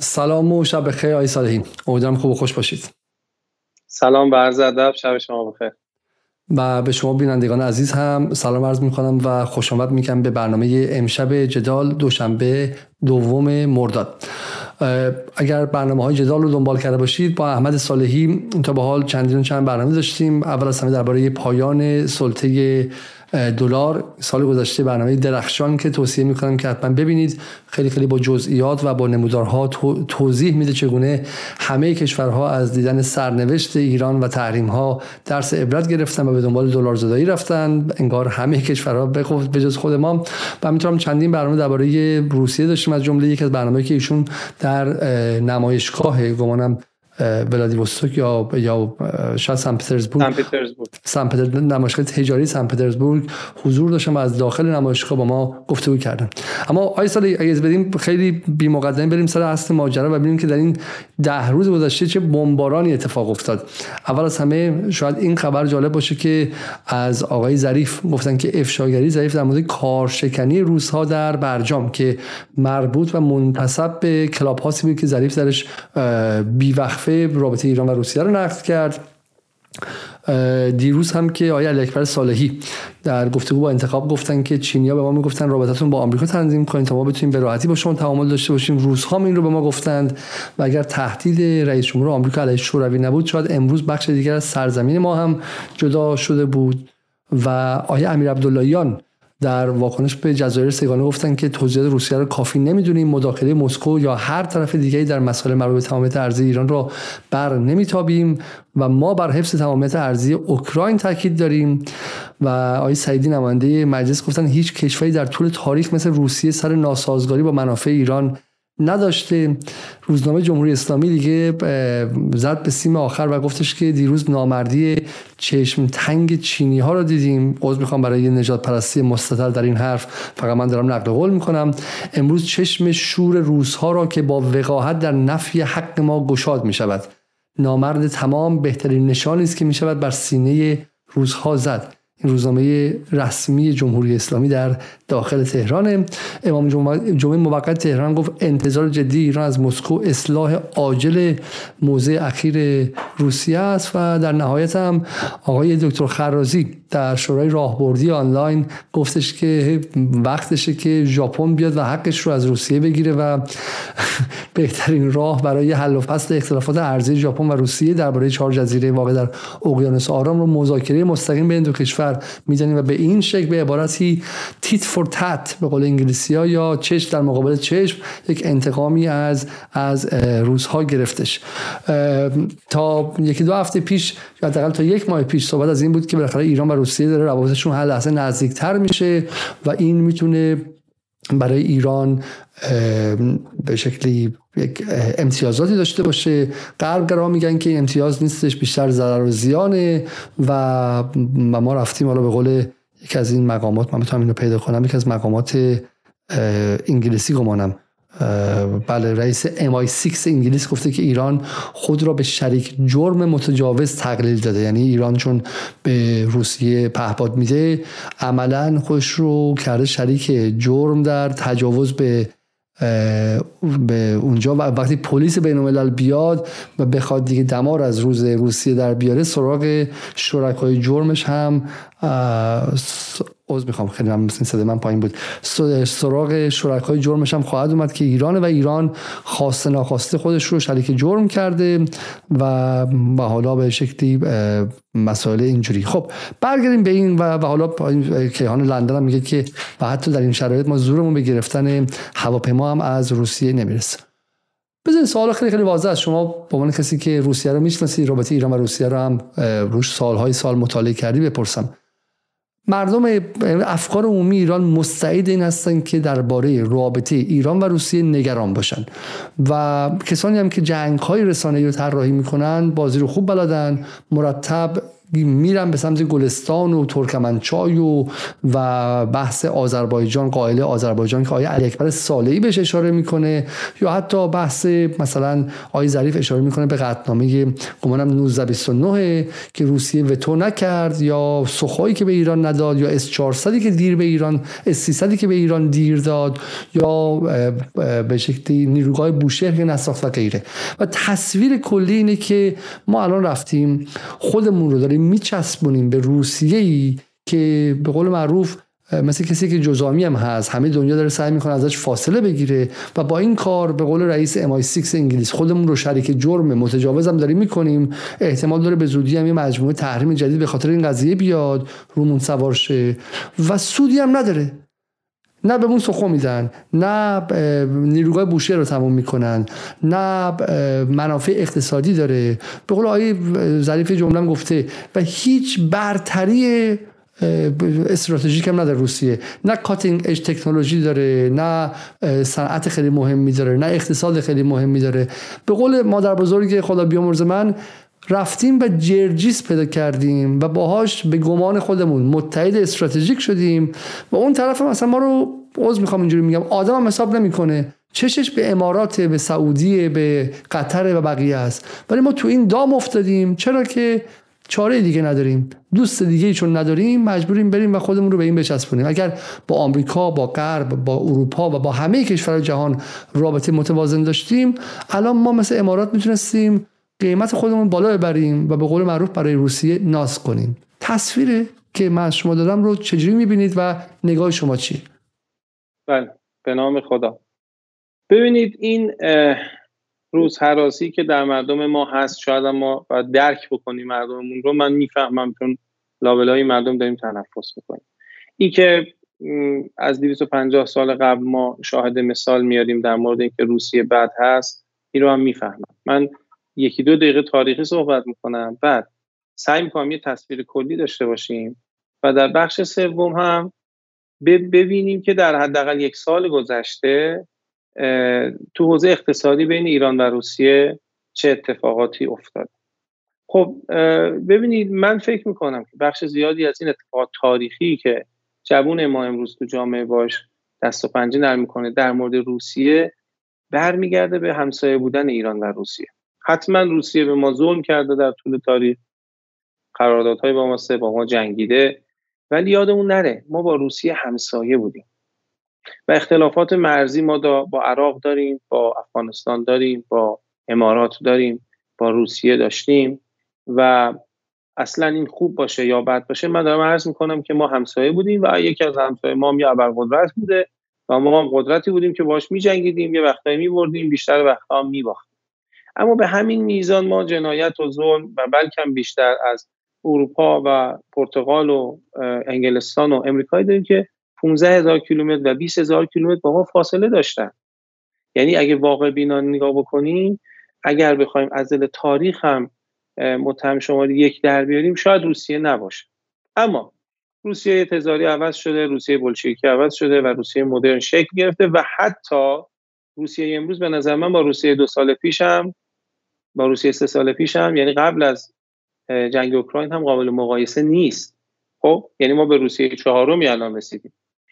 سلام و شب بخیر آقای صالحی، امیدوارم خوب و خوش باشید. سلام و عرض ادب، شب شما بخیر. و به شما بینندگان عزیز هم سلام عرض می‌کنم و خوش آمد میگم به برنامه امشب جدال دوشنبه 2 مرداد. اگر برنامه‌های جدال رو دنبال کرده باشید، با احمد صالحی تا به حال چند برنامه داشتیم. اول از همه درباره پایان سلطه دلار سال گذشته، برنامه درخشان که توصیه میکنم که حتما ببینید. خیلی با جزئیات و با نمودارها توضیح میده چگونه همه کشورها از دیدن سرنوشت ایران و تحریم‌ها درس عبرت گرفتن و به دنبال دلارزدایی رفتن، انگار همه کشورها به جز خود ما. و میتونم چندین برنامه درباره روسیه داشتیم، از جمله یک از برنامه‌ای که ایشون در نمایشگاه گمانم ولادیوستوک یا شاید سن پترزبورگ نمایشگاه تجاری سن پترزبورگ حضور داشتم و از داخل نمایشگاه با ما گفتگو کردن. اما آقای صالحی اگه بدیم خیلی بی مقدمه بریم سر اصل ماجرا و ببینیم که در این 10 روز گذشته چه بمبارانی اتفاق افتاد. اول از همه شاید این خبر جالب باشه که از آقای ظریف گفتن که افشاگری ظریف در مورد کارشکنی روس‌ها در برجام که مربوط و منتسب به کلاب هاوسی بود که ظریف درش بی‌وقفه رابطه ایران و روسیه رو نقد کرد. دیروز هم که آقای علی اکبر صالحی در گفتگو با انتخاب گفتن که چینی‌ها به ما میگفتن رابطتون با آمریکا تنظیم کنید تا ما بتونیم به راحتی با شما تعامل داشته باشیم. روس‌ها این رو به ما گفتند و اگر تهدید رئیس جمهور آمریکا علیه شوروی نبود، شاید امروز بخش دیگر از سرزمین ما هم جدا شده بود. و آقای امیر عبداللهیان در واکنش به جزایر سگانه گفتن که توضیحات روسیه رو کافی نمیدونیم، مداخله مسکو یا هر طرف دیگری در مسائل مربوط به تمامیت ارضی ایران رو بر نمیتابیم و ما بر حفظ تمامیت ارضی اوکراین تاکید داریم. و آقای سعیدی نماینده مجلس گفتن هیچ کشوری در طول تاریخ مثل روسیه سر ناسازگاری با منافع ایران نداشته. روزنامه جمهوری اسلامی دیگه زد به سیم آخر و گفتش که دیروز نامردی چشم تنگ چینی ها رو دیدیم. عذر میخوام برای نجات پرستی مستتر در این حرف، فقط من دارم نقل قول میکنم. امروز چشم شور روس ها را که با وقاحت در نفی حق ما گشاد میشود. نامرد تمام بهترین نشانی است که میشود بر سینه روس ها زد. این روزنامه رسمی جمهوری اسلامی در داخل تهران. امام جمعه موقت تهران گفت انتظار جدی ایران از مسکو اصلاح عاجل موضع اخیر روسیه است. و در نهایت هم آقای دکتر خرازی در شورای راهبردی آنلاین گفتش که وقتشه که ژاپن بیاد و حقش رو از روسیه بگیره و بهترین راه برای حل و فصل اختلافات ارضی ژاپن و روسیه درباره 4 جزیره واقع در اقیانوس آرام رو مذاکره مستقیم بین دو کشور می‌دانیم و به این شکل به عبارتی تیت فور تات به قول انگلیسی‌ها یا چشم در مقابل چشم یک انتقامی از روس‌ها گرفتش. تا 1-2 هفته پیش یا حداقل تا 1 ماه پیش صحبت از این بود که بالاخره ایران و روسیه داره روابطشون هر لحظه نزدیکتر میشه و این میتونه برای ایران به شکلی یک امتیازاتی داشته باشه. غربگرا میگن که امتیاز نیستش، بیشتر ضرر و زیانه و ما رفتیم حالا به قول یکی از این مقامات، من میتونم اینو پیدا کنم، یکی از مقامات انگلیسی گمانم، بله، رئیس MI6 انگلیس گفته که ایران خود را به شریک جرم متجاوز تقلیل داده. یعنی ایران چون به روسیه پهپاد میده عملا خودش رو کرده شریک جرم در تجاوز به اونجا و وقتی پلیس بین‌الملل بیاد و بخواد دیگه دمار از روز روسیه در بیاره، سراغ شرکای جرمش هم میخوام خیلی صدای من پایین بود، سراغ شرکای جرمش هم خواهد اومد که ایران و ایران خواسته ناخواسته خودش رو شریک جرم کرده و حالا به شکلی مسائل اینجوری. خب برگردیم به این و حالا کیهان لندن هم میگه که و حتی در این شرایط ما زورمون به گرفتن هواپیما هم از روسیه نمیرسه. بذارید سوال خیلی واضح از شما به عنوان کسی که روسیه رو میشناسی، رابطه ایران و روسیه رو هم روش سالهای سال مطالعه کردی بپرسم. مردم افکار عمومی ایران مستعد این هستن که درباره رابطه ایران و روسیه نگران باشن و کسانی هم که جنگ‌های رسانه‌ای رو طراحی میکنن بازی رو خوب بلدن، مرتب میرن به سمت گلستان و ترکمنچای و بحث آذربایجان، قائله آذربایجان که آیه علی اکبر صالحی بهش اشاره میکنه، یا حتی بحث مثلا آیه ظریف اشاره میکنه به قطعنامه گمانم 1929 که روسیه وتو نکرد، یا سوخویی که به ایران نداد، یا S-400 که دیر به ایران، S-300 که به ایران دیر داد، یا به شکلی نیروگاه بوشهر که نساخت و غیره. و تصویر کلی اینه که ما الان رفتیم خودمون رو داریم میچسبونیم به روسیه‌ای که به قول معروف مثل کسی که جزامی هم هست، همه دنیا داره سعی میکنه ازش فاصله بگیره و با این کار به قول رئیس MI6 انگلیس خودمون رو شریک جرم متجاوز هم داریم میکنیم. احتمال داره به زودی هم یه مجموعه تحریم جدید به خاطر این قضیه بیاد رومون سوار شه و سودی هم نداره. نه بهمون سخو میدن، نه نیروگاه بوشهر رو تموم میکنن، نه منافع اقتصادی داره. به قول آقای ظریف جمله گفته و هیچ برتری استراتژیک هم نداره روسیه، نه کاتینگ اج تکنولوژی داره، نه صنعت خیلی مهمی داره، نه اقتصاد خیلی مهمی داره. به قول مادر بزرگ خدا بیامرز من، رفتیم و جرجیس پیدا کردیم و باهاش به گمان خودمون متحد استراتژیک شدیم و اون طرف هم مثلا ما رو عذر میخوام اینجوری میگم آدم هم حساب نمیکنه، چشش به امارات، به سعودی، به قطر و بقیه است. ولی ما تو این دام افتادیم چرا که چاره دیگه نداریم، دوست دیگه چون نداریم مجبوریم بریم و خودمون رو به این بچسبونیم. اگر با آمریکا، با غرب، با اروپا و با همه کشورهای جهان رابطه متوازن داشتیم، الان ما مثل امارات میتونستیم قیمت خودمون بالا ببریم و به قول معروف برای روسیه ناز کنیم. تصویری که من شما دادم رو چجوری میبینید و نگاه شما چیه؟ بله، به نام خدا. ببینید این روز هراسی که در مردم ما هست، شاید ما باید درک بکنیم مردممون رو. من میفهمم چون لابلای مردم داریم تنفس میکنیم. این که از 250 سال قبل ما شاهد مثال میاریم در مورد اینکه روسیه بد هست، این رو هم میفهمم. من 1-2 دقیقه تاریخی صحبت میکنم، بعد سعی میکنم یه تصویر کلی داشته باشیم و در بخش سوم هم ببینیم که در حداقل 1 سال گذشته تو حوزه اقتصادی بین ایران و روسیه چه اتفاقاتی افتاد. خب ببینید، من فکر میکنم که بخش زیادی از این اتفاقات تاریخی که جوون ما امروز تو جامعه باش دست و پنجه نرم میکنه در مورد روسیه برمیگرده به همسایه بودن ایران و روسیه. حتما روسیه به ما ظلم کرده در طول تاریخ، قراردادهای با ما جنگیده، ولی یادمون نره ما با روسیه همسایه بودیم و اختلافات مرزی ما با عراق داریم، با افغانستان داریم، با امارات داریم، با روسیه داشتیم و اصلا این خوب باشه یا بد باشه، من دارم عرض میکنم که ما همسایه بودیم و یکی از همسایه ما هم یه ابرقدرت بوده و ما هم قدرتی بودیم که باش می‌جنگیدیم، یه وقتایی می‌بردیم، بیشتر وقتا هم می‌باختیم. اما به همین میزان ما جنایت و ظلم و بلکه بیشتر از اروپا و پرتغال و انگلستان و امریکایی داریم که 15,000 کیلومتر و 20,000 کیلومتر با ما فاصله داشتن. یعنی اگه واقع بینا نگاه بکنیم، اگر بخوایم از دل تاریخ هم متهم شماره 1 در بیاریم، شاید روسیه نباشه. اما روسیه تزاری عوض شده، روسیه بولشویکی عوض شده و روسیه مدرن شکل گرفته و حتی روسیه امروز به نظر من با روسیه 2 سال پیش هم، با روسیه 3 سال پیش هم، یعنی قبل از جنگ اوکراین هم قابل مقایسه نیست. خب یعنی ما به روسیه 4 الان رسیدیم.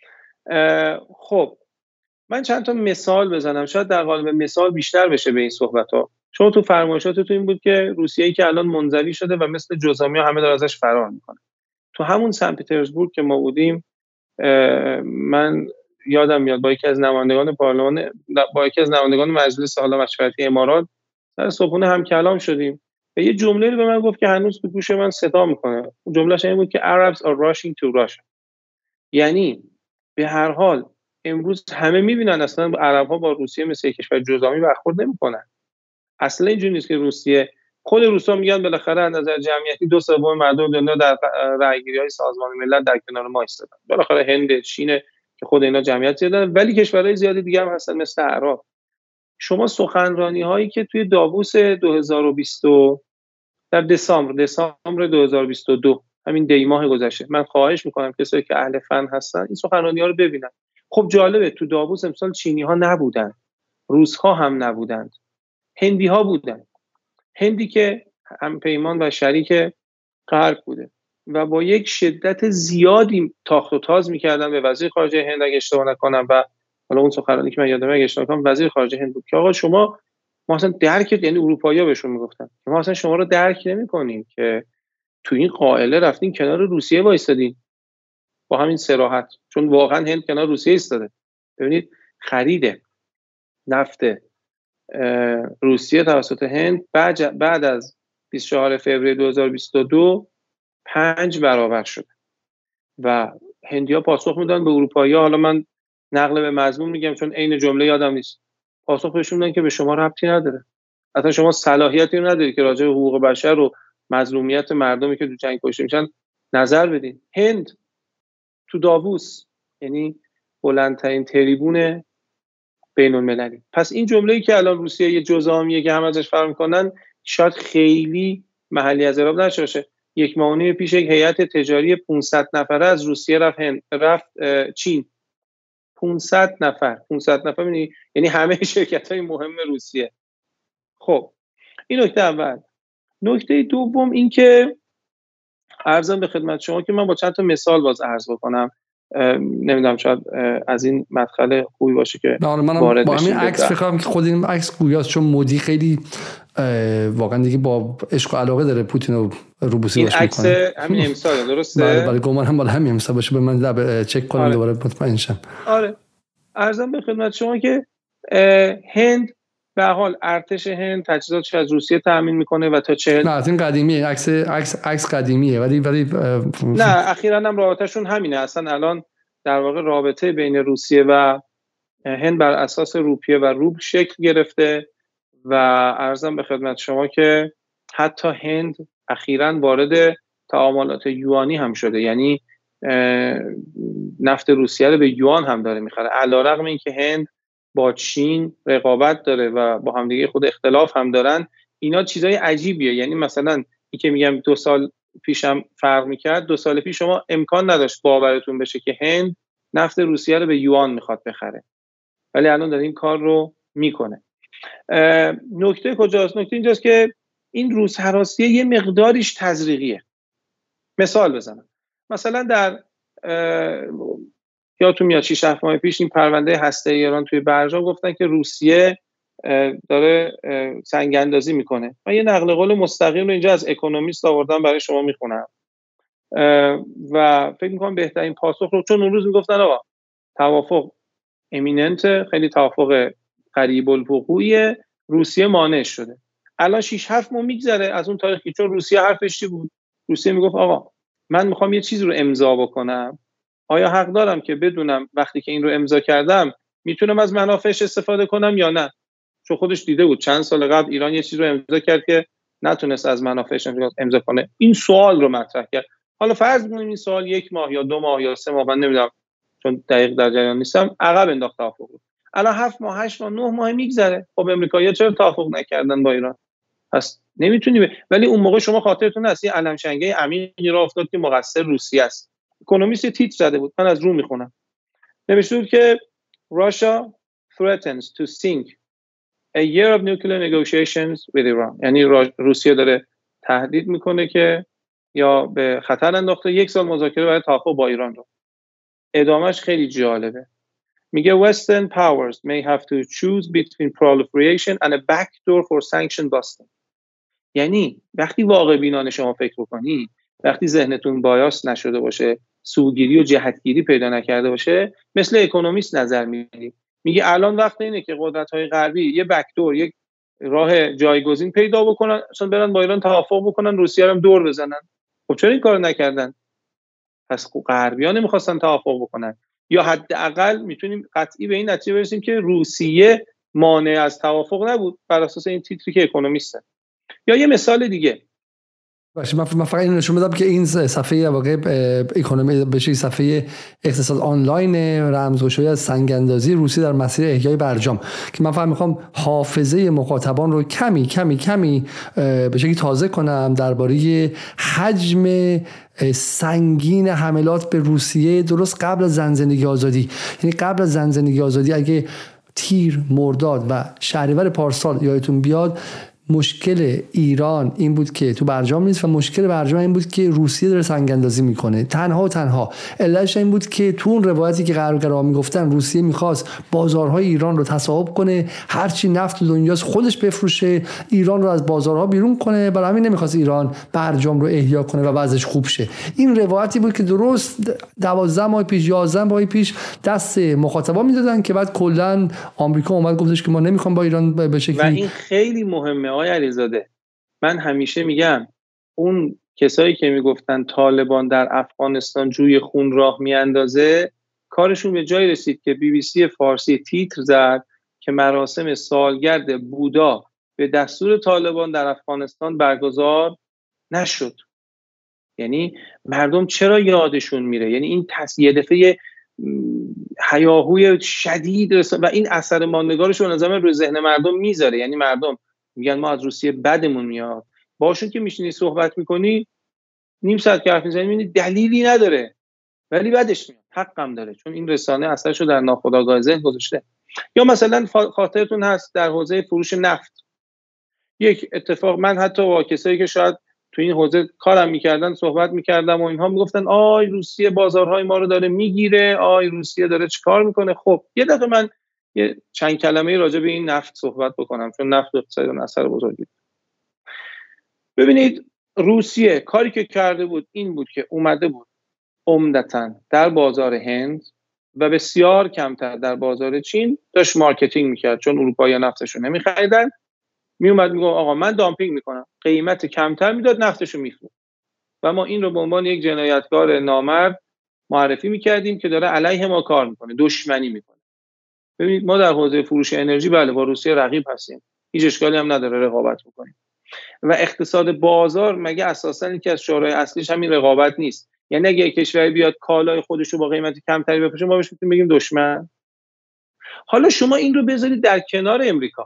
خب من چند تا مثال بزنم، شاید در قالب مثال بیشتر بشه به این صحبت‌ها. شما تو فرمایشاتتون این بود که روسیه‌ای که الان منزوی شده و مثل جزامی‌ها همه دارن ازش فرار میکنن. تو همون سن پترزبورگ که ما بودیم، من یادم میاد با یکی از نمایندگان پارلمان، با یکی از نمایندگان مجلس عالی مشورتی امارات سر صبحونه هم کلام شدیم و یه جمله رو به من گفت که هنوز تو گوش من صدا میکنه. اون جملهش این بود که Arabs are rushing to Russia. یعنی به هر حال امروز همه میبینن اصلا عرب‌ها با روسیه مثل یک کشور جزامی برخورد نمیکنن. اصلا اینجوری نیست که روسیه، خود روسا میگن بالاخره از نظر جمعیتی 2/3 مردم دنیا در رأیگیری‌های سازمان ملل در کنار ما ایستادن. بالاخره هند، چین که خود اینا جمعیت زیادن، ولی کشورهای زیادی دیگه هم هستن مثل عراق. شما سخنرانی‌هایی که توی داووس 2020 در دسامبر 2022 همین دی ماه گذشته، من خواهش میکنم کسایی که اهل فن هستن این سخنرانی‌ها رو ببینن. خب جالبه تو داووس امسال چینی‌ها نبودن، روس‌ها هم نبودند، هندی‌ها بودن. هندی که هم پیمان و شریک غرب بوده و با یک شدت زیادی تاخت و تاز میکردن به وزیر خارجه هند اگه اشتباه نکنم، و حالا اون سخنرانی که من یادمه اگه اشتباه نکنم وزیر خارجه هند بود که آقا شما ما اصلا درک، یعنی اروپایی‌ها بهشون میگفتن ما اصلا شما رو درک نمی‌کنیم که تو این قائله رفتین کنار روسیه وایسادین با همین صراحت، چون واقعا هند کنار روسیه ایستاده. ببینید خرید نفت روسیه توسط هند بعد از 24 فوریه 2022 5 برابر شده و هندی‌ها پاسخ میدن به اروپایی‌ها. حالا من نقل به مضمون میگم چون عین جمله یادم نیست. پاسخ بهشون میدن که به شما ربطی نداره، اصلا شما صلاحیتی ندارید که راجع به حقوق بشر و مظلومیت مردمی که تو جنگ کشته میشن نظر بدین. هند تو داووس، یعنی بلندترین تریبون بین المللی. پس این جمله‌ای که الان روسیه یه جزامیه که هم ازش فرار میکنن شاید خیلی محلی از اعراب نشه باشه. 1 ماه و نیم پیش یک هیئت تجاری 500 نفره از روسیه رفت چین. 500 نفر یعنی همه شرکت‌های مهم روسیه. خب این نکته اول. نکته دوم این که عرضم به خدمت شما که من با چند تا مثال باز عرض بکنم، نمیدونم شاید از این مدخل خوبی باشه که وارد با همین عکس فکر کنم که خود این عکس گویاست، چون مودی خیلی واقعا دیگه با عشق و علاقه داره پوتین رو روبوسی باش میکنه. این عکس همین امسال درسته؟ بله گمان هم بالا همین امسال باشه، به من چک کنم دوباره مطمئن شم. آره عرضم به خدمت شما که هند به حال ارتش هند تجهیزاتش از روسیه تامین میکنه و تا 40 نه از این قدیمیه، عکس قدیمیه ولی نه اخیراً هم رابطهشون همینه. اصلا الان در واقع رابطه بین روسیه و هند بر اساس روپیه و روبل شکل گرفته و عرضم به خدمت شما که حتی هند اخیراً وارد تعاملات یوانی هم شده، یعنی نفت روسیه رو به یوان هم داره میخره، علیرغم اینکه هند با چین رقابت داره و با همدیگه خود اختلاف هم دارن. اینا چیزای عجیبیه، یعنی مثلا این که میگم 2 سال پیشم فرق میکرد، 2 سال پیش شما امکان نداشت باورتون بشه که هند نفت روسیه رو به یوان میخواد بخره، ولی الان داره این کار رو میکنه. نکته کجاست؟ نکته اینجاست که این روس هراسی یه مقداریش تزریقیه. مثال بزنم، مثلا در یادتون میاد 6-7 ماه پیش این پرونده هسته‌ای ایران توی برجام گفتن که روسیه داره سنگ اندازی میکنه. من یه نقل قول مستقیم رو اینجا از اکونومیست آوردم برای شما میخونم و فکر میکنم بهترین پاسخ رو، چون اون روز میگفتن آقا توافق امیننت، خیلی توافق قریب الوقوعی، روسیه مانع شده. الان 6-7 ماه میگذره از اون تاریخی، چون روسیه حرفش چی بود؟ روسیه میگفت آقا من میخوام یه چیزی رو امضا بکنم، آیا حق دارم که بدونم وقتی که این رو امضا کردم میتونم از منافعش استفاده کنم یا نه؟ چون خودش دیده بود چند سال قبل ایران یه چیز رو امضا کرد که نتونست از منافعش امضا کنه. این سوال رو مطرح کرد. حالا فرض کنیم این سوال 1 ماه یا 2 ماه یا 3 ماه، من نمیدونم چون دقیق در جریان نیستم، عقب انداخت توافق رو. الان 7 ماه 8 ماه 9 ماه میگذره. خب امریکایی‌ها چرا توافق نکردن با ایران؟ پس نمیتونی ولی اون موقع شما خاطرتون هست یه علمشنگه عمیقی راه افتاد که مقصر روسیه است. اکونومیست تیتر زده بود، من از رو میخونم، نوشته بود که Russia threatens to sink a year of nuclear negotiations with Iran. یعنی روسیه داره تهدید میکنه که یا به خطر انداخته 1 سال مذاکره برای توافق با ایران رو. ادامهش خیلی جالبه، میگه Western powers may have to choose between proliferation and a backdoor for sanction busting. یعنی وقتی واقع بینانه شما فکر بکنی، وقتی ذهنتون بایاس نشده باشه، سوگیری و جهتگیری پیدا نکرده باشه، مثل اکونومیست نظر میدی، میگه الان وقت اینه که قدرت‌های غربی یه بکدور، یک راه جایگزین پیدا بکنن، اصلا برن با ایران توافق بکنن، روسیه هم دور بزنن. خب چرا این کارو نکردن؟ پس غربی‌ها نمی‌خواستن توافق بکنن، یا حداقل میتونیم قطعی به این نتیجه برسیم که روسیه مانع از توافق نبود بر اساس این تیتری که اکونومیسته. یا یه مثال دیگه باشه، من فقط اینو نشون بدم که این صفحه واقع اکونومی بشه صفحه اقتصاد آنلاین رمزگشایی از سنگ‌اندازی روسیه در مسیر احیای برجام که من فقط میخوام حافظه مخاطبان رو کمی به شکلی تازه کنم درباره حجم سنگین حملات به روسیه درست قبل از زنجیره آزادی. یعنی قبل از زنجیره آزادی اگه تیر، مرداد و شهریور پارسال یادتون بیاد، مشکل ایران این بود که تو برجام نیست و مشکل برجام این بود که روسیه داره سنگ اندازی میکنه. تنها علتش این بود که تو اون روایتی که قرارگرا میگفتن روسیه میخواست بازارهای ایران رو تصاحب کنه، هرچی نفت دنیاست خودش بفروشه، ایران رو از بازارها بیرون کنه، برای همین نمیخواست ایران برجام رو احیا کنه و وضعش خوب شه. این روایتی بود که درست 12 ماه پیش 11 ماه پیش دست مخاطبا میدادن که بعد کلا آمریکا اومد گفتش که ما نمیخوام با ایران به شکلی. و این خیلی مهمه آقای علیزاده. من همیشه میگم اون کسایی که میگفتن طالبان در افغانستان جوی خون راه میاندازه، کارشون به جای رسید که BBC فارسی تیتر زد که مراسم سالگرد بودا به دستور طالبان در افغانستان برگزار نشد. یعنی مردم چرا یادشون میره؟ یعنی این یه دفعه هیاهوی شدید و این اثر ماندگارش رو نظام روی ذهن مردم میذاره. یعنی مردم میگن ما از روسیه بدمون میاد. باشون که میشینی صحبت میکنی نیم ساعت که حرف میزنی میبینی دلیلی نداره ولی بدش میاد، حقم داره، چون این رسانه اثرش رو در ناخودآگاه ذهن گذاشته. یا مثلا خاطرتون هست در حوزه فروش نفت یک اتفاق، من حتی با کسایی که شاید تو این حوزه کارم میکردن صحبت میکردم و اینها میگفتن آی روسیه بازارهای ما رو داره میگیره، آی روسیه داره چیکار میکنه. خب یه دفعه من یه چند کلمه راجع به این نفت صحبت بکنم چون نفت اقتصادی اثر بزرگی. ببینید روسیه کاری که کرده بود این بود که اومده بود عمدتاً در بازار هند و بسیار کمتر در بازار چین داشت مارکتینگ میکرد، چون اروپایی‌ها نفتشو نمیخریدن. میومد میگه آقا من دامپینگ میکنم، قیمت کمتر میداد، نفتشو میفروخت و ما این رو به عنوان یک جنایتکار نامرد معرفی میکردیم که داره علیه ما کار میکنه، دشمنی میکنه. ببینید ما در حوزه فروش انرژی بله با روسیه رقیب هستیم، هیچ اشکالی هم نداره رقابت میکنیم و اقتصاد بازار مگه اساسا یکی از شورای اصلیش همین رقابت نیست؟ یعنی اگه کشوری بیاد کالای خودش رو با قیمت کمتری بفروشه ما بهش میتونیم بگیم دشمن. حالا شما این رو بذارید در کنار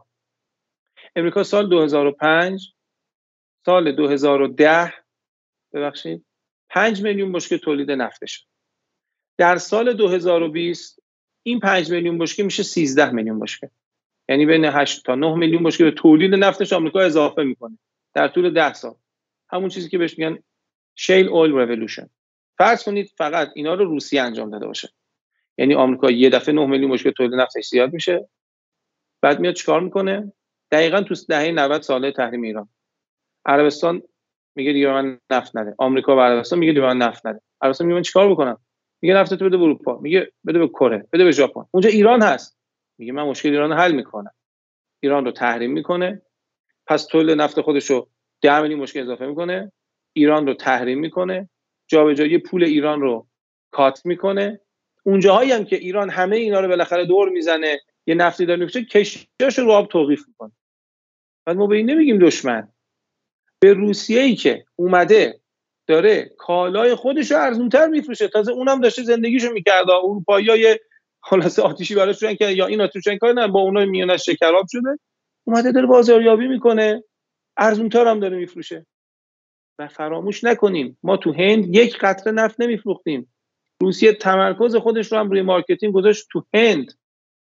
امریکا سال 2005 سال 2010 ببخشید 5 میلیون بشکه تولید نفتش. در سال 2020 این 5 میلیون بشکه میشه 13 میلیون بشکه، یعنی بین 8 تا 9 میلیون بشکه به تولید نفتش آمریکا اضافه میکنه در طول 10 سال. همون چیزی که بهش میگن شیل اویل ریولوشن. فرض کنید فقط اینا رو روسیه انجام داده باشه، یعنی آمریکا یه دفعه 9 میلیون بشکه تولید نفتش زیاد میشه، بعد میاد چیکار میکنه؟ دقیقاً تو دهه 90 ساله تحریم ایران، عربستان میگه دیگه من نفت نده، آمریکا و عربستان میگه دیگه من نفت نده. عربستان میگه من چیکار بکنم؟ میگه نفتتو بده به اروپا، میگه بده به کره، بده به ژاپن. اونجا ایران هست، میگه من مشکل ایران رو حل میکنم، ایران رو تحریم میکنه، پس تولید نفت خودش رو 10 میلیون بشکه اضافه میکنه، ایران رو تحریم میکنه، جابجایی پول ایران رو کات میکنه. اونجاهایی هم که ایران همه اینا رو بالاخره دور میزنه یه نفتی داره میفروشه، کشتیاشو رو آب توقیف میکنه. بعد ما به این نمیگیم دشمن، به روسیه‌ای که اومده داره کالای خودش رو ارزونتر میفروشه، تازه اونم داشته زندگیشو میکرده، اروپایی‌ها یه خلاصه آتیشی براش روشن کردن یا این آتیشن کار نه با اونها میونش شکراب شده، اومده داره بازاریابی میکنه، ارزونتر هم داره میفروشه. و فراموش نکنیم ما تو هند یک قطره نفت نمیفروختیم. روسیه تمرکز خودش رو هم روی مارکتینگ گذاشت تو هند.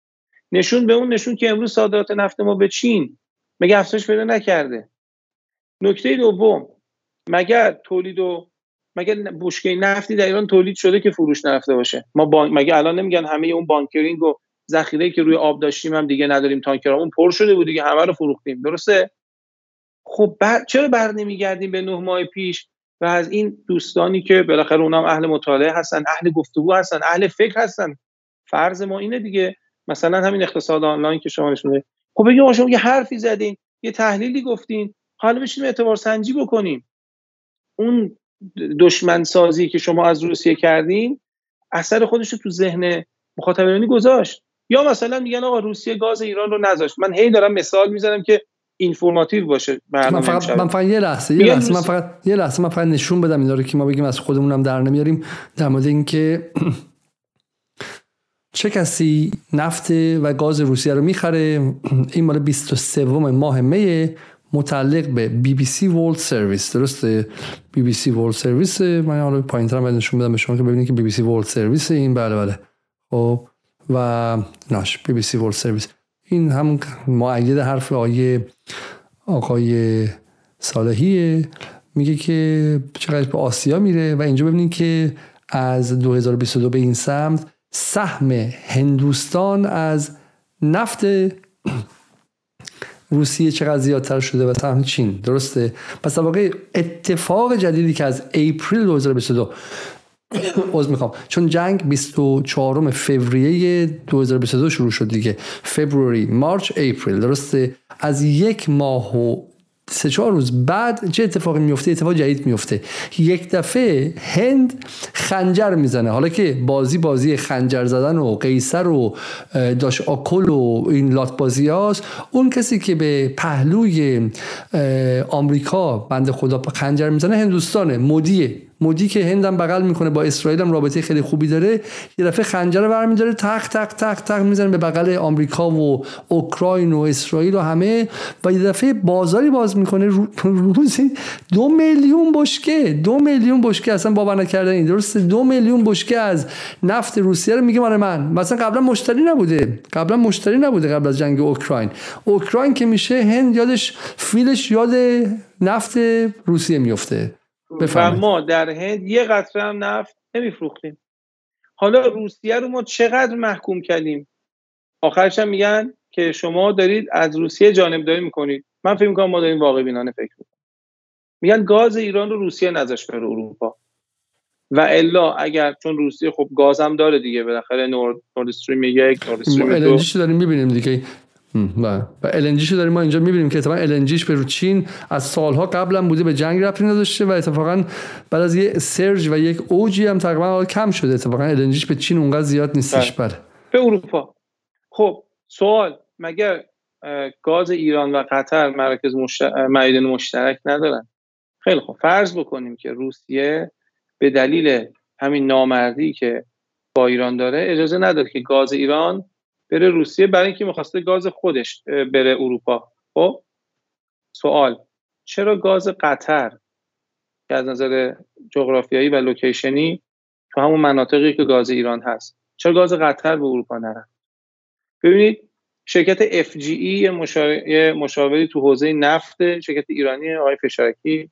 نشون که امروز صادرات نفت ما به چین مگه افزایش پیدا نکرده؟ نکته دوم، مگر بشکه نفتی در ایران تولید شده که فروش نرفته باشه؟ ما مگه الان نمیگن همه اون بانکرینگ و ذخیره‌ای که روی آب داشتیم هم دیگه نداریم، تانکرامون پر شده بود دیگه، همه رو فروختیم، درسته؟ خب چرا بر نمیگردیم به 9 ماه پیش و از این دوستانی که بالاخره اونام اهل مطالعه هستن، اهل گفتگو هستن، اهل فکر هستن، فرض ما اینه دیگه، مثلا همین اقتصاد آنلاین که شما نشون میدید، خب بگیم شما یه حرفی زدین، یه تحلیلی گفتین، حالا بشینیم اعتبار سنجی بکنیم. اون دشمن سازی که شما از روسیه کردین اثر خودش رو تو ذهن مخاطب ایرانی گذاشت. یا مثلا میگن آقا روسیه گاز ایران رو نذاشت. من هی دارم مثال میزنم که اینفورماتیو باشه برنامه. من فقط یه لحظه من فقط نشون بدم اینا رو که ما بگیم از خودمونم در نمیاریم، در مورد اینکه چه کسی نفت و گاز روسیه رو میخره. این مال 23 ماه می، متعلق به BBC World Service، درسته؟ BBC World Service. من حالا پایین‌تر نشون بدم به شما که ببینید که BBC World Service این. بله خب و ناش BBC World Service این همون مؤید حرف آقای صالحی میگه که چقدر به آسیا میره و اینجا ببینید که از 2022 به این سمت سهم هندوستان از نفت روسیه چقدر زیادتر شده و سهم چین. درسته؟ پس در واقع اتفاق جدیدی که از اپریل 2022 چون جنگ 24 فوریه 2022 شروع شد دیگه، فبروری، مارچ، اپریل، درسته؟ از یک ماه و 3-4 روز بعد چه اتفاقی میفته؟ اتفاق جدید میفته. یک دفعه هند خنجر میزنه، حالا که بازی خنجر زدن و قیصر و داش آکل و این لات بازی هاست، اون کسی که به پهلوی آمریکا بنده خدا خنجر میزنه هندوستانه، مودی که هندم بغل میکنه با اسرائیل هم رابطه خیلی خوبی داره، یه دفعه خنجر رو برمی‌داره تق تق تق تق میزنه به بغل آمریکا و اوکراین و اسرائیل و همه، و یه دفعه بازاری باز میکنه روزی 2 میلیون بشکه اصلا باور نکردنی، درسته؟ 2 میلیون بشکه از نفت روسیه رو میگه من مثلا قبلا مشتری نبوده قبل از جنگ اوکراین که میشه هند فیلش یاد نفت روسیه میفته. و ما در هند یه قطره هم نفت نمیفروختیم. حالا روسیه رو ما چقدر محکوم کردیم، آخرش هم میگن که شما دارید از روسیه جانبداری میکنید. من فکر میکنم ما داریم واقع بینانه فکر میکنیم. میگن گاز ایران رو روسیه نذاش بره اروپا، و الا اگر چون روسیه خب گاز هم داره دیگه، بالاخره نورد استریم 1، نورد استریم 2 داریم میبینیم دیگه، و LNG شو داریم ما اینجا میبینیم که اتفاقا LNGش به رو چین از سالها قبلا بوده، به جنگ ربطی نداشته و اتفاقا بعد از یه سرج و یک اوجی هم تقریبا کم شده. اتفاقا LNGش به چین اونقدر زیاد نیستش، به اروپا. خب سوال، مگر گاز ایران و قطر مراکز معادن مشترک ندارن؟ خیلی خب فرض بکنیم که روسیه به دلیل همین نامردی که با ایران داره اجازه نداره که گاز ایران بره روسیه، برای اینکه می‌خواسته گاز خودش بره اروپا. خب سوال، چرا گاز قطر که از نظر جغرافیایی و لوکیشنی تو همون مناطقی که گاز ایران هست، چرا گاز قطر به اروپا نره؟ ببینید شرکت FGE مشاوری تو حوزه نفت، شرکت ایرانی آقای فشارکی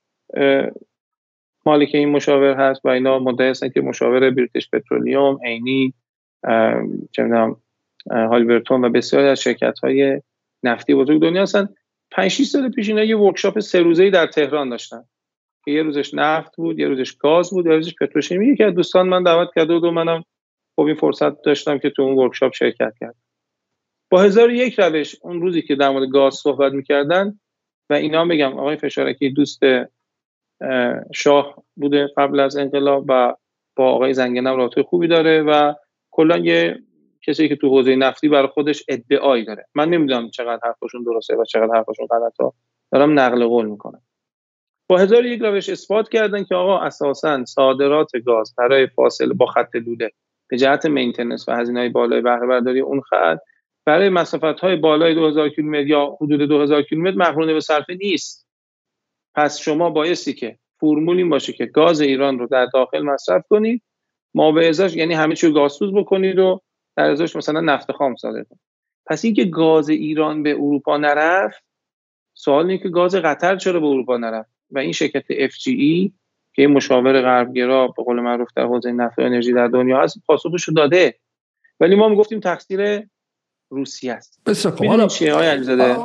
مالک این مشاور هست و اینا مدعی هستن که مشاور بریتیش پترولیوم، عینی، چه می‌دونم هالیبرتون و بسیاری از شرکت‌های نفتی بزرگ دنیا هستن. 5-6 سال پیش اینا یه ورکشاپ 3 روزه‌ای در تهران داشتن که یه روزش نفت بود، یه روزش گاز بود، یه روزش پتروشیمی. یکی از دوستان من دعوت کرده بود و منم خب این فرصت داشتم که تو اون ورکشاپ شرکت کردم. با 1001 روش اون روزی که در مورد گاز صحبت می‌کردن و اینا بگم آقای فشارکی دوست شاه بوده قبل از انقلاب و با آقای زنگنم رابطه خوبی داره و کلا یه کسی که تو حوزه نفتی برای خودش ادعایی داره. من نمیدونم چقدر حرفشون درسته و چقدر حرفشون غلطه، دارم نقل قول میکنم. با 1001 روش اثبات کردن که آقا اساساً صادرات گاز برای فاصله با خط لوله به جهت مینتیننس و هزینه‌های بالای بهره برداری اون خط برای مسافت‌های بالای 2000 کیلومتر یا حدود 2000 کیلومتر مقرونه به صرفه نیست. پس شما بایستی که فرمول این باشه که گاز ایران رو در داخل مصرف کنید، ما به ازاش یعنی همه چی رو گازسوز بکنید و در ازاش مثلا نفت خام صادر کنید. پس اینکه گاز ایران به اروپا نرفت، سوال اینه که گاز قطر چرا به اروپا نرفت؟ و این شرکت FGE که مشاور غربگرا به قول معروف در حوزه نفت و انرژی در دنیا هست پاسخش رو داده، ولی ما میگفتیم تقصیر روسیه است. بسیار خوب. حالا چیه آقای علیزاده؟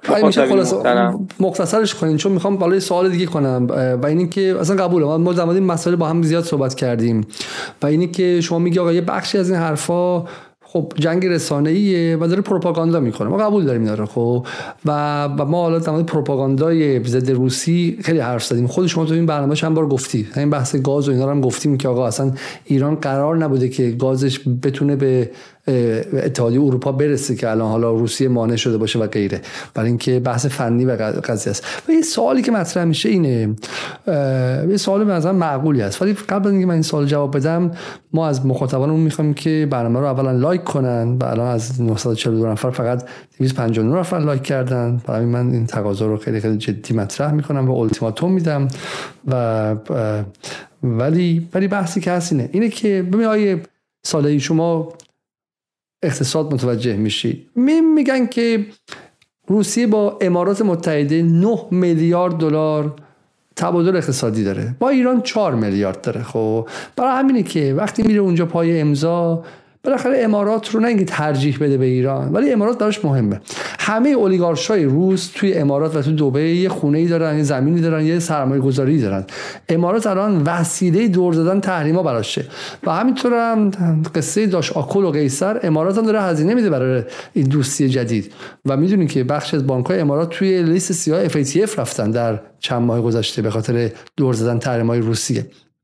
مختصرش کنین چون میخوام بالای سوال دیگه کنم و اینی که اصلا قبوله، ما در مورد این مسائل با هم زیاد صحبت کردیم و اینی که شما میگی آقا یه بخشی از این حرفا خب جنگ رسانه‌ایه و داره پروپاگاندا میکنه، ما قبول داریم داره. خب و ما حالا در مورد پروپاگاندای ضد روسی خیلی حرف زدیم. خود شما تو این برنامه چند بار گفتی، همین بحث گاز و اینا رو هم گفتیم که آقا اصلا ایران قرار نبوده که گازش بتونه به اتحادیه اروپا برسه که الان حالا روسیه مانع شده باشه و غیره، برای اینکه بحث فنی و قضیه است. و یه سوالی که مطرح میشه اینه، یه سوال به نظر معقولی است، ولی قبل از اینکه من این سوال جواب بدم ما از مخاطبانمون میخوایم که برنامه رو اولا لایک کنن و الان از 942 نفر فقط 259 نفر لایک کردن. برای من این تقاضا رو خیلی خیلی جدی مطرح میکنم و التیماتوم میدم و ولی بحثی که هست اینه که ببین آیه صالحی شما اقتصاد متوجه میشی، میگن که روسیه با امارات متحده 9 میلیارد دلار تبادل اقتصادی داره، با ایران 4 میلیارد داره. خب برای همینه که وقتی میره اونجا پای امضا، بالاخره امارات رو نه اینکه ترجیح بده به ایران، ولی امارات براش مهمه. همه اولیگارشای روس توی امارات و توی دبی یه خونه‌ای دارن، یه زمینی دارن، یه سرمایه‌گذاری دارن. امارات الان وسیله دور زدن تحریما براشه. و همینطور هم قصه داش آکل و قیصر، امارات هم داره هزینه میده برای این دوستی جدید و میدونین که بخش از بانک‌های امارات توی لیست سیاه FATF رفتن در چند ماه گذشته به خاطر دور زدن تحریم‌های روسیه.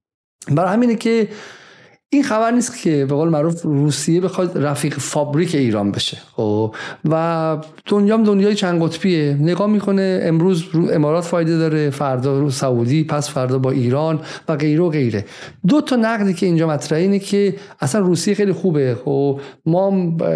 برای همینه که این خبر نیست که به قول معروف روسیه بخواد رفیق فابریک ایران بشه. خب و دنیای چند قطبیه، نگاه میکنه امروز امارات فایده داره، فردا سعودی، پس فردا با ایران و غیره و غیره. دو تا نقدی که اینجا مطرحه اینه که اصلا روسیه خیلی خوبه، خب ما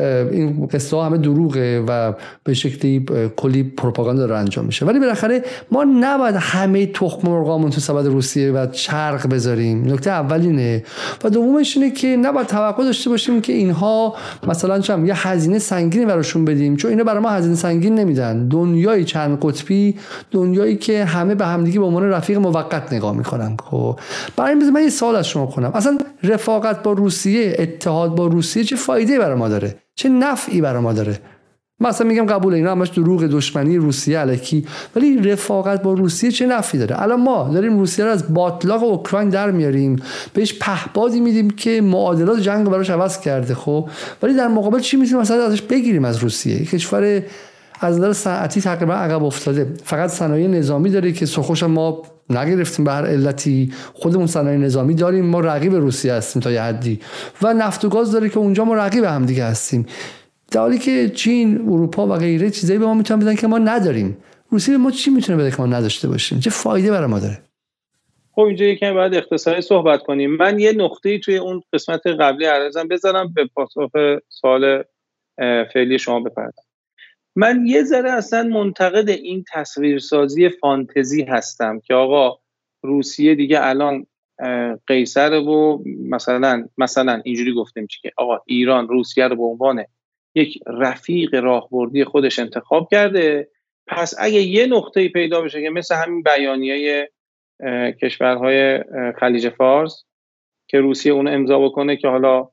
این قصه ها همه دروغه و به شکلی کلی پروپاگاندا داره انجام میشه، ولی بالاخره ما نباید همه تخم مرغامون تو سبد روسیه و چرخ بذاریم. نکته اولینه. و دومش اینه که نباید توقع داشته باشیم که اینها مثلا یه هزینه سنگینی براشون بدیم، چون اینا برای ما هزینه سنگین نمیدن. دنیای چند قطبی، دنیایی که همه به همدیگه به عنوان رفیق موقت نگاه میکنن. خب برای این من یه سوال از شما کنم، اصلا رفاقت با روسیه، اتحاد با روسیه چه فایده برای ما داره؟ چه نفعی برای ما داره؟ مثلا میگم قبول، اینا همش دروغ، دشمنی روسیه الکی، ولی رفاقت با روسیه چه نفعی داره؟ الان ما داریم روسیه رو از باطلاق اوکراین در میاریم، بهش پهپادی میدیم که معادلات جنگ براش عوض کرده. خب ولی در مقابل چی میتونیم مثلا ازش بگیریم؟ از روسیه، کشور از نظر صنعتی تقریبا عقب افتاده، فقط صنایع نظامی داره که سخوش ما نگرفتیم به هر علتی، خودمون صنایع نظامی داریم، ما رقیب روسیه هستیم تا یه حدی، و نفت و گاز داره که اونجا ما رقیب هم دیگه هستیم، در حالی که چین، اروپا و غیره چیزایی به ما میتونن بدن که ما نداریم. روسیه به ما چی میتونه بده که ما نداشته باشیم؟ چه فایده برای ما داره؟ خب اینجا یکم باید اختصاری صحبت کنیم. من یه نقطه‌ای توی اون قسمت قبلی عرضم بذارم به پاسخ سوال فعلی شما بپردازم. من یه ذره اصلا منتقد این تصویرسازی فانتزی هستم که آقا روسیه دیگه الان قیصر و مثلا اینجوری گفته میشه که آقا ایران روسیه رو به عنوان یک رفیق راهبردی خودش انتخاب کرده، پس اگه یه نقطه‌ای پیدا بشه که مثل همین بیانیه کشورهای خلیج فارس که روسیه اون امضا بکنه که حالا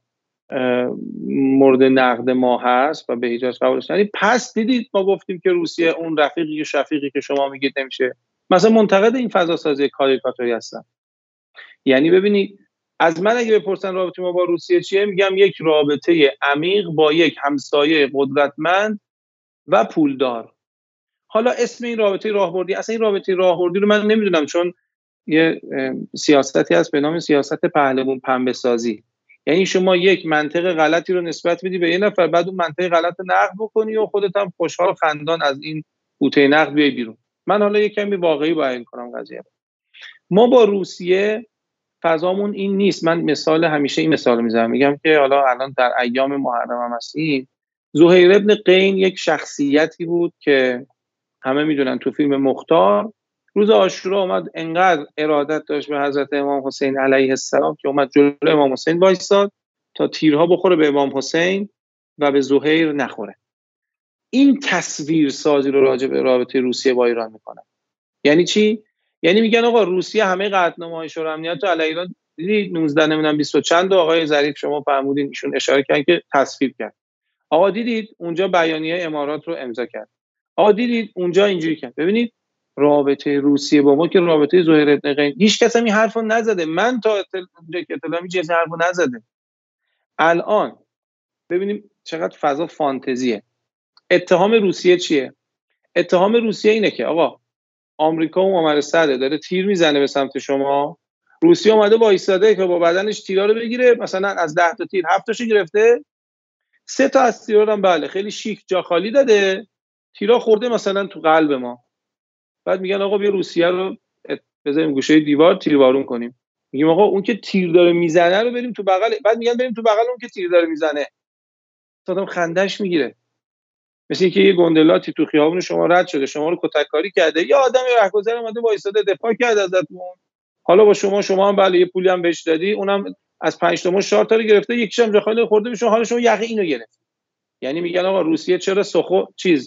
مورد نقد ما هست و به هیچ وجه قبولش نداریم، پس دیدید ما گفتیم که روسیه اون رفیقی و شفیقی که شما میگید نمیشه. مثلا منتقد این فضا سازی کاریکاتوری هستم. یعنی ببینید، از من اگه بپرسن رابطه ما با روسیه چیه، میگم یک رابطه عمیق با یک همسایه قدرتمند و پولدار. حالا اسم این رابطه راهبردی، اصلا این رابطه راهبردی رو من نمیدونم، چون یه سیاستی هست به نام سیاست پهلوان پنبه سازی. یعنی شما یک منطق غلطی رو نسبت میدی به یه نفر، بعد اون منطق غلط رو نقد بکنی و خودت هم خوشحال و خندان از این بوته نقد بیای بیرون. من حالا یک کمی واقعی بیان کنم قضیه. ما با روسیه فضامون این نیست. من همیشه این مثال میزنم، میگم که حالا الان در ایام محرم هم هستیم، زهیر ابن قین یک شخصیتی بود که همه میدونن تو فیلم مختار روز عاشورا اومد انقدر ارادت داشت به حضرت امام حسین علیه السلام که اومد جلوی امام حسین وایساد تا تیرها بخوره به امام حسین و به زهیر نخوره. این تصویر سازی رو راجع به رابطه روسیه با ایران میکنن. یعنی چی؟ یعنی میگن آقا روسیه همه قطعنامه‌های شورای امنیت تو علیه ایران دیدید 19 نمیدونم 20 چند آقای ظریف شما فرمودین ایشون اشاره کردن که تصویب کرد. آقا دیدید اونجا بیانیه امارات رو امضا کرد. آقا دیدید اونجا اینجوری کرد. ببینید رابطه روسیه با ما که رابطه زهیر ابن قین، هیچ کس هم این حرفو نزده. من تا اطلاعی چیزی حرفو نزده. الان ببینیم چقدر فضا فانتزیه. اتهام روسیه چیه؟ اتهام روسیه اینه که آقا آمریکا و ممر سعده داره تیر میزنه به سمت شما، روسیه اومده وایساده که با بدنش تیرا رو بگیره، مثلا از 10 تا تیر 7 تاشو گرفته، 3 تا از تیرا هم بله خیلی شیک جا خالی داده، تیرا خورده مثلا تو قلب ما. بعد میگن آقا بیا روسیه رو بذاریم گوشه دیوار تیربارون کنیم. میگیم آقا اون که تیر داره میزنه رو بریم تو بغل، بعد میگن بریم تو بغل اون که تیر داره میزنه. آدم خندش میگیره. مثل اینکه یه گندلاتی تو خیابون شما رد شده، شما رو کتککاری کرده، یا آدمی رهگذر اومده وایساده دفاع کرد ازتون، حالا با شما هم بله یه پولی هم بهش دادی، اونم از 5 تا 4 تا رو گرفته، یکیش هم جا خالی خورده به شما، حالا شما یقه اینو گرفت. یعنی میگن آقا روسیه چرا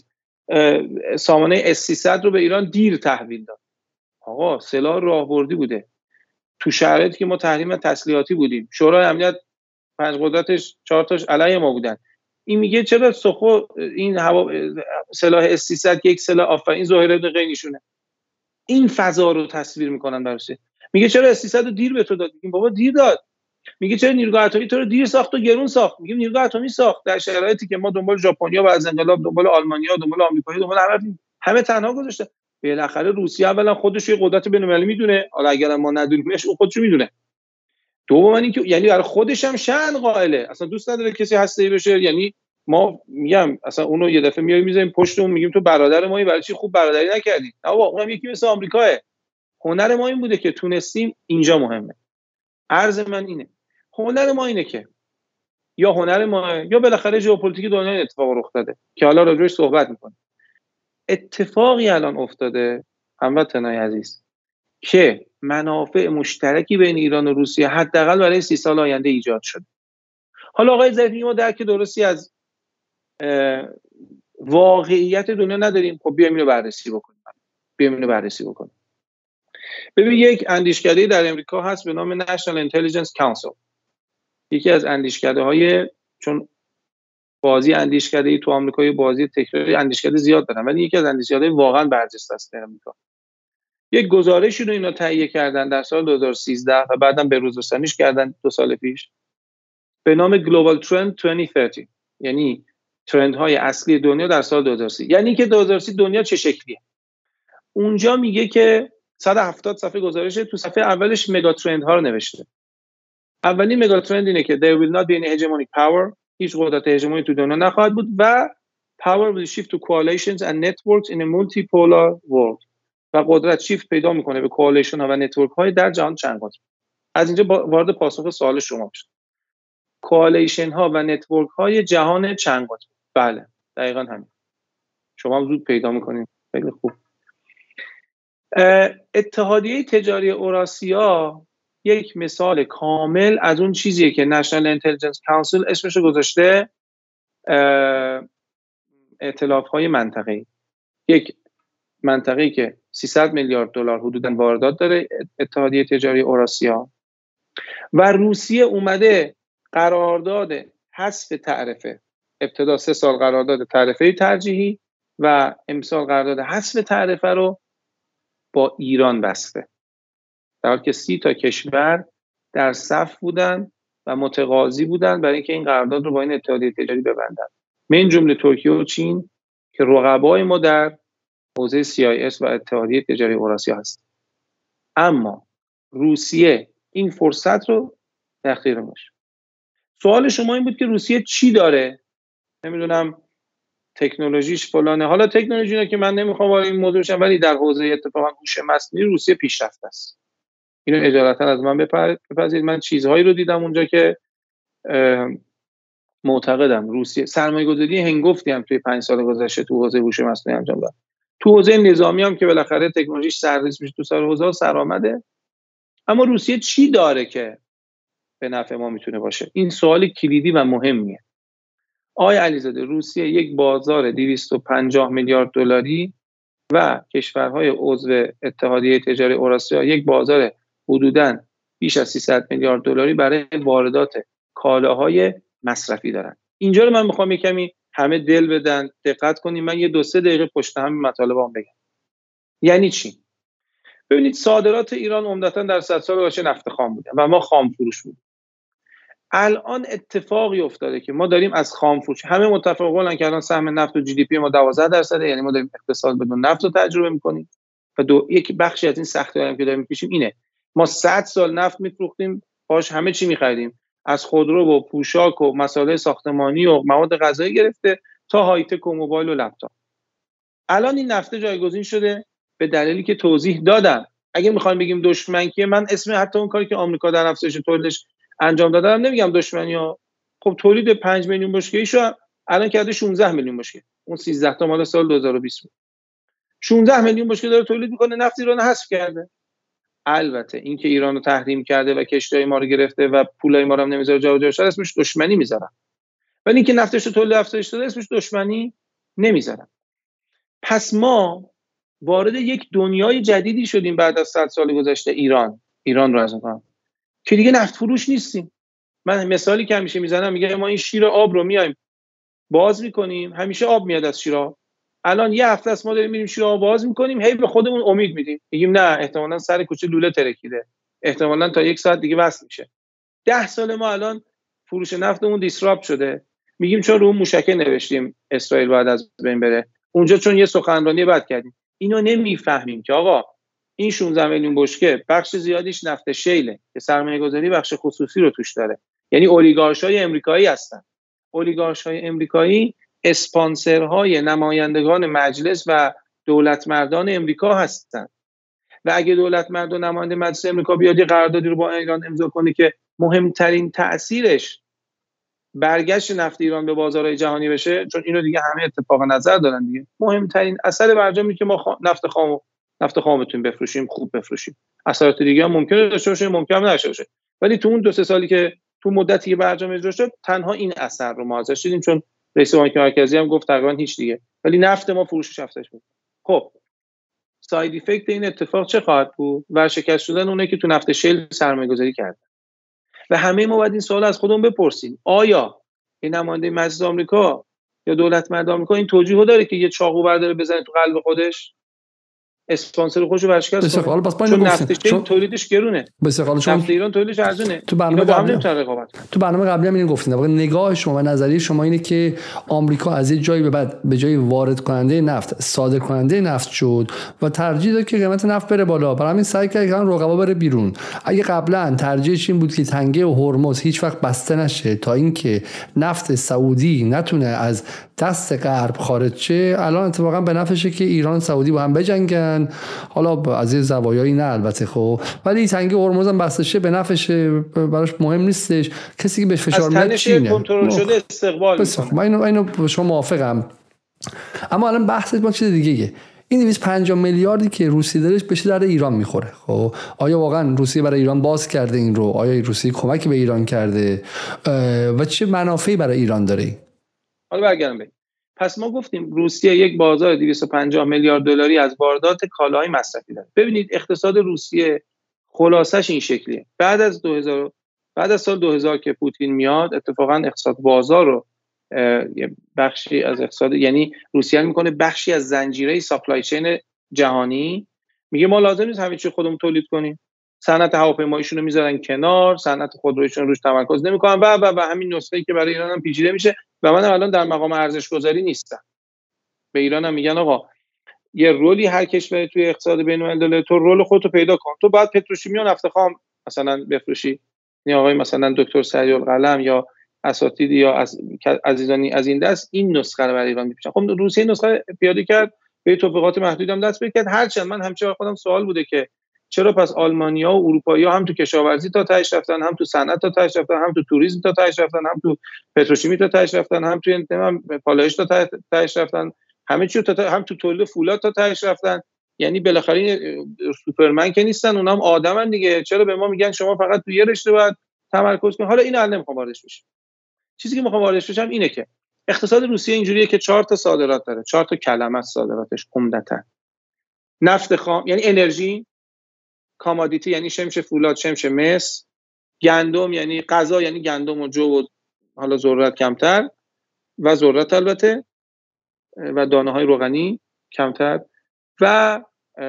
سامانه S-300 رو به ایران دیر تحویل داد. آقا سلاح راهبردی بوده، تو شرایطی که ما تحریم تسلیحاتی بودیم، شورای امنیت 5 قدرتش 4 تاش علیه ما بودن. این میگه چرا سخو این سلاح S-300 یک سلاح آفرین ظاهر غیرشونه، این فضا رو تصویر میکنن براشه. میگه چرا S-300 رو دیر به تو داد؟ میگیم بابا دیر داد. میگه چرا نیروگاه اتمی تو رو دیر ساخت و گرون ساخت؟ میگیم نیروگاه اتمی ساخت در شرایطی که ما دنبال ژاپنیا بعد از انقلاب، دنبال آلمانیا، دنبال آمریکایی، دنبال همه تنها گذاشته. بالاخره روسیه اولا خودش یه قدرت بین‌المللی میدونه، حالا اگر ما ندونیمش اون خودش میدونه. دوم اینکه یعنی برای خودش هم شأن قائله، اصلا دوست نداره کسی هسته‌ای بشه. یعنی ما میگم اصلا اونو یه دفعه میایم میذاریم پشت اون، میگیم تو برادر مایی، برای چی خوب برادری نکردی؟ نه بابا اونم یکی مثل آمریکاه. هنر ما این بوده که تونستیم اینجا مهمه. عرض من اینه، هنر ما اینه که یا هنر ما یا بالاخره ژئوپلیتیک دنیا این اتفاق رخ داده که حالا راجعش صحبت می‌کنیم. اتفاقی الان افتاده هموطنای عزیز که منافع مشترکی بین ایران و روسیه حداقل برای 30 سال آینده ایجاد شده. حالا آقای ظریفی ما درک درستی از واقعیت دنیا نداریم، خب بیایم اینو بررسی بکنیم. ببین یک اندیشکده در امریکا هست به نام National Intelligence Council. یکی از اندیشکده‌های، چون بازی اندیشکده تو آمریکا بازی تکراری اندیشکده زیاد دارن، ولی یکی از اندیشکده واقعا برجسته است در آمریکا. یک گزارشی رو اینا تهیه کردن در سال 2013 و بعدم به روز رسانیش کردن 2 سال پیش به نام Global Trend 2030، یعنی ترندهای اصلی دنیا در سال 2030. یعنی که 2030 دنیا چه شکلیه. اونجا میگه که 170 صفحه گزارشه، تو صفحه اولش مگا ترند ها رو نوشته. اولین مگا ترند اینه که there will not be any hegemonic power، هیچ قدرت هژمونی تو دنیا نخواهد بود و power will shift to coalitions and networks in a multipolar world، و قدرت شیفت پیدا میکنه به کوآلیشن ها و نتورک های در جهان چند قطبی. از اینجا وارد پاسخ سوال شما بشم. کوآلیشن ها و نتورک های جهان چند قطبی، بله دقیقاً همین. شما هم زود پیدا میکنید. خیلی خوب. اتحادیه تجاری اوراسیا یک مثال کامل از اون چیزیه که National Intelligence Council اسمشو گذاشته ائتلاف‌های منطقه‌ای. یک منطقه‌ای که 300 میلیارد دلار حدوداً واردات داره، اتحادیه تجاری اوراسیا، و روسیه اومده قرارداد حذف تعرفه، ابتدا 3 سال قرارداد تعرفه ترجیحی و امسال قرارداد حذف تعرفه رو با ایران بسته، در حالی که 30 تا کشور در صف بودن و متقاضی بودن برای اینکه این قرارداد رو با این اتحادیه تجاری ببندن، من جمله ترکیه و چین که رقبای ما در حوزه CIS و اتحادیه تجاری اوراسیا هست. اما روسیه این فرصت رو تأخیر داشت. سوال شما این بود که روسیه چی داره؟ نمیدونم تکنولوژیش فلانه. حالا تکنولوژی رو که من نمیخوام وارد این موضوع بشم، ولی در حوزه اتفاقا هوش مصنوعی روسیه پیشرفته است. اینو اجالتا از من بپذیرید. من چیزهایی رو دیدم اونجا که معتقدم روسیه سرمایه‌گذاری هنگفتی هم توی 5 سال گذشته تو حوزه هوش مصنوعی انجام داد. تو حوزه نظامی هم که بالاخره تکنولوژیش سرریز میشه تو سال حوزه سرآمده. اما روسیه چی داره که به نفع ما میتونه باشه؟ این سوال کلیدی و مهمیه. آقای علیزاده، روسیه یک بازار 250 میلیارد دلاری و کشورهای عضو اتحادیه تجاری اوراسیا یک بازار حدوداً بیش از 300 میلیارد دلاری برای واردات کالاهای مصرفی دارن. اینجا رو من میخوام یک کمی همه دل بدن، دقت کنیم. من یه 2-3 دقیقه پشت هم مطالبام بگم. یعنی چی؟ ببینید صادرات ایران عمدتاً در 100 سال گذشته نفت خام بوده و ما خام فروش بودیم. الان اتفاقی افتاده که ما داریم از خام فروش، همه متفق قولن که الان سهم نفت و جی دی پی ما 12%، یعنی ما داریم اقتصاد بدون نفت رو تجربه می‌کنیم و یک بخشی از این سختی‌هایی که داریم می‌کشیم اینه ما 100 سال نفت می‌فروختیم، باش همه چی می‌خریدیم، از خودرو و پوشاک و مسائل ساختمانی و مواد غذایی گرفته تا های تک و موبایل و لپتاپ. الان این نفت جایگزین شده به دلیلی که توضیح دادم. اگه می‌خوایم بگیم دشمن کیه، من اسم حتی اون کاری که آمریکا در افزایش تولیدش انجام دادن نمیگم دشمنی‌ها. خب تولید 5 میلیون بشکه‌ایشو الان کرده 16 میلیون بشکه. اون 13 تا مال سال 2020 بود. 16 میلیون بشکه داره تولید میکنه، نفت ایران حذف کرده. البته این که ایران رو تحریم کرده و کشتی‌های ما رو گرفته و پولای ما رو هم نمیذاره جابجا شه، اسمش دشمنی میذارن. ولی اینکه نفتش رو تولید افزایش داده اسمش دشمنی نمیذارن. پس ما وارد یک دنیای جدیدی شدیم بعد از 100 سال گذشته. ایران رو از میگم که دیگه نفت فروش نیستیم. من مثالی که همیشه میزنم میگه ما این شیر آب رو میایم باز میکنیم، همیشه آب میاد از شیرآب. الان یه هفته است ما داریم میریم شیرآب باز میکنیم، هی به خودمون امید میدیم، میگیم نه احتمالاً سر کوچه لوله ترکیده، احتمالاً تا 1 ساعت دیگه وصل میشه. 10 سال ما الان فروش نفتمون دیسراپت شده، میگیم چون رو موشکه نوشتیم اسرائیل باید از بین بره، اونجا چون یه سخنرانی بد کردیم. اینو نمیفهمیم که آقا این 16 میلیون بشکه بخش زیادیش نفت شیله که سرمایه‌گذاری بخش خصوصی رو توش داره، یعنی اولیگارش‌های امریکایی هستن. اولیگارش‌های امریکایی اسپانسرهای نمایندگان مجلس و دولت مردان امریکا هستن و اگه دولت مرد و نماینده مجلس امریکا بیاد یه قراردادی رو با ایران امضا کنه که مهمترین تأثیرش برگشت نفت ایران به بازارهای جهانی بشه، چون اینو دیگه همه اتفاق نظر دارن دیگه، مهمترین اثر برجامی که ما نفت خام بتونیم بفروشیم، خوب بفروشیم. اثرات دیگه هم ممکنه داشته باشه، ممکنه نشه باشه، ولی تو اون 2-3 سالی که تو مدتی که برجام اجرا شد تنها این اثر رو ما ازش دیدیم، چون رئیس بانک مرکزی هم گفت تقریبا هیچ دیگه، ولی نفت ما فروشش افزایش بود. خب ساید افکت این اتفاق چه خواهد بود؟ ورشکست شدن اونه که تو نفت شیل سرمایه‌گذاری کردن. و همه ما باید این سوال از خودمون بپرسیم، آیا این نماینده مجلس آمریکا یا دولت مرد آمریکا این توجیهو داره که یه چاقو برداره بزنه تو قلب خودش، اسپانسر خودش رو ورشکست کنه؟ چون نفت شیل تولیدش گرونه، نفت ایران تولیدش ارزونه. تو برنامه قبلی هم اینو گفتین، واقعا نگاه شما و نظریه شما اینه که آمریکا از یه جایی به بعد به جای وارد کننده نفت صادر کننده نفت شد و ترجیح داد که قیمت نفت بره بالا، برای همین سعی کرد که رقبا بره بیرون. اگه قبلا ترجیحش این بود که تنگه و هرمز هیچ وقت بسته نشه تا اینکه نفت سعودی نتونه از دست غرب خارج شه، الان اتفاقا به نفعشه که ایران سعودی با هم بجنگن. حالا از یه زوایایی نه البته، خب ولی تنگه هرمز هم بسته شه به نفعشه، براش مهم نیستش. کسی که به فشار میاد چینه کنترل شده استقبال میکنه. من اینو شما موافقم. اما الان بحث ما چیز دیگه، این 250 میلیاردی که روسیه داره بشه در ایران میخوره. خب آیا واقعا روسیه برای ایران باز کرده این رو؟ آیا روسیه کمکی به ایران کرده و چه منافعی برای ایران داره؟ حالا برگردم ببین. پس ما گفتیم روسیه یک بازار 250 میلیارد دلاری از واردات کالاهای مصرفی داره. ببینید اقتصاد روسیه خلاصش این شکلیه. بعد از سال 2000 که پوتین میاد، اتفاقا اقتصاد بازار رو بخشی از اقتصاد، یعنی روسیه میکنه بخشی از زنجیره سپلای چین جهانی، میگه ما لازم نیست همه چی خودمون تولید کنیم، صنعت هواپیماییشون رو میذارن کنار، صنعت خودرویشون روش تمرکز نمیکنن و همین نسخه‌ای که برای ایران هم پیچیده میشه. و من الان در مقام ارزش گذاری نیستم. به ایران هم میگن آقا یه رولی هر کشوری توی اقتصاد بین‌المللی تو رول خودتو پیدا کن، تو بعد پتروشیمی و نفت خام مثلا بفروشی. این آقای مثلا دکتر سعی‌القلم یا اساتید یا از عزیزانی از این دست این نسخه رو برای ایران میپیچن. خب روسیه نسخه پیاده کرد، به توافقات محدود هم دست پیدا کرد. هرچند من همیشه خودم سوال بوده که چرا پس آلمانی‌ها و اروپایی‌ها هم تو کشاورزی تا تهش رفتن، هم تو صنعت تا تهش رفتن، هم تو توریسم تا تهش رفتن، هم تو پتروشیمی تا تهش رفتن، هم تو پالایش تا تهش رفتن، همه چی هم تو تولید فولاد تا تهش رفتن. یعنی بالاخره سوپرمن که نیستن، اونام آدمن دیگه. چرا به ما میگن شما فقط تو یه رشته باید تمرکز کنید؟ حالا اینو الان نمیخوام واردش بشم. چیزی که میخوام واردش بشم اینه که اقتصاد روسیه اینجوریه که 4 تا صادرات داره، 4 تا کلمه از صادراتش عمدتاً نفت خام یعنی انرژی، کامادیتی یعنی شمش فولاد، شمش مس، گندم یعنی غذا یعنی گندم و جو و حالا ذرت کمتر و ذرت البته و دانه‌های روغنی کمتر، و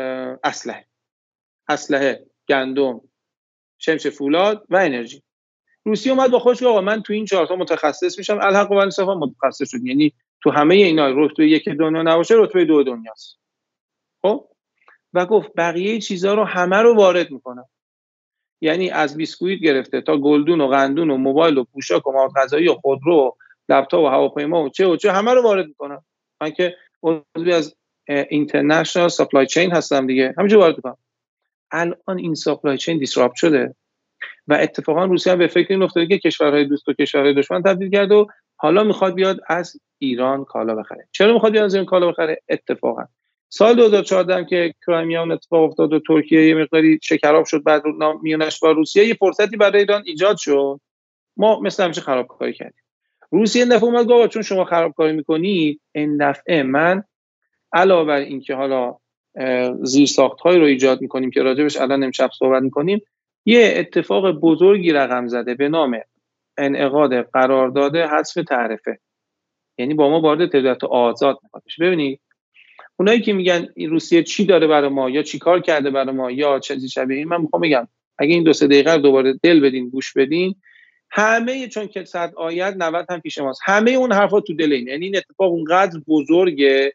اسلحه، گندم، شمش فولاد و انرژی. روسیه اومد با خودش آقا من تو این 4 تا متخصص میشم، الحق و الانصاف متخصص شد، یعنی تو همه اینا رتبه 1 دنیا نباشه رتبه 2 دنیاست. خب و گفت بقیه چیزا رو همه رو وارد میکنم، یعنی از بیسکویت گرفته تا گلدون و قندون و موبایل و پوشاک و مواد غذایی و خودرو و لپتاپ و هواپیما و چه همه رو وارد میکنم. من که عضوی از اینترنشنال سپلای چین هستم دیگه، همینجا وارد میکنم. الان این سپلای چین دیسراپت شده و اتفاقا روسیه هم به فکر این افتاده که کشورهای دوست و کشورهای دشمن تبدیل کرده و حالا میخواد بیاد از ایران کالا بخره. چرا میخواد بیاد از ایران کالا بخره؟ اتفاقا سال 2014 هم که کرایمیا اون اتفاق افتاد و ترکیه یه مقداری شکراب شد بعد میونش با روسیه، یه فرصتی برای ایران ایجاد شد. ما مثل همیشه خرابکاری کردیم. روسیه این دفعه اومد گفت چون شما خرابکاری میکنید این دفعه من علاوه بر اینکه حالا زیرساخت‌هایی رو ایجاد می‌کنیم که راجبش الان امشب صحبت می‌کنیم، یه اتفاق بزرگی رقم زده به نام انعقاد قرارداد حذف تعرفه. یعنی با ما وارد تجارت آزاد می‌خواد بشه. ببینید اونایی که میگن این روسیه چی داره برای ما یا چی کار کرده برای ما یا چیزی شبیه این، من میخوام بگم اگه این 2-3 دقیقه رو دوباره دل بدین گوش بدین، همه چون که 100 آیت 90 هم پیش ماست، همه اون حرفا تو دل این. یعنی این اتفاق اونقدر بزرگه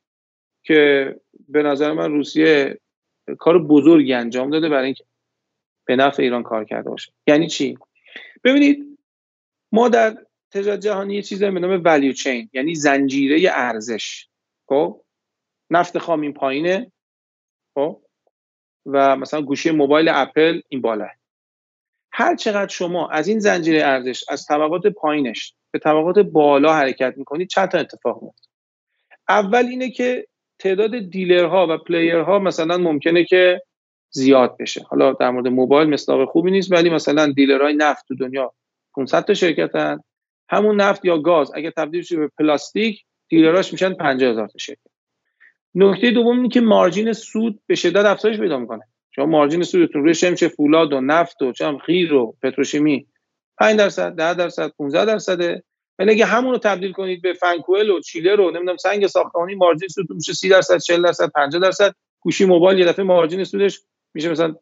که به نظر من روسیه کار بزرگی انجام داده برای اینکه به نفع ایران کار کرده باشه. یعنی چی؟ ببینید ما در تجارت جهانی یه چیزی به نام value chain، یعنی زنجیره ارزش. خب نفت خام این پایینه، خب و مثلا گوشی موبایل اپل این بالا. هر چقدر شما از این زنجیره ارزش از طبقات پایینش به طبقات بالا حرکت میکنید چند تا اتفاق میفته. اول اینه که تعداد دیلرها و پلیرها مثلا ممکنه که زیاد بشه. حالا در مورد موبایل مصداق خوبی نیست، ولی مثلا دیلرهای نفت تو دنیا 500 تا شرکتن، همون نفت یا گاز اگه تبدیل شه به پلاستیک دیلراش میشن 50,000 تا شرکت. نکته دوم اینه که مارجین سود به شدت افزایش پیدا میکنه. شما مارجین سودتون روی شمش فولاد و نفت و چم خیر و پتروشیمی 5%، 10%، 15%، ولی اگه همون رو تبدیل کنید به فنکوئل و چیلر رو نمیدونم سنگ ساختمانی، مارجین سودتون میشه 30%، 40%، 50%. گوشی موبایل یه دفعه مارجین سودش میشه مثلا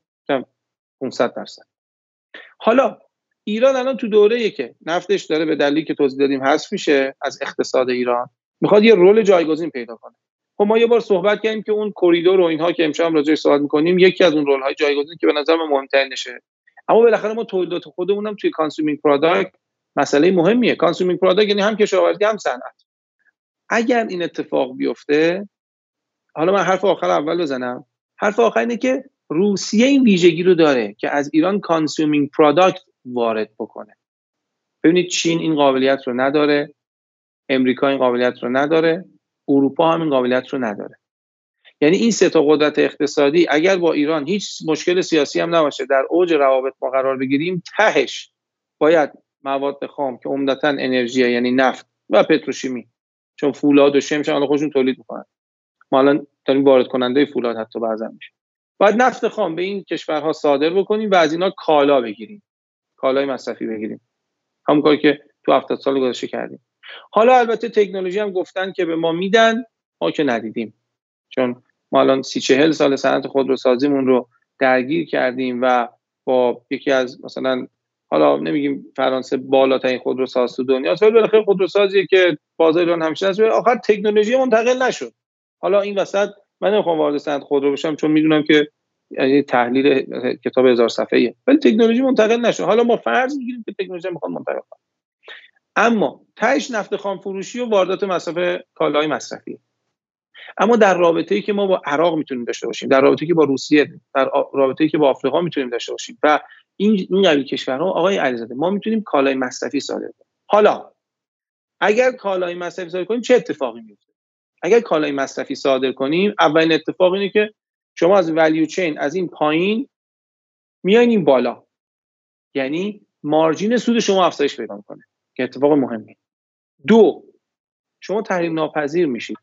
500%. حالا ایران الان تو دوره‌ایه که نفتش داره به دلیلی که توضیح دادیم حذف میشه از اقتصاد ایران، میخواد یه رول جایگزین پیدا کنه. خب ما یه بار صحبت کردیم که اون کوریدور و اینها که امشب راجعش صحبت می‌کنیم یکی از اون رول‌های جایگزین که به نظر من مهم‌ترینشه. اما بالاخره ما تولیدات خودمونم توی کانسومینگ پروداکت مسئله مهمیه. کانسومینگ پروداکت یعنی هم کشاورزی هم صنعت. اگر این اتفاق بیفته، حالا من حرف آخر اول بزنم. حرف آخر اینه که روسیه این ویژگی رو داره که از ایران کانسومینگ پروداکت وارد بکنه. ببینید چین این قابلیت رو نداره، امریکا این قابلیت رو نداره، اروپا هم این قابلیت رو نداره. یعنی این سه تا قدرت اقتصادی اگر با ایران هیچ مشکل سیاسی هم نباشه در اوج روابط ما قرار بگیریم، تهش باید مواد خام که عمدتاً انرژی یعنی نفت و پتروشیمی، چون فولاد و شمش الان خودشون تولید میکنن، ما الان داریم وارد کننده فولاد حتی بعضا میشه، باید نفت خام به این کشورها صادر بکنیم و از اینا کالا بگیریم، کالای مصرفی بگیریم، همون کاری که تو 70 سال گذشته کردیم. حالا البته تکنولوژی هم گفتن که به ما میدن، ما که ندیدیم، چون ما الان 30-40 سال صنعت خودروسازیمون رو درگیر کردیم و با یکی از مثلا حالا نمیگیم فرانسه بالاترین خودروساز تو دنیاست، ولی بالاخره خودروسازیه که بازار ایران همیشه هست، آخر تکنولوژی منتقل نشد. حالا این وسط من نمیخوام وارد صنعت خودرو بشم چون میدونم که یعنی تحلیل کتاب 1000 صفحه‌ایه، ولی تکنولوژی منتقل نشد. حالا ما فرض میگیریم که تکنولوژی میخواد منتقل کنه، اما تهش نفت خام فروشی و واردات مصرف کالای مصرفی. اما در رابطه‌ای که ما با عراق میتونیم داشته باشیم، در رابطه‌ای که با روسیه، در رابطه‌ای که با آفریقا میتونیم داشته باشیم و این قبیل کشورها، آقای علیزاده ما میتونیم کالای مصرفی صادر کنیم. حالا اگر کالای مصرفی صادر کنیم چه اتفاقی میفته؟ اگر کالای مصرفی صادر کنیم، اولین اتفاق اینه که شما از ولیو چین از این پایین میایین این بالا، یعنی مارجین سود شما افزایش پیدا میکنه که اتفاق مهمی. دو، شما تحریم ناپذیر میشید.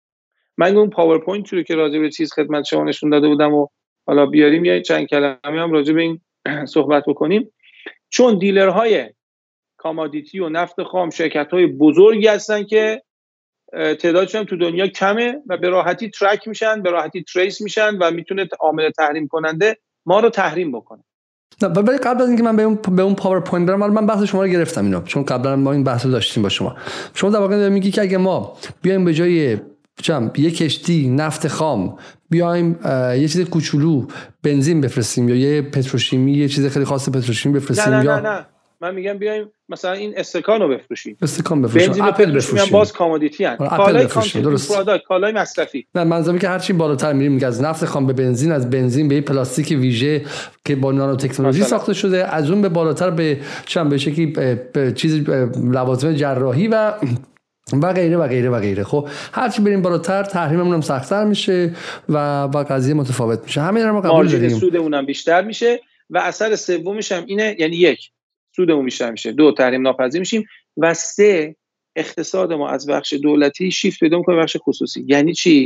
من اون پاورپوینت رو که راجع به چیز خدمت شما نشون داده بودم و حالا بیاریم یه چند کلمه هم راجع به این صحبت بکنیم، چون دیلرهای کامادیتی و نفت خام شرکت‌های بزرگی هستن که تعدادشون تو دنیا کمه و به راحتی ترک میشن، به راحتی تریس میشن و میتونه عامل تحریم کننده ما رو تحریم بکنه. ولی قبل از اینکه من به اون پاورپوینت برم، من بحث شما رو گرفتم اینو، چون قبلا ما این بحث رو داشتیم با شما. شما در واقع میگی که اگه ما بیایم به جای یه کشتی نفت خام بیایم یه چیز کوچولو بنزین بفرستیم یا یه پتروشیمی، یه چیز خیلی خاص پتروشیمی بفرستیم، نه من میگم بیایم مثلا این استکانو بفروشیم، استکان بفروشیم، اپل بفروشیم، باز کامودیتی ان، کالای پروداکت، کالای مصرفی. نه منظورم که هر چی بالاتر میریم، میگه از نفت خام به بنزین، از بنزین به پلاستیک ویژه که با نانو تکنولوژی ساخته شده، از اون به بالاتر به به شکلی چیز لوازم جراحی و غیره و غیره و غیره. خب هر چی بریم بالاتر تحریممون هم سخت‌تر میشه و قضیه متفاوت میشه. همین رو ما قبول داریم. مارجین سودمون هم بیشتر میشه و اثر سومش هم اینه، یعنی یک، سودمون بیشتر میشه، دو، تحریم ناپذیر میشیم و سه، اقتصاد ما از بخش دولتی شیفت پیدا میکنه به بخش خصوصی. یعنی چی؟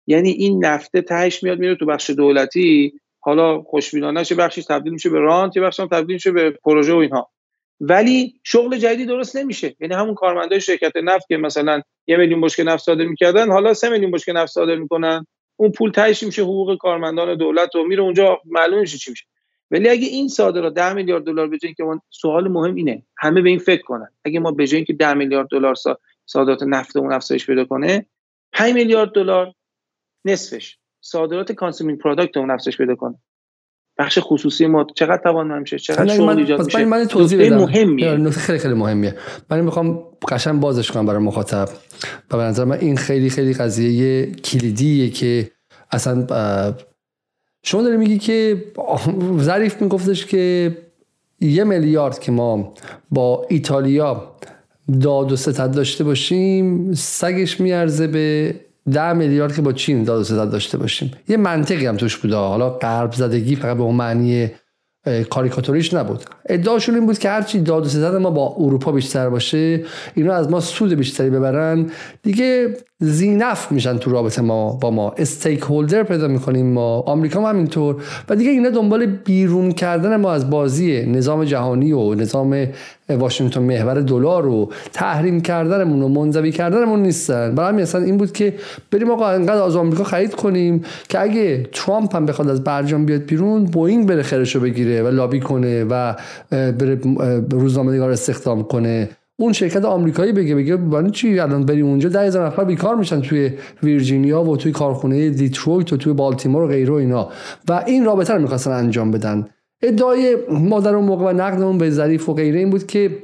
یعنی این نفت تهش میاد میره تو بخش دولتی، حالا خوشبینانه چه بخشی تبدیل میشه به رانت، یه بخشی هم تبدیل میشه به پروژه و اینها، ولی شغل جدیدی درست نمیشه. یعنی همون کارمندای شرکت نفت که مثلا 1 میلیون بشکه نفت صادر میکردن حالا 3 میلیون بشکه نفت صادر میکنن، اون پول تهش میشه حقوق کارمندان دولت و میره اونجا، معلوم میشه چی میشه. ولی اگه این صادرات 10 میلیارد دلار بجای که من، سوال مهم اینه همه به این فکر کنن، اگه ما بجای که 10 میلیارد دلار صادرات نفتمون افزایش پیدا کنه، 5 میلیارد دلار نصفش صادرات کانسومینگ پروداکت اون افزایش پیدا کنه، بخش خصوصی ما چقدر توانمند میشه، چقدر شغل ایجاد میشه. من توضیح بدم، مهمیه، نکته خیلی خیلی مهمیه. من میخوام قشنگ بازش کنم برای مخاطب و به نظر من این خیلی خیلی قضیه کلیدیه که اصلا شما داری میگی که ظریف میگفتش که 1 میلیارد که ما با ایتالیا داد و ستد داشته باشیم سگش میارزه به 10 میلیارد که با چین داد و ستد داشته باشیم. یه منطقی هم توش بوده، حالا غرب زدگی فقط به اون معنی کاریکاتوریش نبود. ادعاشون این بود که هرچی داد و ستد ما با اروپا بیشتر باشه، اینا از ما سود بیشتری ببرن، دیگه زینف میشن تو رابطه ما با ما، استیک هولدر پیدا میکنیم ما، آمریکا هم همینطور، و دیگه اینا دنبال بیرون کردن ما از بازی نظام جهانی و نظام واشنگتن محور دلار رو تحریم کردنمون و منزوی کردنمون نیستن. برای همین اصلا این بود که بریم آقا انقدر از آمریکا خرید کنیم که اگه ترامپ هم بخواد از برجام بیاد بیرون، بوئینگ بره خرشو بگیره و لابی کنه و بره روزنامه‌نگار استخدام کنه، اون شرکت آمریکایی بگه برای چی الان بریم اونجا 10,000 نفر بیکار میشن توی ویرجینیا و توی کارخونه دیترویت و توی بالتیمور و غیره اینا، و این رابطه رو می‌خواستن انجام بدن. ادعای ما در اون موقع و نقدمون به ظریف و غیره این بود که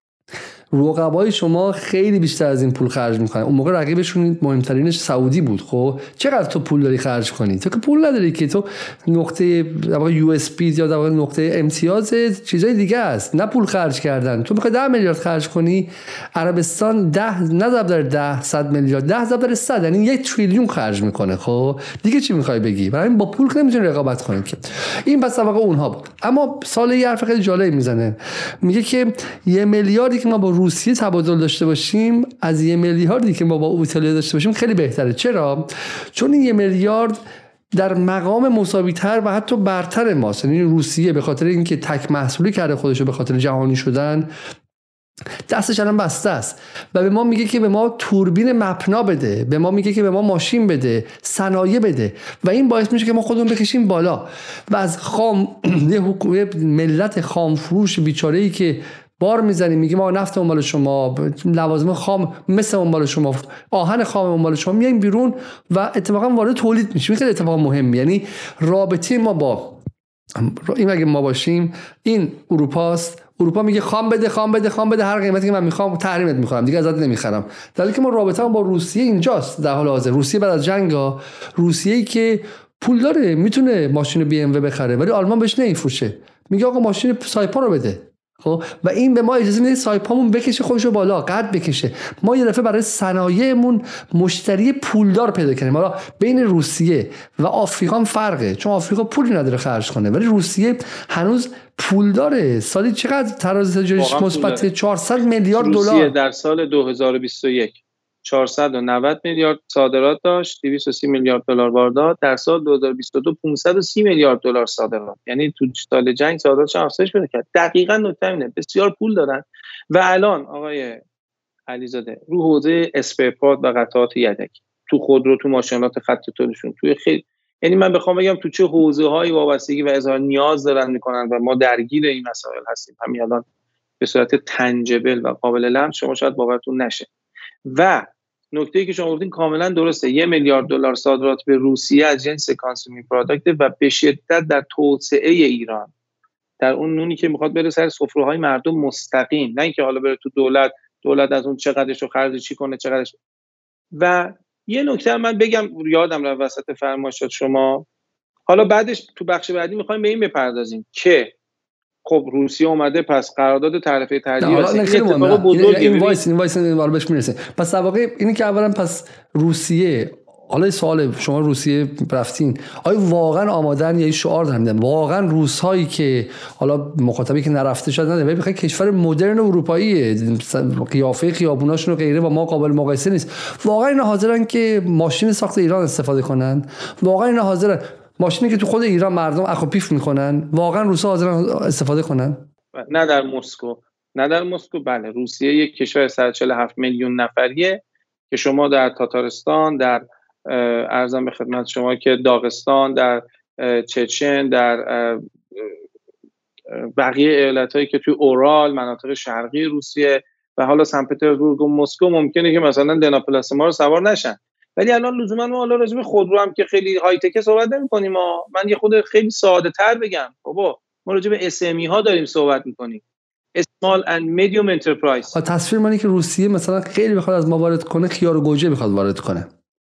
رقبای شما خیلی بیشتر از این پول خرج میکنن. اون موقع رقیبشون مهمترینش سعودی بود. خب چقدر تو پول داری خرج کنی؟ تو که پول نداری که، تو نقطه در واقع یو اس پی یا در واقع نقطه امتیاز چیزای دیگه است، نه پول خرج کردن. تو میخوای 10 میلیارد خرج کنی، عربستان 10 نه ضرب در 10 100 میلیارد، 10 ضرب در 100 یعنی 1 تریلیون خرج میکنه. خب دیگه چی میخوای بگی؟ برای این با پول که نمیتونی رقابت کنی که. این پس در واقع اونها بود. اما سال یه حرف خیلی جالب میزنه، میگه که 1 میلیاردی که ما با روسیه تبادل داشته باشیم از 1 میلیاردی که ما با ایتالیا داشته باشیم خیلی بهتره. چرا؟ چون این 1 میلیارد در مقام مساوی‌تر و حتی برتر ماست. یعنی روسیه به خاطر اینکه تک محصولی کرده خودشو، به خاطر جهانی شدن دستش الان بسته است و به ما میگه که به ما توربین مپنا بده، به ما میگه که به ما ماشین بده، صنایع بده، و این باعث میشه که ما خودمون بکشیم بالا و از خام یه ملت خام فروش بیچاره‌ای که بار میزنیم، میگیم ما نفت اون مال شما، لوازم خام مثل اون مال شما، آهن خام اون مال شما، میایم بیرون و اتفاقا وارد تولید میشیم. خیلی اتفاق مهمی. یعنی رابطه ما با این اگه ما باشیم، این اروپاست، اروپا میگه خام بده خام بده خام بده، هر قیمتی که من میخوام تحریمت میکنم، دیگه ازت نمیخرم. در حالی که ما رابطه ما با روسیه اینجاست در حال حاضر. روسیه بعد از جنگا، روسیه‌ای که پول داره میتونه ماشین بی ام و بخره، ولی آلمان بهش نمیفروشه، میگه آقا ماشین سایپا رو بده. خب و این به ما اجازه میده سایپامون بکشه خودشو بالا، قد بکشه. ما یه دفعه برای صنایعمون مشتری پولدار پیدا کردیم. حالا بین روسیه و آفریقا فرقه، چون آفریقا پولی نداره خرج کنه، ولی روسیه هنوز پول داره. سالی چقدر تراز تجاریش مثبت 400 میلیارد دلار. روسیه در سال 2021 490 میلیارد صادرات داشت، 230 میلیارد دلار واردات. در سال 2022 530 میلیارد دلار صادرات. یعنی تو سال جنگ صادراتش افزایش پیدا کرد. دقیقاً نکته اینه، بسیار پول دارن. و الان آقای علیزاده رو حوزه اسپرپات و قطعات یدکی، تو خودرو، تو ماشینات خط تولیدشون، توی خیلی، یعنی من بخوام بگم تو چه حوزه‌هایی وابستگی و اظهار نیاز دارن میکنن و ما درگیر این مسائل هستیم همین الان به صورت تنجبل و قابل لمس، شما شاید باورتون نشه. و نکته‌ای که شما گفتین کاملا درسته، 1 میلیارد دلار صادرات به روسیه از جنس کانسومینگ پروداکت و به شدت در توسعه ایران، در اون نونی که میخواد بره سر سفره‌های مردم مستقیم، نه اینکه حالا بره تو دولت از اون چقدرش رو خرج چی کنه چقدرش. و یه نکته من بگم، یادم رفت وسط فرمایشات شما، حالا بعدش تو بخش بعدی میخوایم به این بپردازیم که خب روسیه اومده پس قرارداد تعرفه ته‌دیگ اتفاق بزرگه. این وایس بهش میرسه. پس در واقع اینی که اولا پس روسیه حالا سوال شما روسیه رفتین، آیا واقعا آمادن؟ یه شعار دارن واقعا روسایی که حالا مخاطبی که نرفته شاید نده، ولی بخوای کشور مدرن اروپاییه، قیافه خیابوناشون و غیره با ما قابل مقایسه نیست، واقعا اینا حاضرن که ماشین ساخت ایران استفاده کنن؟ واقعا اینا حاضرن ماشینی که تو خود ایران مردم اخوپیف میکنن واقعا روسا حاضرن استفاده کنن؟ نه در مسکو بله. روسیه یک کشور 147 میلیون نفریه که شما در تاتارستان، در ارزم به خدمت شما که داغستان، در چچن، در بقیه ایالت‌هایی که توی اورال، مناطق شرقی روسیه و حالا سن پترزبورگ و مسکو ممکنه که مثلا دناپلاس ما رو سوار نشن. ولی الان لزوما ما حالا راجع به خودرو هم که خیلی های تک صحبت نمی‌کنیم، من یه خود خیلی ساده‌تر بگم، بابا ما راجع به SME ها داریم صحبت می‌کنیم، Small and Medium Enterprise. تصویر مانی که روسیه مثلا خیلی بخواد از ما وارد کنه، خیار و گوجه بخواد وارد کنه،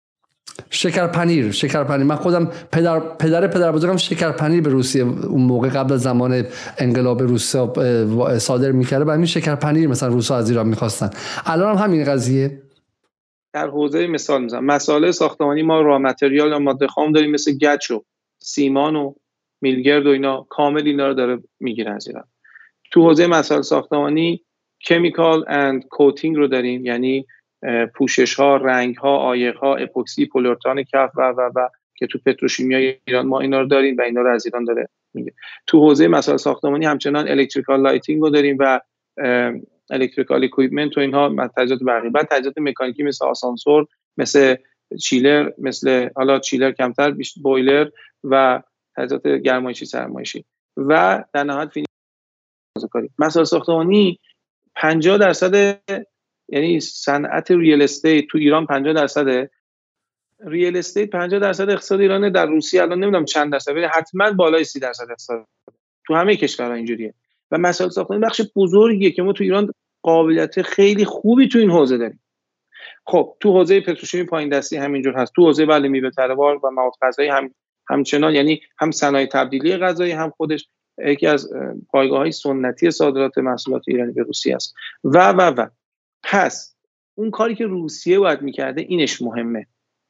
شکرپنیر. من خودم پدر بزرگم شکرپنیر به روسیه اون موقع قبل از زمان انقلاب روسیه صادر می‌کرد، برای همین شکرپنیر مثلا روسا از ایران می‌خواستن. الان هم همین قضیه. در حوزه مثال میزنم، مسائل ساختمانی ما را متریال و ماده خام داریم، مثل گچ و سیمان و میلگرد و اینا، کامل اینا رو داره میگیره از ایران. تو حوزه مسائل ساختمانی کمیکال اند کوتینگ رو داریم، یعنی پوشش ها، رنگ ها، عایق ها، اپوکسی، پلیورتان کف و که تو پتروشیمیای ایران ما اینا رو داریم و اینا رو از ایران داره میگه. تو حوزه مسائل ساختمانی همچنان الکتریکال لایتینگ رو داریم و الکتریکال اکویپمنت و اینها، تجهیزات برقی، بعد تجهیزات مکانیکی مثل آسانسور، مثل چیلر، مثل حالا چیلر کمتر، بویلر و تجهیزات گرمایشی سرمایشی و در نهایت فینانس. مسائل ساختمانی 50%، یعنی صنعت ریال استیت تو ایران 50%، ریال استیت 50% اقتصاد ایرانه. در روسیه الان نمیدونم چند درصد، ولی حتما بالای 30% اقتصاد تو همه کشورها اینجوریه. و مسائل ساختمانی بخش بزرگیه که ما تو ایران قابلیت خیلی خوبی تو این حوزه داریم. خب تو حوزه پتروشیمی پایین دستی همینجور هست، تو حوزه بله میوه تروار و مواد غذایی همچنان، یعنی هم صنایع تبدیلی غذایی هم خودش یکی از پایگاه‌های سنتی صادرات محصولات ایرانی به روسیه است و پس اون کاری که روسیه باید میکرده اینش مهمه.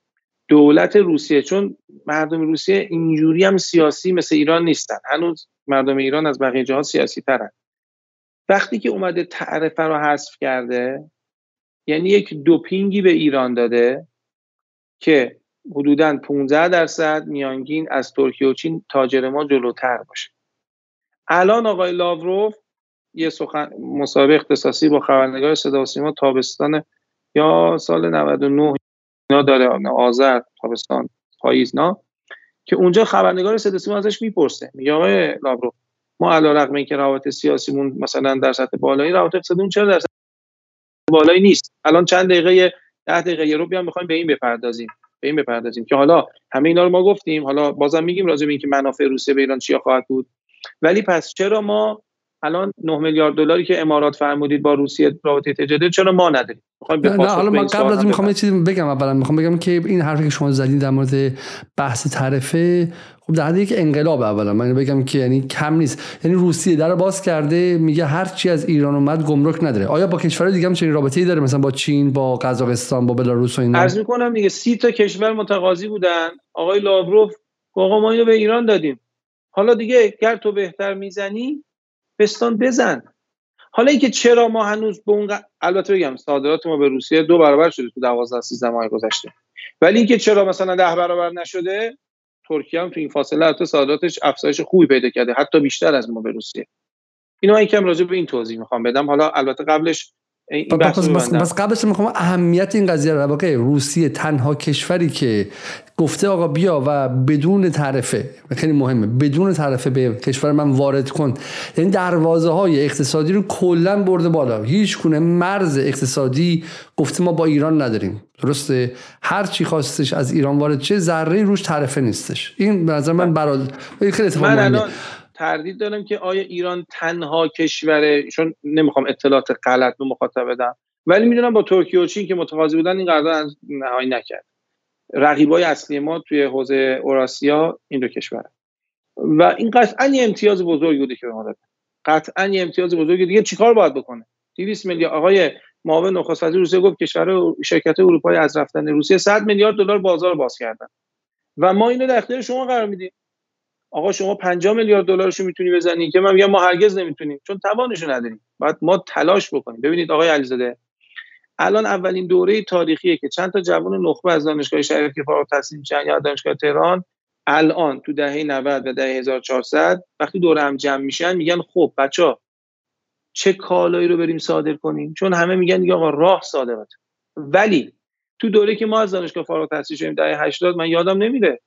دولت روسیه، چون مردم روسیه اینجوری هم سیاسی مثل ایران نیستن، هنوز مردم ایران از بقیه جاها سیاسی ترن. وقتی که اومده تعرفه رو حذف کرده، یعنی یک دوپینگی به ایران داده که حدوداً 15% میانگین از ترکیه و چین تاجر ما جلوتر باشه. الان آقای لاوروف یه مصاحبه اختصاصی با خبرنگار صدا و سیما تابستان یا سال 99 اینا داره، آذر، تابستان، پاییز، که اونجا خبرنگار صدا و سیما ازش میپرسه، میگه آقای لاوروف ما علیرغم اینکه روابط سیاسیمون مثلا در سطح بالایی، روابط اقتصادیمون چرا در سطح بالایی نیست؟ الان چند دقیقه 10 دقیقه یه رو بیام میخوایم به این بپردازیم که حالا همه اینا رو ما گفتیم، حالا بازم میگیم راجع به اینکه منافع روسیه به ایران چیا خواهد بود، ولی پس چرا ما الان 9 میلیارد دلاری که امارات فرمودید با روسیه رابطه تجاری چرا ما نداریم؟ نه حالا من قبل از میخوام یه چیزی بگم. اولا میخوام بگم که این حرفی که شما زدید در مورد بحث تعرفه، خب در حد یک انقلاب، اولا من بگم که یعنی کم نیست، یعنی روسیه در باز کرده، میگه هر چی از ایران اومد گمرک نداره. آیا با کشورهای دیگه هم چنین رابطه‌ای داره، مثلا با چین، با قزاقستان، با بلاروس و اینا؟ عرض میکنم دیگه 30 تا کشور متقاضی بودن، آقای لاوروف آقا ما اینو به ایران دادیم، حالا دیگه گر تو بهتر میزنی پستان بزن. حالا اینکه چرا ما هنوز به اون البته بگم صادرات ما به روسیه 2 برابر شده تو 12-13 ماه گذشته، ولی اینکه چرا مثلا 10 برابر نشده، ترکیه هم تو این فاصله حتی صادراتش افزایش خوبی پیدا کرده، حتی بیشتر از ما به روسیه. اینو من یکم راجع به این توضیح میخوام بدم. حالا البته قبلش بس قبلش میخوام اهمیت این قضیه رو، واقعا روسیه تنها کشوری که گفته آقا بیا و بدون تعرفه، خیلی مهمه، بدون تعرفه به کشور من وارد کن، یعنی دروازه های اقتصادی رو کلا برده بالا، هیچ گونه مرز اقتصادی گفته ما با ایران نداریم. درسته؟ هر چی خواستش از ایران وارد چه ذره روش تعرفه نیستش. این به نظر من خیلی اتفاق مهمه. تردید دارم که آیا ایران تنها کشوره، چون نمیخوام اطلاعات غلط به مخاطب بدم، ولی میدونم با ترکیه و چین که متقاضی بودن این قرارداد نهایی نکرد. رقیبای اصلی ما توی حوزه اوراسیا این دو کشوره و این قطعاً یه امتیاز بزرگی بوده که به ما داد. قطعاً یه امتیاز بزرگی. دیگه چیکار باید بکنه؟ 200 میلیارد آقای معاون نخست وزیر روسیه گفت شرکت اروپایی از رفتن روسیه 100 میلیارد دلار بازار باز کردن و ما اینو در اختیار شما قرار میدیم. آقا شما 50 میلیارد دلارشو میتونی بزنی که من میگم ما هرگز نمیتونیم، چون توانشو نداریم. باید ما تلاش بکنیم. ببینید آقای علیزاده، الان اولین دوره تاریخیه که چند تا جوان نخبه از دانشگاه شریف فارغ التحصیل میشن یا دانشگاه تهران الان تو دهه 90 و دهه 1400 وقتی دوره هم جمع میشن میگن خب بچا چه کالایی رو بریم صادر کنیم، چون همه میگن دیگه آقا راه صادرات. ولی تو دوره که ما از دانشگاه فارغ التحصیل شدیم دهه 80 من یادم نمیره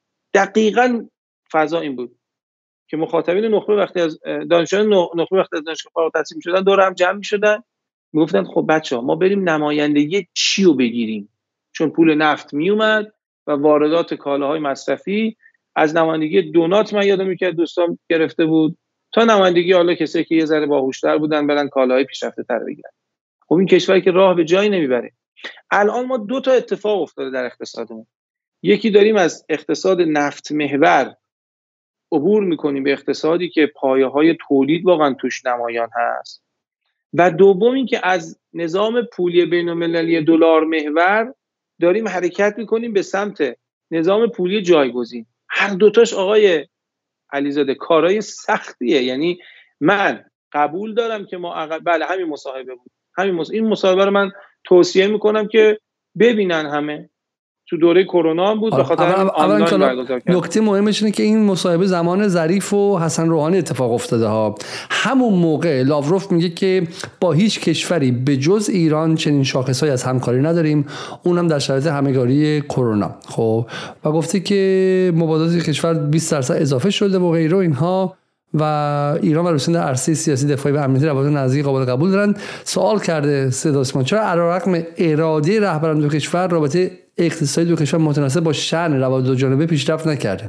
دقیقاً فضا این بود که مخاطبین نخبه وقتی از دانشجویان نخبه وقتی از دانشگاه فارغ التحصیل میشدن دور هم جمع میشدن میگفتن خب بچه‌ها ما بریم نمایندگی چی رو بگیریم، چون پول نفت میومد و واردات کالاهای مصرفی از نمایندگی دونات من یادم میاد دوستان گرفته بود تا نمایندگی حالا کسایی که یه ذره باهوش‌تر بودن برن کالاهای پیشرفته‌تر بگیرن. خب این کشوری که راه به جایی نمیبره. الان ما دو تا اتفاق افتاده در اقتصادمون. یکی داریم از اقتصاد نفت محور عبور میکنیم به اقتصادی که پایه‌های تولید واقعا توش نمایان هست و دوم این که از نظام پولی بین‌المللی دلار محور داریم حرکت میکنیم به سمت نظام پولی جایگزین. هر دوتاش آقای علیزاده کارهای سختیه. یعنی من قبول دارم که ما بله همین مصاحبه بود، این مصاحبه رو من توصیه میکنم که ببینن همه. تو دوره کرونا هم بود به خاطر آنلاین برگزار کردن. نکته مهمش اینه که این مصاحبه زمان ظریف و حسن روحانی اتفاق افتاده ها. همون موقع لاوروف میگه که با هیچ کشوری به جز ایران چنین شاخصهایی از همکاری نداریم، اونم در شرایط همگاری کرونا. خب و گفته که مبادلات کشور 20% اضافه شده و غیره اینها و ایران و روسیه در عرصه سیاسی دفاعی و امنیتی روابط نزدیک قابل قبول دارن. سوال کرده صدا اسمان چرا علیرغم اراده رهبران دو کشور رابطه اقتصادی دو کشور متناسب با شأن روابط دو جانبه پیشرفت نکرده؟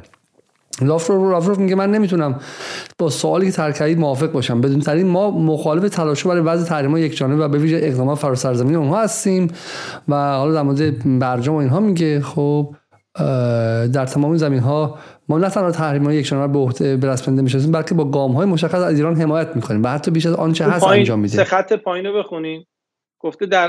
لاوروف میگه من نمیتونم با سوالی که ترکیبی موافق باشم. بدون ترین ما مخالف تلاش‌ها برای وضع تحریم‌های یک جانبه و به ویژه اقدامات فرا سرزمین اونها هستیم و حالا در مورد برجام و اینها میگه خب در تمام زمین‌ها ما نه تنها تحریم‌های یک جانبه به عهده به رسم می‌شیم بلکه با گام‌های مشخص از ایران حمایت می‌کنیم و حتی بیش از آنچه هست انجام میدیم. سه خط پایینو بخونین. گفته در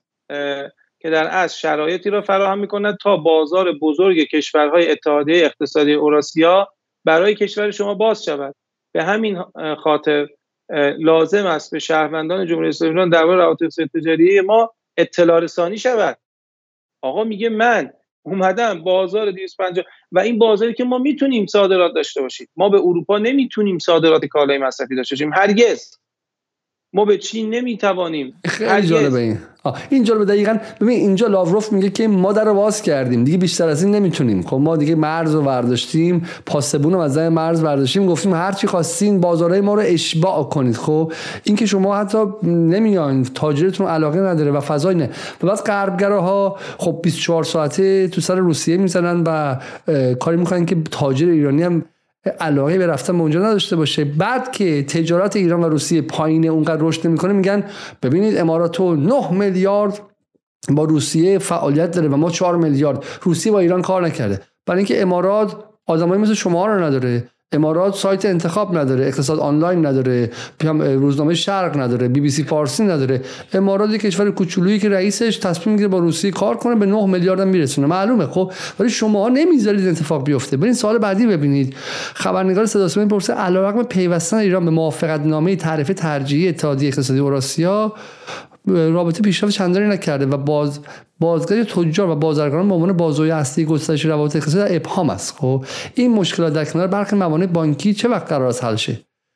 اصل شرایطی را فراهم می‌کند تا بازار بزرگ کشورهای اتحادیه اقتصادی اوراسیا برای کشور شما باز شود. به همین خاطر لازم است به شهروندان جمهوری اسلامی ایران درباره روابط تجاری ما اطلاع رسانی شود. آقا میگه من اومدم بازار 250 و این بازاری که ما میتونیم صادرات داشته باشیم. ما به اروپا نمیتونیم صادرات کالای مصرفی داشته باشیم هرگز. ما به چین نمیتوانیم. خیلی جالبه این جالبه. دقیقاً ببین اینجا لاوروف میگه که ما در رو باز کردیم دیگه بیشتر از این نمیتونیم. خب ما دیگه مرز رو برداشتیم، پاسبون رو از مرز برداشتیم، گفتیم هر چی خواستین بازارهای ما رو اشباع کنید. خب این که شما حتی نمیاین، تاجرتون علاقه نداره و فضا اینه و بعد غربگراها خب 24 ساعته تو سر روسیه میزنن و کاری میکنن که تاجر ایرانی هم علاقه به رفتن به اونجا نداشته باشه. بعد که تجارت ایران و روسیه پایینه اونقدر رشد نمیکنه میگن ببینید امارات 9 میلیارد با روسیه فعالیت داره و ما 4 میلیارد. روسیه با ایران کار نکرده برای اینکه امارات آدمایی مثل شما رو نداره، امارات سایت انتخاب نداره، اقتصاد آنلاین نداره، روزنامه شرق نداره، BBC فارسی نداره. امارات یک کشور کوچولویی که رئیسش تصمیم میگیره با روسیه کار کنه به 9 میلیارد هم میرسونه. معلومه. خب ولی شما نمیذارید اتفاق بیفته. برین سوال بعدی ببینید. خبرنگار صدا سیما میپرسه علیرغم پیوستن ایران به موافقتنامه تعرفه ترجیحی اتحادیه اقتصادی اوراسیا رابطه پیشرفت چندانی نکرده و بازگشت تجار و بازرگانان به عنوان بازوی اصلی گسترش روابط اقتصادی در ابهام است. خب این مشکلات در کنار برخی موانع بانکی چه وقت قرار است حل شه؟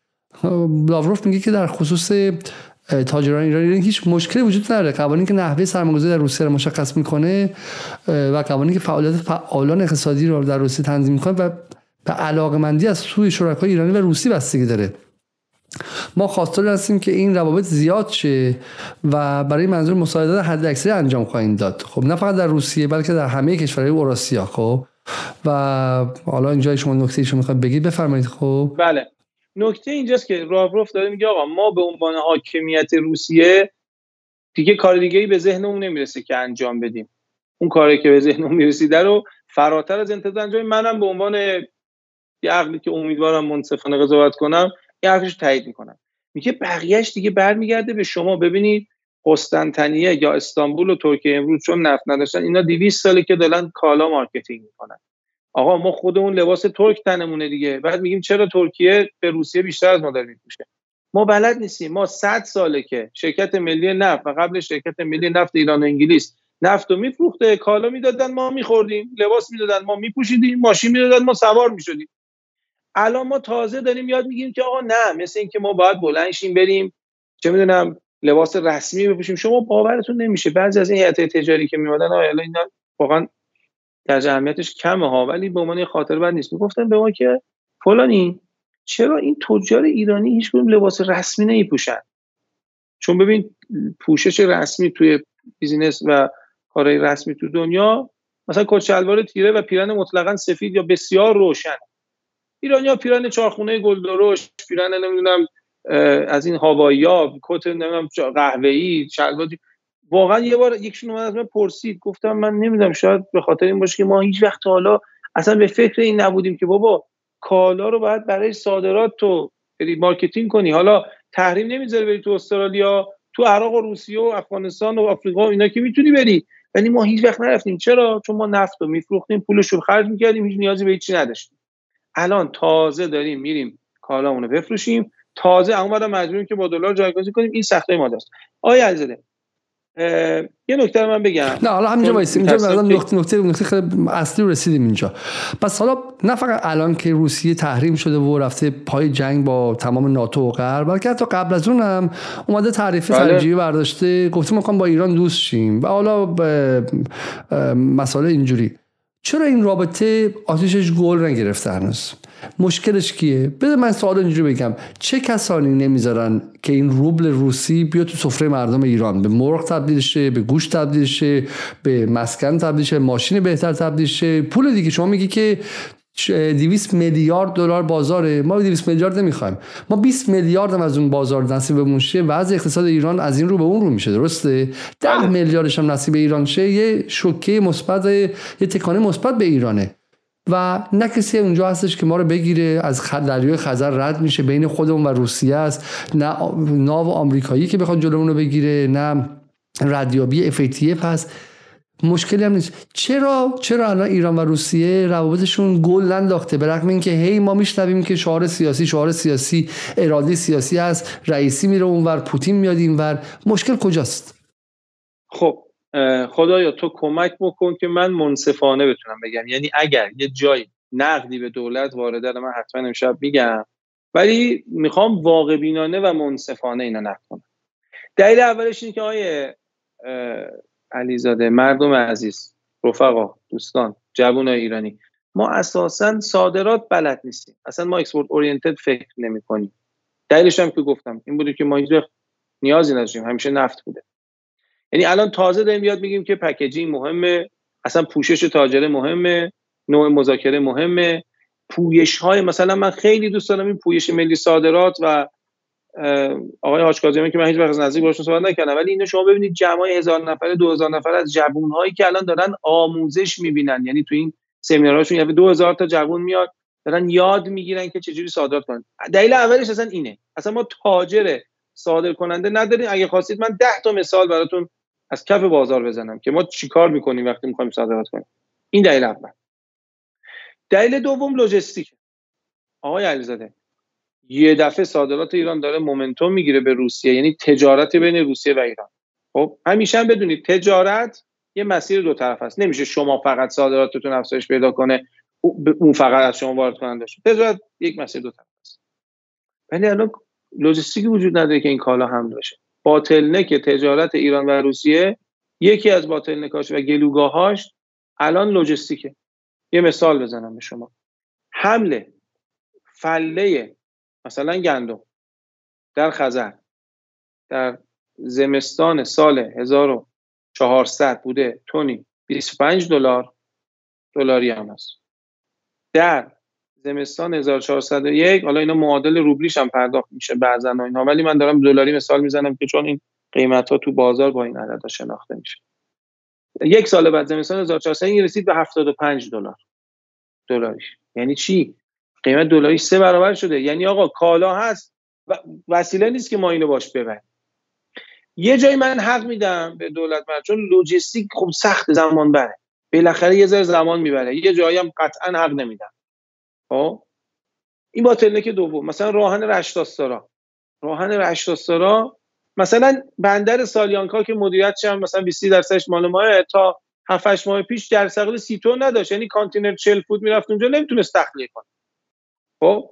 لاوروف میگه که در خصوص تاجران ایرانی هیچ مشکلی وجود نداره. قوانینی که نحوه سرمایه‌گذاری در روسیه رو مشخص میکنه و قوانینی که فعالیت فعالان اقتصادی رو در روسیه تنظیم میکنه و به علاقه‌مندی از سوی شرکای ایرانی و روسی بستگی داره. ما خواستار هستیم که این روابط زیاد شه و برای منظور مساعدت حداکثری انجام خواهیم داد. خب نه فقط در روسیه بلکه در همه کشورهای اوراسیا. خب و حالا اینجا شما نکته‌ایشو میخواید بگید بفرمایید. خب بله نکته اینجاست که لاوروف داره میگه آقا ما به عنوان حاکمیت روسیه دیگه کار دیگه‌ای به ذهنمون نمیرسه که انجام بدیم. اون کاری که به ذهنمون میرسیده رو فراتر از انتظار انجام. منم به عنوان یه عقلی که امیدوارم منصفانه قضاوت کنم این حرفش تایید میکنم. میگه بقیه‌اش دیگه برمیگرده به شما. ببینید قسطنطنیه یا استانبول و ترکیه امروز چون نفت نداشتن، اینا 200 ساله که دارن کالا مارکتینگ میکنن. آقا ما خودمون لباس ترک تنمونه دیگه، بعد میگیم چرا ترکیه به روسیه بیشتر از ما داره میپوشه؟ ما بلد نیستیم. ما 100 ساله که شرکت ملی نفت و قبل شرکت ملی نفت ایران و انگلیس نفتو میفروخته، کالا میدادن ما میخوردیم، لباس میدادن ما میپوشیدیم، ماشین میدادن ما سوار میشدیم. الان ما تازه داریم یاد میگیریم که آقا نه، مثل این که ما باید بلند شیم بریم چه میدونم لباس رسمی بپوشیم. شما باورتون نمیشه بعضی از این هیئت تجاری که میومدن الان اینا واقعا در اهمیتش کمه ها، ولی به عنوان خاطر بد نیست، میگفتن به ما که فلانی چرا این تجار ایرانی هیچ کدوم لباس رسمی نمیپوشن؟ چون ببین پوشش رسمی توی بیزینس و کارهای رسمی تو دنیا مثلا کت شلوار تیره و پیرن مطلقاً سفید یا بسیار روشن. ایرانی‌ها پیرن چارخونه گلدرشت، پیرن نمیدونم از این هاوایی‌ها، کت نمیدونم قهوه‌ای، شلوار. واقعا یه بار یکیشون اومد از من پرسید، گفتم من نمیدونم، شاید به خاطر این باشه که ما هیچ وقت حالا اصلا به فکر این نبودیم که بابا کالا رو باید برای صادرات تو بری مارکتینگ کنی. حالا تحریم نمیذاره بری تو استرالیا، تو عراق و روسیه و افغانستان و آفریقا اینا که میتونی بری، ولی ما هیچ وقت نرفتیم. چرا؟ چون ما نفت رو میفروختیم، پولش رو خرج میکردیم، هیچ نیازی به هیچ چیزی نداشتیم. الان تازه داریم میریم کالامون رو بفروشیم، تازه اونورا مجبوریم که با دلار جایگزین کنیم. این سخته ما داشت. آقای علیزاده یه نکته رو من بگم. نه حالا همینجا وایسیم، اینجا نکته خیلی اصلی رسیدیم اینجا. پس حالا نه فقط الان که روسیه تحریم شده و رفته پای جنگ با تمام ناتو و غرب، بلکه حتی قبل از اون هم اومده تعریف خارجی برداشته، گفته میخوام با ایران دوست شیم و حالا مسئله اینجوری. چرا این رابطه آتیشش گل نگرفته هنوز؟ مشکلش کیه؟ بذار من سوال اینجوری بگم، چه کسانی نمیذارن که این روبل روسی بیاد تو سفره مردم ایران، به مرغ تبدیل شه، به گوشت تبدیل شه، به مسکن تبدیل شه، ماشین بهتر تبدیل شه؟ پول دیگه شما میگی که 200 میلیارد دلار بازاره، ما 200 میلیارد نمیخوایم، ما 20 میلیارد هم از اون بازار نصیبمون شه، وضع اقتصاد ایران از این رو به اون رو میشه، درسته؟ 10 میلیاردش هم نصیب ایران شه، یه شوکه مثبت، یه تکانه مثبت به ایرانه. و نه کسی اونجا هستش که ما رو بگیره، از دریای خزر رد میشه، بین خودمون و روسیه است، نه ناو آمریکایی که بخواد جلومون رو بگیره، نه ردیابی FATF هست. مشکلی هم نیست. چرا الان ایران و روسیه روابطشون گل ننداخته، به رغم اینکه هی ما میشنویم که شعار سیاسی اراده سیاسی هست، رئیسی میره اونور، پوتین میاد اینور، مشکل کجاست؟ خب خدایا تو کمک بکن که من منصفانه بتونم بگم. یعنی اگر یه جای نقدی به دولت وارده، من حتما امشب میگم، ولی میخوام واقع بینانه و منصفانه اینا نقد کنم. دلیل اولش اینه که آقای علیزاده، مردم عزیز، رفقا، دوستان، جوانای ایرانی، ما اساساً صادرات بلد نیستیم. اصلا ما اکسپورت اورینتد فکر نمی‌کنیم. دلیلش هم که گفتم این بوده که ما هیچ وقت نیازی نداشتیم، همیشه نفت بوده. یعنی الان تازه داریم یاد میگیم که پکیجینگ مهمه، اصلا پوشش تاجر مهمه، نوع مذاکره مهمه، پویش‌های مثلا من خیلی دوست دارم این پویش ملی صادرات و آقای حاج کاظمی که من هیچ وقت از نزدیک باشون صحبت نکردم، ولی اینو شما ببینید جمعای 1000 نفره 2000 نفر از جوان‌هایی که الان دارن آموزش می‌بینن، یعنی تو این سمینارهاشون یعنی 2000 تا جوان میاد دارن یاد میگیرن که چجوری صادرات کنن. دلیل اولش اصلا اینه، اصلا ما تاجر صادر کننده نداریم. اگه خواستید من 10 تا مثال براتون از کف بازار بزنم که ما چیکار می‌کنیم وقتی می‌خوایم صادرات کنیم. این دلیل اول. دلیل دوم لوجستیک. آقای علیزاده یه دفعه صادرات ایران داره مومنتوم میگیره به روسیه، یعنی تجارت بین روسیه و ایران. خب همیشه هم بدونید تجارت یه مسیر دو طرف است. نمیشه شما فقط صادراتتون افزایش پیدا کنه اون فقط از شما وارد کننده شه. تجارت یک مسیر دو طرف است. ولی الان لوجستیکی وجود نداره که این کالا حمل بشه. باطلنک تجارت ایران و روسیه، یکی از باطلنکاش و گلوگاهاش الان لوجستیکه. یه مثال بزنم به شما. حمله فله مثلا گندم در خزر در زمستان سال 1400 بوده تونی 25 دلاری هم هست. در زمستان 1401 حالا اینا معادل روبلیش هم پرداخت میشه بعضن و اینها، ولی من دارم دلاری مثال میزنم که چون این قیمت ها تو بازار با این عدد شناخته میشه. یک سال بعد زمستان 1400 رسید به 75 دلاریش. یعنی چی؟ قیمت دلاری 3 برابر شده. یعنی آقا کالا هست و وسیله نیست که ما اینو باش ببریم. یه جایی من حق میدم به دولت مرد، چون لوجستیک خب سخت، زمان بره، بالاخره یه ذره زمان میبره. یه جایی هم قطعا حق نمیدم. خب این باتلنک دوم، مثلا راهن رشت آستارا مثلا بندر سالیانکا که مدیریتش هم مثلا 20% مال ماه، تا 7-8 ماه پیش جرثقیل 30 تن نداشت، یعنی کانتینر 40 فوت میرفت اونجا نمیتونست تخلیه کنه. خب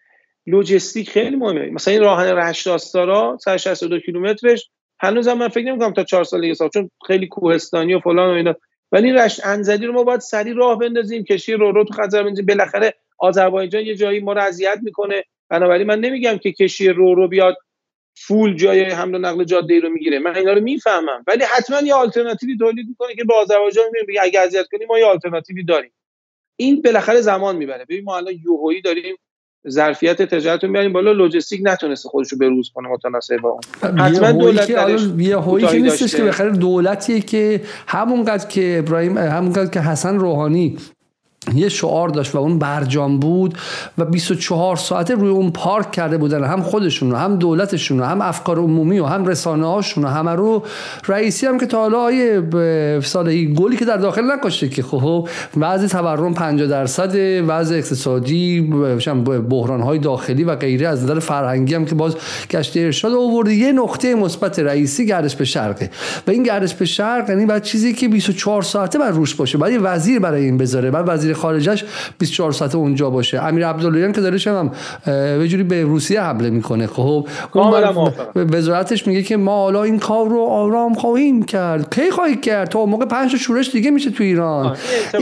لوجستیک خیلی مهمه. مثلا این راهن رشت آستارا 162 کیلومترش هنوزم من فکر نمی‌کنم تا 4 سال دیگه ساخت، چون خیلی کوهستانی و فلان و اینا، ولی رشت انزلی رو ما باید سری راه بندازیم، کشتی رو تو خزر بندازیم. بالاخره آذربایجان یه جایی ما رو اذیت میکنه، بنابراین من نمیگم که کشتی رو بیاد فول جای حمل و نقل جاده‌ای رو میگیره، من اینا رو میفهمم، ولی حتما یه آلترناتیوی تولید میکنه که به آذربایجان میگه اگه اذیت کنیم ما یه آلترناتیوی داریم. این بالاخره زمان میبره. ببین ما الان یوهویی داریم ظرفیت تجارت رو میاریم بالا، لوجستیک نتونسته خودش رو بروز کنه متناسب با اون. حتما دولت یه هویی که نیستش که بخره دولتیه که همونقدر که ابراهیم، همونقدر که حسن روحانی یه شعار داشت و اون برجام بود و 24 ساعته روی اون پارک کرده بودن، هم خودشون هم دولتشون هم افکار عمومی و هم رسانه هاشون، همه رو. رئیسی هم که تا حالا آیه صالحی گلی که در داخل نکاشته که خب وضع تورم 50%، وضع اقتصادی، بحران های داخلی و غیره، از نظر فرهنگی هم که باز گشت ارشاد آورده. یه نقطه مثبت رئیسی گردش به شرقه و این گردش به شرق یعنی بعد چیزی که 24 ساعته بر روش باشه، بعد وزیر برای این بذاره، بعد وزیر خارجش 24 ساعته اونجا باشه. امیر عبداللهیان که داره چم یه جوری به روسیه حمله میکنه، خب اون وزارتش میگه که ما حالا این کار رو آرام خواهیم کرد. کی خواهید کرد؟ تا موقع 5 شورش دیگه میشه تو ایران.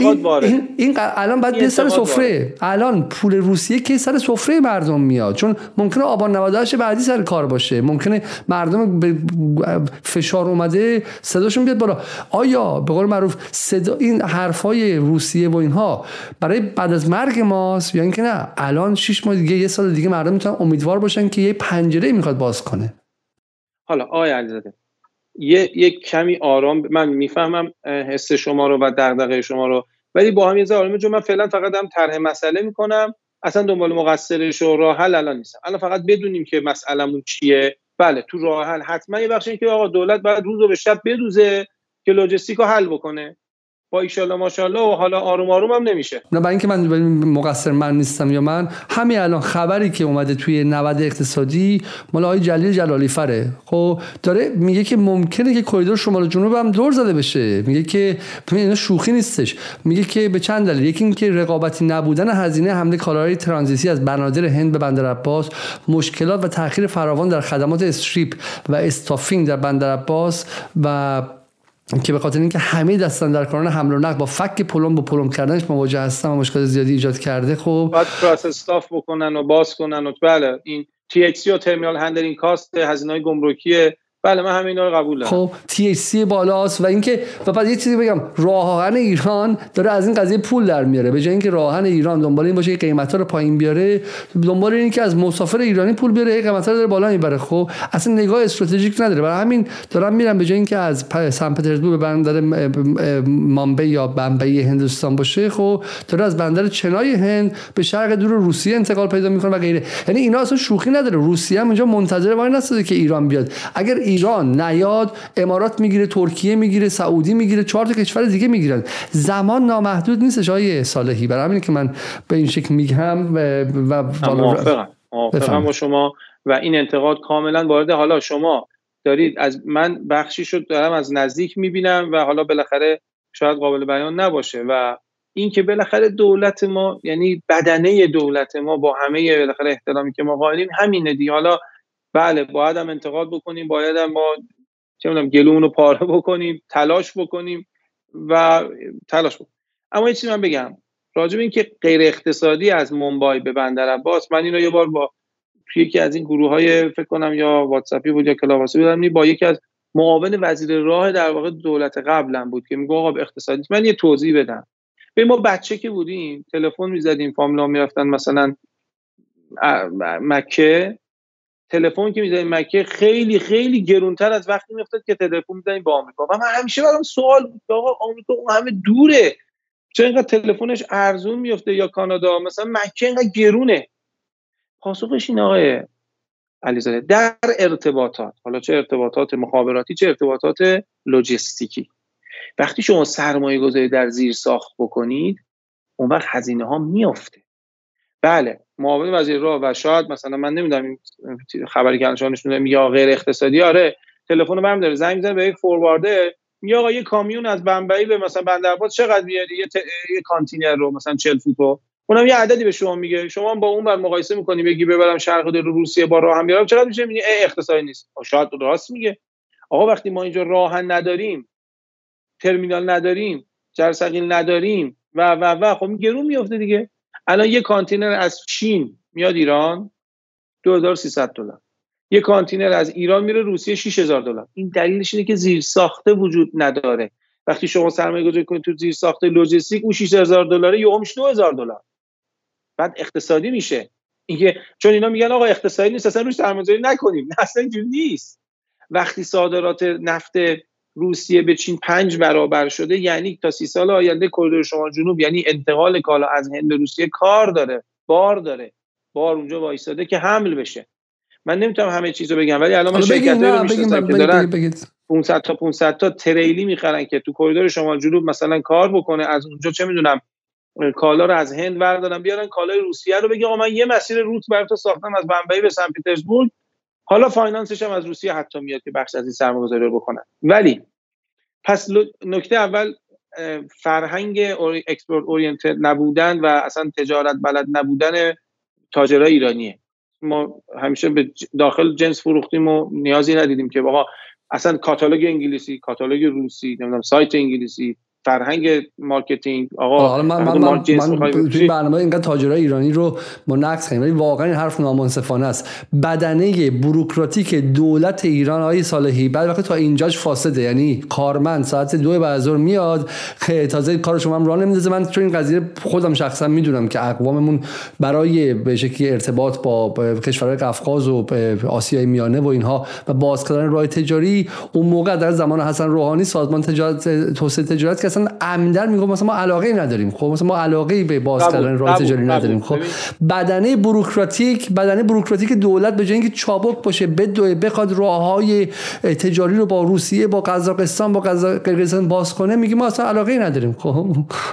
این الان بعد سر سفره، الان پول روسیه که سر سفره مردم میاد، چون ممکنه آبان 98 بعدی سر کار باشه، ممکنه مردم به فشار اومده صداشون بیاد بالا. آیا به قول معروف صدا این حرفای روسیه و اینها برای بعد از مرگ ماست یا اینکه نه الان 6 ماه دیگه، یه سال دیگه مردم میتونن امیدوار باشن که یه پنجره میخواد باز کنه؟ حالا آقای علیزاده یه کمی آرام، من میفهمم حس شما رو و دغدغه شما رو، ولی با هم یه ذره آرام، چون من فعلا فقط هم طرح مسئله میکنم، اصلا دنبال مقصرش و راه حل الان نیستم. الان فقط بدونیم که مسئلهمون چیه. بله تو راه حل حتما یه بخشی که آقا دولت باید روز و به شب بدوزه که لوجستیکو حل بکنه، با ایشالله ماشاءالله، و حالا آروم آروم هم نمیشه. نه برای اینکه من مقصر من نیستم یا من همین الان خبری که اومده توی 90 اقتصادی مال آقای جلیل جلالی فره، خب داره میگه که ممکنه که کریدور شمال و جنوب هم دور زده بشه. میگه که اینا شوخی نیستش، میگه که به چند دلیل. یکی اینکه رقابتی نبودن هزینه حمل کالاهای ترانزیتی از بنادر هند به بندر عباس، مشکلات و تأخیر فراوان در خدمات استریپ و استافینگ در بندر عباس، و که به خاطر اینکه همه دستن در کاران حمل و نقل با فک پلم با پلم کردنش مواجه هستن و مشکل زیادی ایجاد کرده. خب باید پروسس استاف بکنن و باز کنن و بله این THC و ترمینال هندلینگ کاست، هزینه‌های گمرکیه، بله من همه اینا رو قبول دارم. خب THC بالاست و اینکه و بعد یه چیزی بگم، راهن ایران داره از این قضیه پول در میاره. به جای اینکه راهن ایران دنبال این باشه قیمتا رو پایین بیاره، دنبال اینه که از مسافر ایرانی پول بیاره، قیمتا رو داره بالا میبره. خب اصلا نگاه استراتژیک نداره. برای همین دارن میرن به جای اینکه از سن پترزبورگ به بندر مامبی یا بمبئی هندوستان باشه، خب داره از بندر چنای هند به شرق دور روسیه انتقال پیدا میکنه و غیره. یعنی اینا اصلا شوخی نداره. روسیه هم اونجا منتظر وای نستاده که ایران بیاد. اگر ایران نیاد، امارات میگیره، ترکیه میگیره، سعودی میگیره، 4 تا کشور دیگه میگیرن. زمان نامحدود نیستش آقای صالحی. برای همین که من به این شکل میگم و موافقم با شما و این انتقاد کاملا وارده. حالا شما دارید از من بخشیشو دارم از نزدیک میبینم و حالا بالاخره شاید قابل بیان نباشه و این که بالاخره دولت ما، یعنی بدنه دولت ما، با همه بالاخره احترامی که ما قائلیم، همینه دیگه. حالا بله باید هم انتقاد بکنیم، باید هم ما چه می‌دونم گلومون رو پاره بکنیم، تلاش بکنیم. اما یه چیزی من بگم راجع به این که غیر اقتصادی از مومبای به بندر عباس، من اینو یه بار با یکی از این گروه‌های فکر کنم یا واتساپی بود یا کلاواسی بودم، با یکی از معاون وزیر راه در واقع دولت قبلم بود که میگه آقا اقتصادی. من یه توضیح بدم. به ما بچه که بودیم تلفن می‌زدیم، فامیلا میرفتن مثلا مکه، تلفن که می‌زدیم مکه خیلی خیلی گرونتر از وقتی می‌افتاد که تلفن می‌زدیم به آمریکا. و من همیشه برام سوال بود آقا آمریکا اون همه دوره، چرا اینقدر تلفنش ارزون میفته، یا کانادا مثلا مکه اینقدر گرونه؟ پاسخش این آقای علیزاده در ارتباطات، حالا چه ارتباطات مخابراتی چه ارتباطات لوجستیکی، وقتی شما سرمایه گذاری در زیر ساخت بکنید اون وقت هزینه ها میافته. بله معاون وزیر راه و شاید مثلا من نمیدونم خبری که الان نشون یا غیر اقتصادی، آره تلفن برم داره زنگ میزنه به یک فوروارده میگه آقا یه کامیون از بمبئی به مثلا بندرعباس چقدر میاد، یه کانتینر رو مثلا 40 فوتو، اونم یه عددی به شما میگه، شما با اون بر مقایسه میکنی بگی ببرم شرق رو روسیه با راه هم بیارم چقدر میشه، میگه اقتصادی نیست. شاید راست میگه. آقا وقتی ما اینجا راهن نداریم، ترمینال نداریم، جرثقیل نداریم و خب گرون میفته دیگه. الان یه کانتینر از چین میاد ایران $2300، یه کانتینر از ایران میره روسیه $6000. این دلیلش اینه که زیر ساخته وجود نداره. وقتی شما سرمایه گذاری کنید تو زیر ساخته لوجستیک اون $6000 یهو میشه $2000، بعد اقتصادی میشه. اینکه چون اینا میگن آقا اقتصادی نیست اصلا روش سرمایه‌گذاری نکنیم، نه اصلا اینجوری نیست. وقتی صادرات نفت روسیه به چین 5 برابر شده یعنی تا 30 سال آینده کریدور شمال جنوب، یعنی انتقال کالا از هند به روسیه کار داره، بار اونجا وایساده که حمل بشه. من نمیتونم همه چیزو بگم ولی الان من شرکتایی رو میشناسم که دارن 500 تا تریلی میخرن که تو کریدور شمال جنوب مثلا کار بکنه، از اونجا چه میدونم کالا رو از هند بردارن بیارن کالای روسیه رو، بگه آقا من یه مسیر روت برات ساختم از بمبئی به سن پترزبورگ، حالا فایننسش هم از روسیه حتی میاد که بخش از این سرمایه‌گذاری رو بکنن. ولی پس نکته اول فرهنگ اکسپورت اورینتد نبودن و اصلا تجارت بلد نبودن تاجرای ایرانیه. ما همیشه به داخل جنس فروختیم و نیازی ندیدیم که آقا اصلا کاتالوگ انگلیسی، کاتالوگ روسی، نمیدونم سایت انگلیسی، فرهنگ مارکتینگ. آقا من توی برنامه اینقدر تاجرای ایرانی رو ما نقص کنیم ولی واقعا این حرف نامنصفانه است. بدنه بوروکراتیک دولت ایران آقای صالحی بعد وقتی تا اینجاش فاسده، یعنی کارمند ساعت 2 بعد از ظهر میاد تازه کار شما هم راه نمیندازه. من چون این قضیه خودم شخصا میدونم که اقواممون برای به شکلی ارتباط با کشورهای قفقاز و آسیای میانه و اینها و باز کردن راه تجاری، اون موقع در زمان حسن روحانی سازمان تجارت توسعه تجارت که اصلا عمدن میگم مثلا ما علاقه نداریم، خب مثلا ما علاقه به باز کردن راه تجاری نداریم. خب بدنه بوروکراتیک دولت به جای اینکه چابک باشه بخواد راههای تجاری رو با روسیه، با قزاقستان، با قرقیزستان باز کنه، میگه ما اصلا علاقه نداریم. خب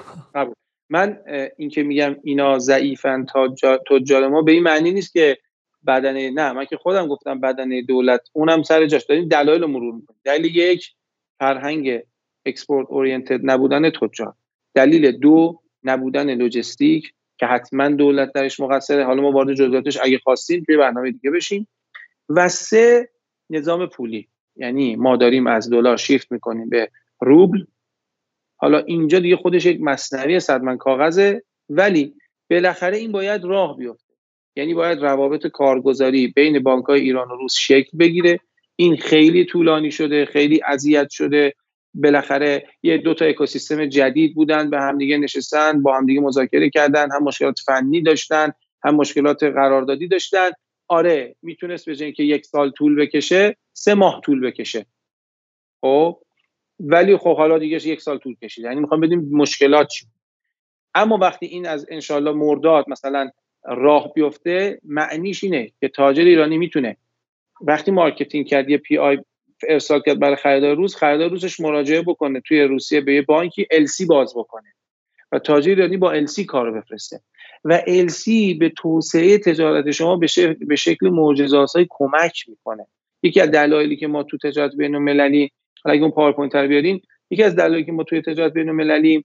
من این که میگم اینا ضعیفن تجار ما به این معنی نیست که بدنه، نه من که خودم گفتم بدنه دولت اونم سر جاش داریم، دلایل رو مرور می‌کنیم. دلیل یک فرهنگ اکسپورت اورینتد نبودن تجار، دلیل دو نبودن لوجستیک که حتما دولت درش مقصره، حالا ما وارد جزئیاتش اگه خواستیم توی برنامه دیگه بشیم، و سه نظام پولی، یعنی ما داریم از دلار شیفت میکنیم به روبل. حالا اینجا دیگه خودش یک مثنوی صدمن کاغذه، ولی بالاخره این باید راه بیفته، یعنی باید روابط کارگزاری بین بانک‌های ایران و روس شکل بگیره. این خیلی طولانی شده، خیلی اذیت شده. بالاخره یه دو تا اکوسیستم جدید بودن، به هم دیگه نشستن، با هم دیگه مذاکره کردن، هم مشکلات فنی داشتن، هم مشکلات قراردادی داشتن. آره میتونست به جای اینکه 1 سال طول بکشه 3 ماه طول بکشه، خب ولی خب حالا دیگه 1 سال طول کشید، یعنی میخوام بدیم مشکلات چی. اما وقتی این از انشالله مرداد مثلا راه بیفته، معنیش اینه که تاجر ایرانی میتونه وقتی مارکتینگ کرد یه پی آی ارسال کرد برای خریدار روس، خریدار روسش مراجعه بکنه توی روسیه به یه بانکی LC باز بکنه و تاجر ایرانی با LC کارو بفرسته و LC به توسعه تجارت شما به شکل معجزه‌آسایی کمک میکنه. یکی از دلایلی که ما تو تجارت بین‌المللی، اگه اون پاورپوینت رو بیارین، یکی از دلایلی که ما توی تجارت بین‌المللی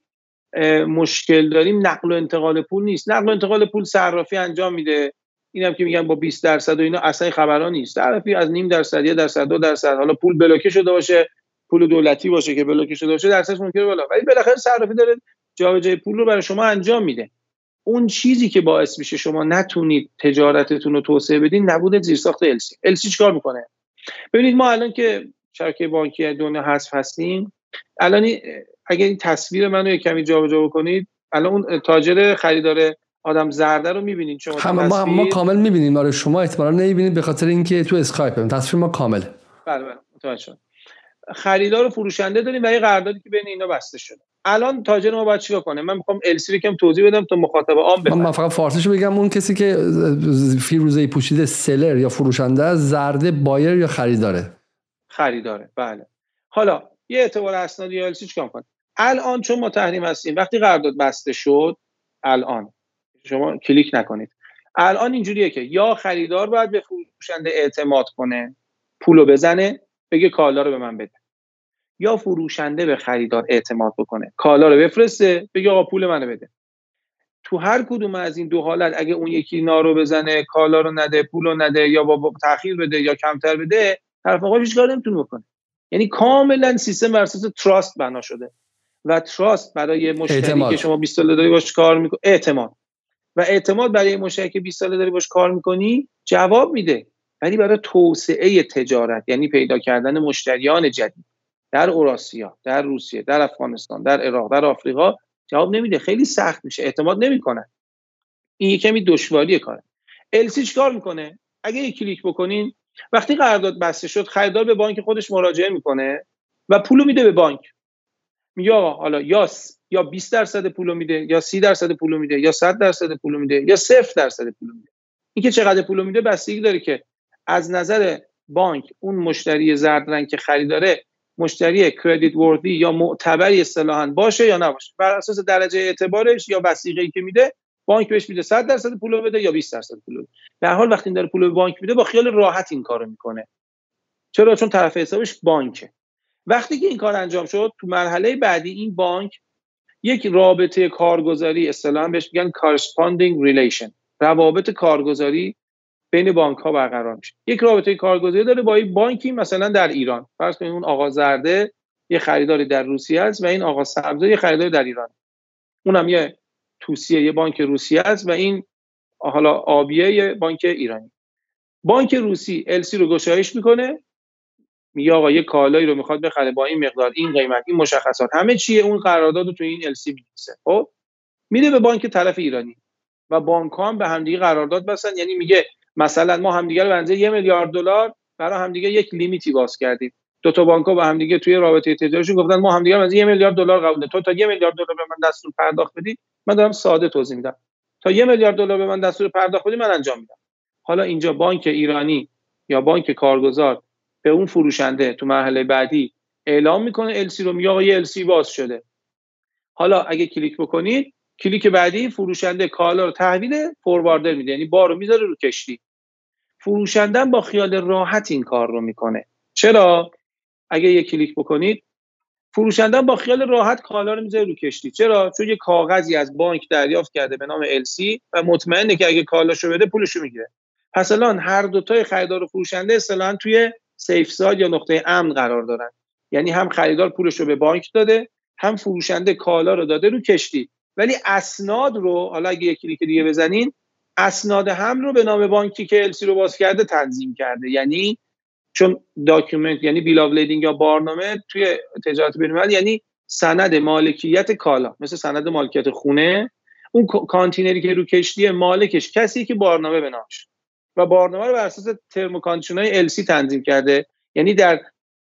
مشکل داریم نقل و انتقال پول نیست. نقل و انتقال پول صرافی انجام میده، اینم که میگن با 20% و اینا اصلا خبرا نیست. صرافی از 0.5%، 1%، 2%، حالا پول بلوکه شده باشه، پول دولتی باشه که بلوکه شده باشه، درصدش ممکنه بالا، ولی بالاخره صرافی داره جابجایی پول رو برای شما انجام میده. اون چیزی که باعث میشه شما نتونید تجارتتون رو توسعه بدین نبود زیرساخت LC چیکار میکنه؟ ببینید ما الان که شبکه بانکی دنیا حذف هستیم، الان اگه این تصویر منو کمی جابجا بکنید، الان اون تاجر خریدار آدم زرده رو میبینید شما؟ ما کامل میبینیم، آره شما احتمالاً نمیبینید به خاطر اینکه تو اسکایپ تصویر ما کامله. بله متوجه شدم. خریدار و فروشنده داریم و یه قراردادی که بین اینا بسته شده. الان تاجر ما باید چیکار کنه؟ من میخوام LC رو کم توضیح بدم تا مخاطب عام بفهمه. من فقط فارسیشو بگم، اون کسی که فیروزه پوشیده سلر یا فروشنده، زرد بایر یا خریداره. بله. حالا یه اعتبار اسنادی یا LC چیکار کنه؟ الان چون ما تحریم هستیم، وقتی قرارداد بسته شد، الان شما کلیک نکنید. الان اینجوریه که یا خریدار باید به فروشنده اعتماد کنه، پولو بزنه، بگه کالا رو به من بده، یا فروشنده به خریدار اعتماد بکنه، کالا رو بفرسته، بگه آقا پول منو بده. تو هر کدوم از این دو حالت اگه اون یکی نارو بزنه، کالا رو نده، پولو نده، یا با تأخیر بده یا کمتر بده، طرف مقابل هیچ کاری نمیتونه بکنه. یعنی کاملا سیستم بر اساس تراست بنا شده و تراست برای مشتری که شما 20 سال داری باش کار میکنی، اعتماد برای مشتری که 20 سال داری باش کار میکنی جواب میده. ولی برای توسعه تجارت، یعنی پیدا کردن مشتریان جدید در اوراسیا، در روسیه، در افغانستان، در عراق، در آفریقا جواب نمیده. خیلی سخت میشه، اعتماد نمیکنن. این یکمی دشواری کاره. LC چیکار میکنه؟ اگه یک کلیک بکنین، وقتی قرارداد بسته شد، خریدار به بانک خودش مراجعه میکنه و پولو میده به بانک. میگه آقا حالا یا 20% پولو میده، یا 30% پولو میده، یا 100% پولو میده، یا 0% پولو میده. این که چقدر پولو میده بستگی داره که از نظر بانک اون مشتری زرد رنگ که خریداره مشتری کردیت وردی یا معتبری اصطلاحاً باشه یا نباشه. بر اساس درجه اعتبارش یا وثیقه‌ای که میده، بانک بهش میده 100% پولو بده یا 20% پولو بده. در حال وقتی این داره پولو به بانک میده، با خیال راحت این کارو میکنه. چرا؟ چون طرف حسابش بانکه. وقتی که این کار انجام شد، تو مرحله بعدی این بانک یک رابطه کارگزاری، اصطلاحاً بهش میگن corresponding relation، روابط کارگزاری بین بانک ها برقرار میشه. یک رابطه کارگزاری داره با این بانکی مثلا در ایران. فرض کنید اون آقا زرده یه خریداری در روسیه است و این آقا سبزه یه خریداری در ایران. اونم یه توسیه یه بانک روسیه است و این حالا آبیه یه بانک ایرانی. بانک روسی LC رو گشایش میکنه، میگه آقا یه کالایی رو میخواد بخره با این مقدار، این قیمت، این مشخصات، همه چیه اون قرارداد رو تو این LC می‌نویسه. خب میده به بانک طرف ایرانی و بانک‌ها هم به همدیگه قرارداد بستن. یعنی میگه مثلا ما همدیگه رو به اندازه 1 میلیارد دلار برای همدیگه یک لیمیتی باز کردیم. دو تا بانک‌ها با همدیگه توی رابطه تجاریشون گفتن ما همدیگه رو به اندازه 1 میلیارد دلار قبول داریم. تو تا 1 میلیارد دلار به من دستور پرداخت بدی، من دارم ساده توضیح میدم، تا 1 میلیارد دلار به من دستور پرداخت بدی من انجام میدم. حالا اینجا بانک ایرانی یا بانک کارگزار به اون فروشنده تو مرحله بعدی اعلام میکنه LC رو، میگه آقا یه LC باز شده. حالا اگه کلیک بکنید، کلیک بعدی فروشنده کالا رو تحویل فورواردر میده، یعنی بار رو میذاره رو کشتی. فروشنده با خیال راحت این کار رو میکنه. چرا؟ اگه یه کلیک بکنید، فروشنده با خیال راحت کالا رو میذاره رو کشتی. چرا؟ چون یه کاغذی از بانک دریافت کرده به نام LC و مطمئنه که اگه کالاشو بده پولشو میگیره. پس الان هر دو تای خریدار و فروشنده اصطلاحاً توی سیف ساید یا نقطه امن قرار دارن. یعنی هم خریدار پولشو به بانک داده، هم فروشنده کالا رو داده رو کشتی. ولی اسناد رو، حالا اگه یک کلیک دیگه بزنین، اسناد هم رو به نام بانکی که LC رو باز کرده تنظیم کرده. یعنی چون داکیومنت یعنی بیل آف لیدینگ یا بارنامه توی تجارت بین‌المللی یعنی سند مالکیت کالا، مثل سند مالکیت خونه. اون کانتینری که رو کشتی مالکش کسی که بارنامه به نامش و بارنامه رو بر اساس ترم و کاندیشن‌های LC تنظیم کرده، یعنی در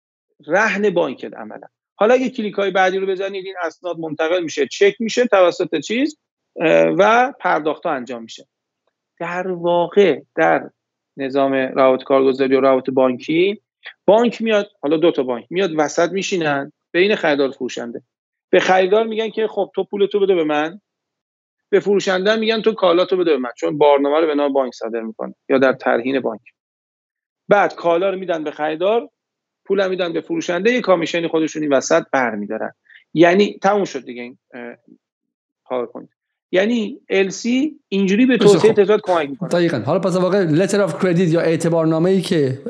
رهن بانک عملا. حالا اگه کلیک‌های بعدی رو بزنید، این اسناد منتقل میشه، چک میشه توسط چیز و پرداخت‌ها انجام میشه. در واقع در نظام روابط کارگزاری و روابط بانکی، بانک میاد، حالا دو تا بانک میاد وسط میشینن بین خریدار و فروشنده. به خریدار میگن که خب تو پولتو بده به من، به فروشنده میگن تو کالاتو بده به من، چون بارنامه رو به نام بانک صادر میکنه یا در ترهین بانک. بعد کالا رو میدن به خریدار، پول میدن به فروشنده، یه کامیشنی خودشون این وسط برمی‌دارن. یعنی تموم شد دیگه این پاورپوینت. یعنی LC اینجوری به توسعه تجارت کمک میکنه. دقیقاً. حالا پس واقعا letter of credit یا اعتبارنامه‌ای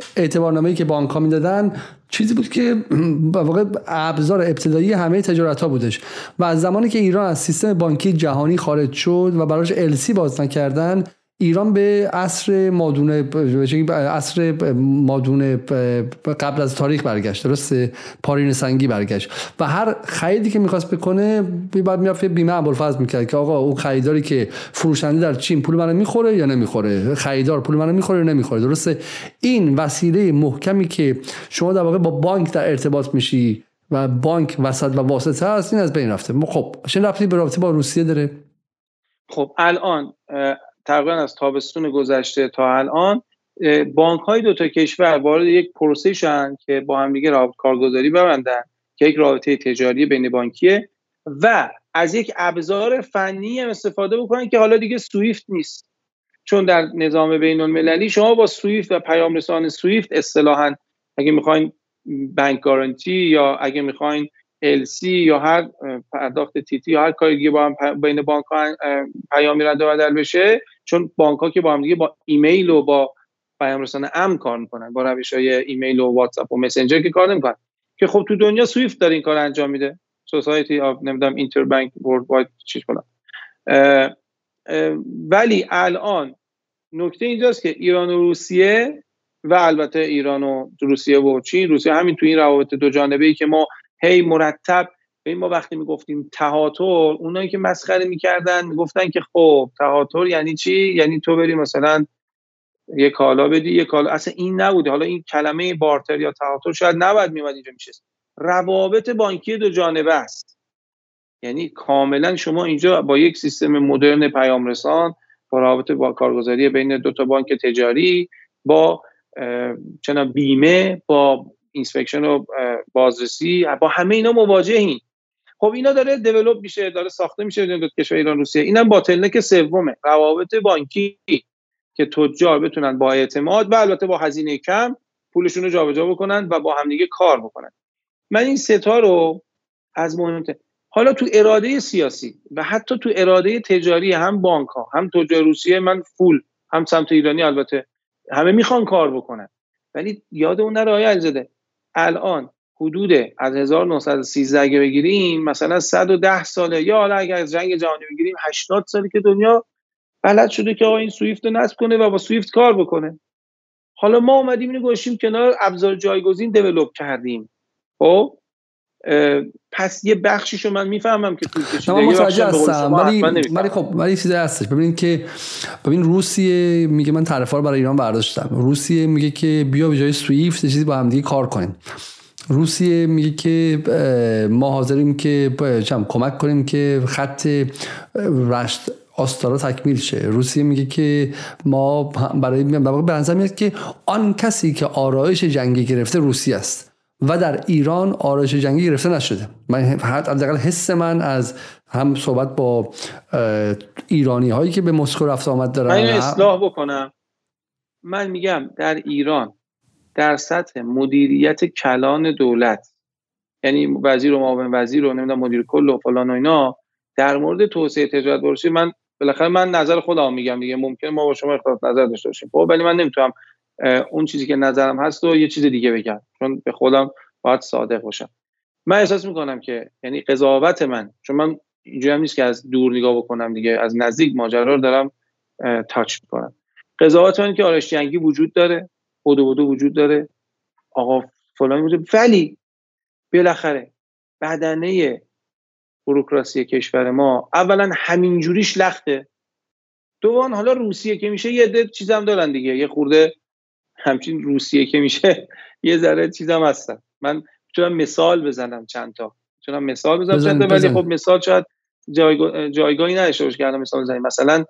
که بانک‌ها میدادن چیزی بود که واقعا ابزار ابتدایی همه تجارت‌ها بودش و از زمانی که ایران از سیستم بانکی جهانی خارج شد و براش LC باز نکردن، ایران به عصر مادون قبل از تاریخ برگشت، درسته؟ پارین سنگی برگشت و هر خریدی که می‌خواست بکنه بعد میرفت بیمه ابوالفضل می‌کرد که آقا اون خریداری که فروشنده در چین پول منو می‌خوره یا نمی‌خوره، خریدار پول منو می‌خوره یا نمی‌خوره، درسته؟ این وسیله محکمی که شما در واقع با بانک در ارتباط میشی و بانک وسط و واسطه هست، این از بین رفته. خب چه ربطی به رابطه با روسیه داره؟ خب الان تقریبا از تابستون گذشته تا الان بانک های دو تا کشور وارد یک پروسه شدن که با هم دیگه کارگزاری ببندن که یک رابطه تجاری بین بانکیه و از یک ابزار فنی هم استفاده بکنن که حالا دیگه سویفت نیست، چون در نظام بین المللی شما با سویفت و پیام رسان سویفت اصطلاحاً اگه میخواین بانک گارانتی یا اگه میخواین LC یا هر پرداخت TT یا هر کاری دیگه با هم بین بانک ها پیامی رد و بدل بشه، چون بانک ها که با هم دیگه با ایمیل و با پیام رسان امن کار میکنن، با روش‌های ایمیل و واتساپ و مسنجر که کار نمیکنن، که خب تو دنیا سویفت داره این کار انجام میده، سوسایتی آف نمیدونم اینتربانک ورلدواید چیز فلان. ولی الان نکته اینجاست که ایران و روسیه و البته ایران و روسیه و چین، روسیه همین تو این روابط دو جانبه‌ای که ما هی مرتب به ما وقتی میگفتیم تهاتر، اونایی که مسخره میکردن میگفتن که خب تهاتر یعنی چی؟ یعنی تو بری مثلا یه کالا بدی یه کالا، اصلا این نبوده. حالا این کلمه بارتر یا تهاتر شاید نباید میومد اینجا، میشه روابط بانکی دو جانبه است. یعنی کاملا شما اینجا با یک سیستم مدرن پیام رسان، با رابطه با کارگزاری بین دو تا بانک تجاری، با چنان بیمه، با اینسپکشن و بازرسی، با همه اینا مواجهین. خب اینا داره دیولپ میشه، داره ساخته میشه در دو کشور ایران روسیه. اینم باتلنک سومه، روابط بانکی که تجار بتونن با اعتماد و البته با هزینه کم پولشون رو جابجا بکنن و با همدیگه کار بکنن. من این سه تا رو از مهمتر. حالا تو اراده سیاسی و حتی تو اراده تجاری هم بانک ها هم تجار روسیه، من فول هم سمت ایرانی البته همه میخوان کار بکنن، ولی یاد اون نره آقای علیزاده، الان حدود از 1913 اگه بگیریم مثلا 110 ساله، یا حالا اگر از جنگ جهانی بگیریم 80 ساله که دنیا بلد شده که آقا این سویفت رو نصب کنه و با سویفت کار بکنه. حالا ما اومدیم اینو گذاشتیم کنار، ابزار جایگزین دیولپ کردیم. خب پس یه بخشیشو من میفهمم که طول کشیده، یه بخشی هستم، ولی خب ولی چیزی هستش. ببین روسیه میگه من طرفا رو برای ایران برداشتم، روسیه میگه که بیا به جای سویفت چیزی با هم دیگه کار کنیم، روسیه میگه که ما حاضریم که کمک کنیم که خط رشت آستارا تکمیل شه، روسیه میگه که ما برای به نظر میاد که آن کسی که آرایش جنگی گرفته روسیه است و در ایران آرایش جنگی گرفته نشده. من حداقل حس من از هم صحبت با ایرانی هایی که به مسکو رفت آمد دارن. من اصلاح بکنم، من میگم در ایران در سطح مدیریت کلان دولت، یعنی وزیر و معاون وزیر و نمیدونم مدیر کل و فلان و اینا، در مورد توسعه تجارت بروسی، من بالاخره من نظر خودم میگم دیگه، ممکنه ما با شما اختلاف نظر داشته باشیم، خب ولی من نمیتونم اون چیزی که نظرم هست و یه چیز دیگه بگم، چون به خودم باید صادق باشم. من احساس میکنم که یعنی قضاوت من، چون من اینجوری هم نیست که از دور نگاه بکنم دیگه، از نزدیک ماجرا رو دارم تاچ میکنم. قضاوت من که آرایش جنگی وجود داره، بدو وجود داره، آقا فلان وجود، ولی بالاخره بدنه بوروکراسی کشور ما اولا همین جوریش لخته، دوم حالا روسیه که میشه یه عده چیزام دارن دیگه، یه خورده همچین روسیه که میشه یه ذره چیزام هستن. من میتونم مثال بزنم چند تا، ولی خب مثال شاید جایگاهی نداشته باشه که الان مثال بزنیم.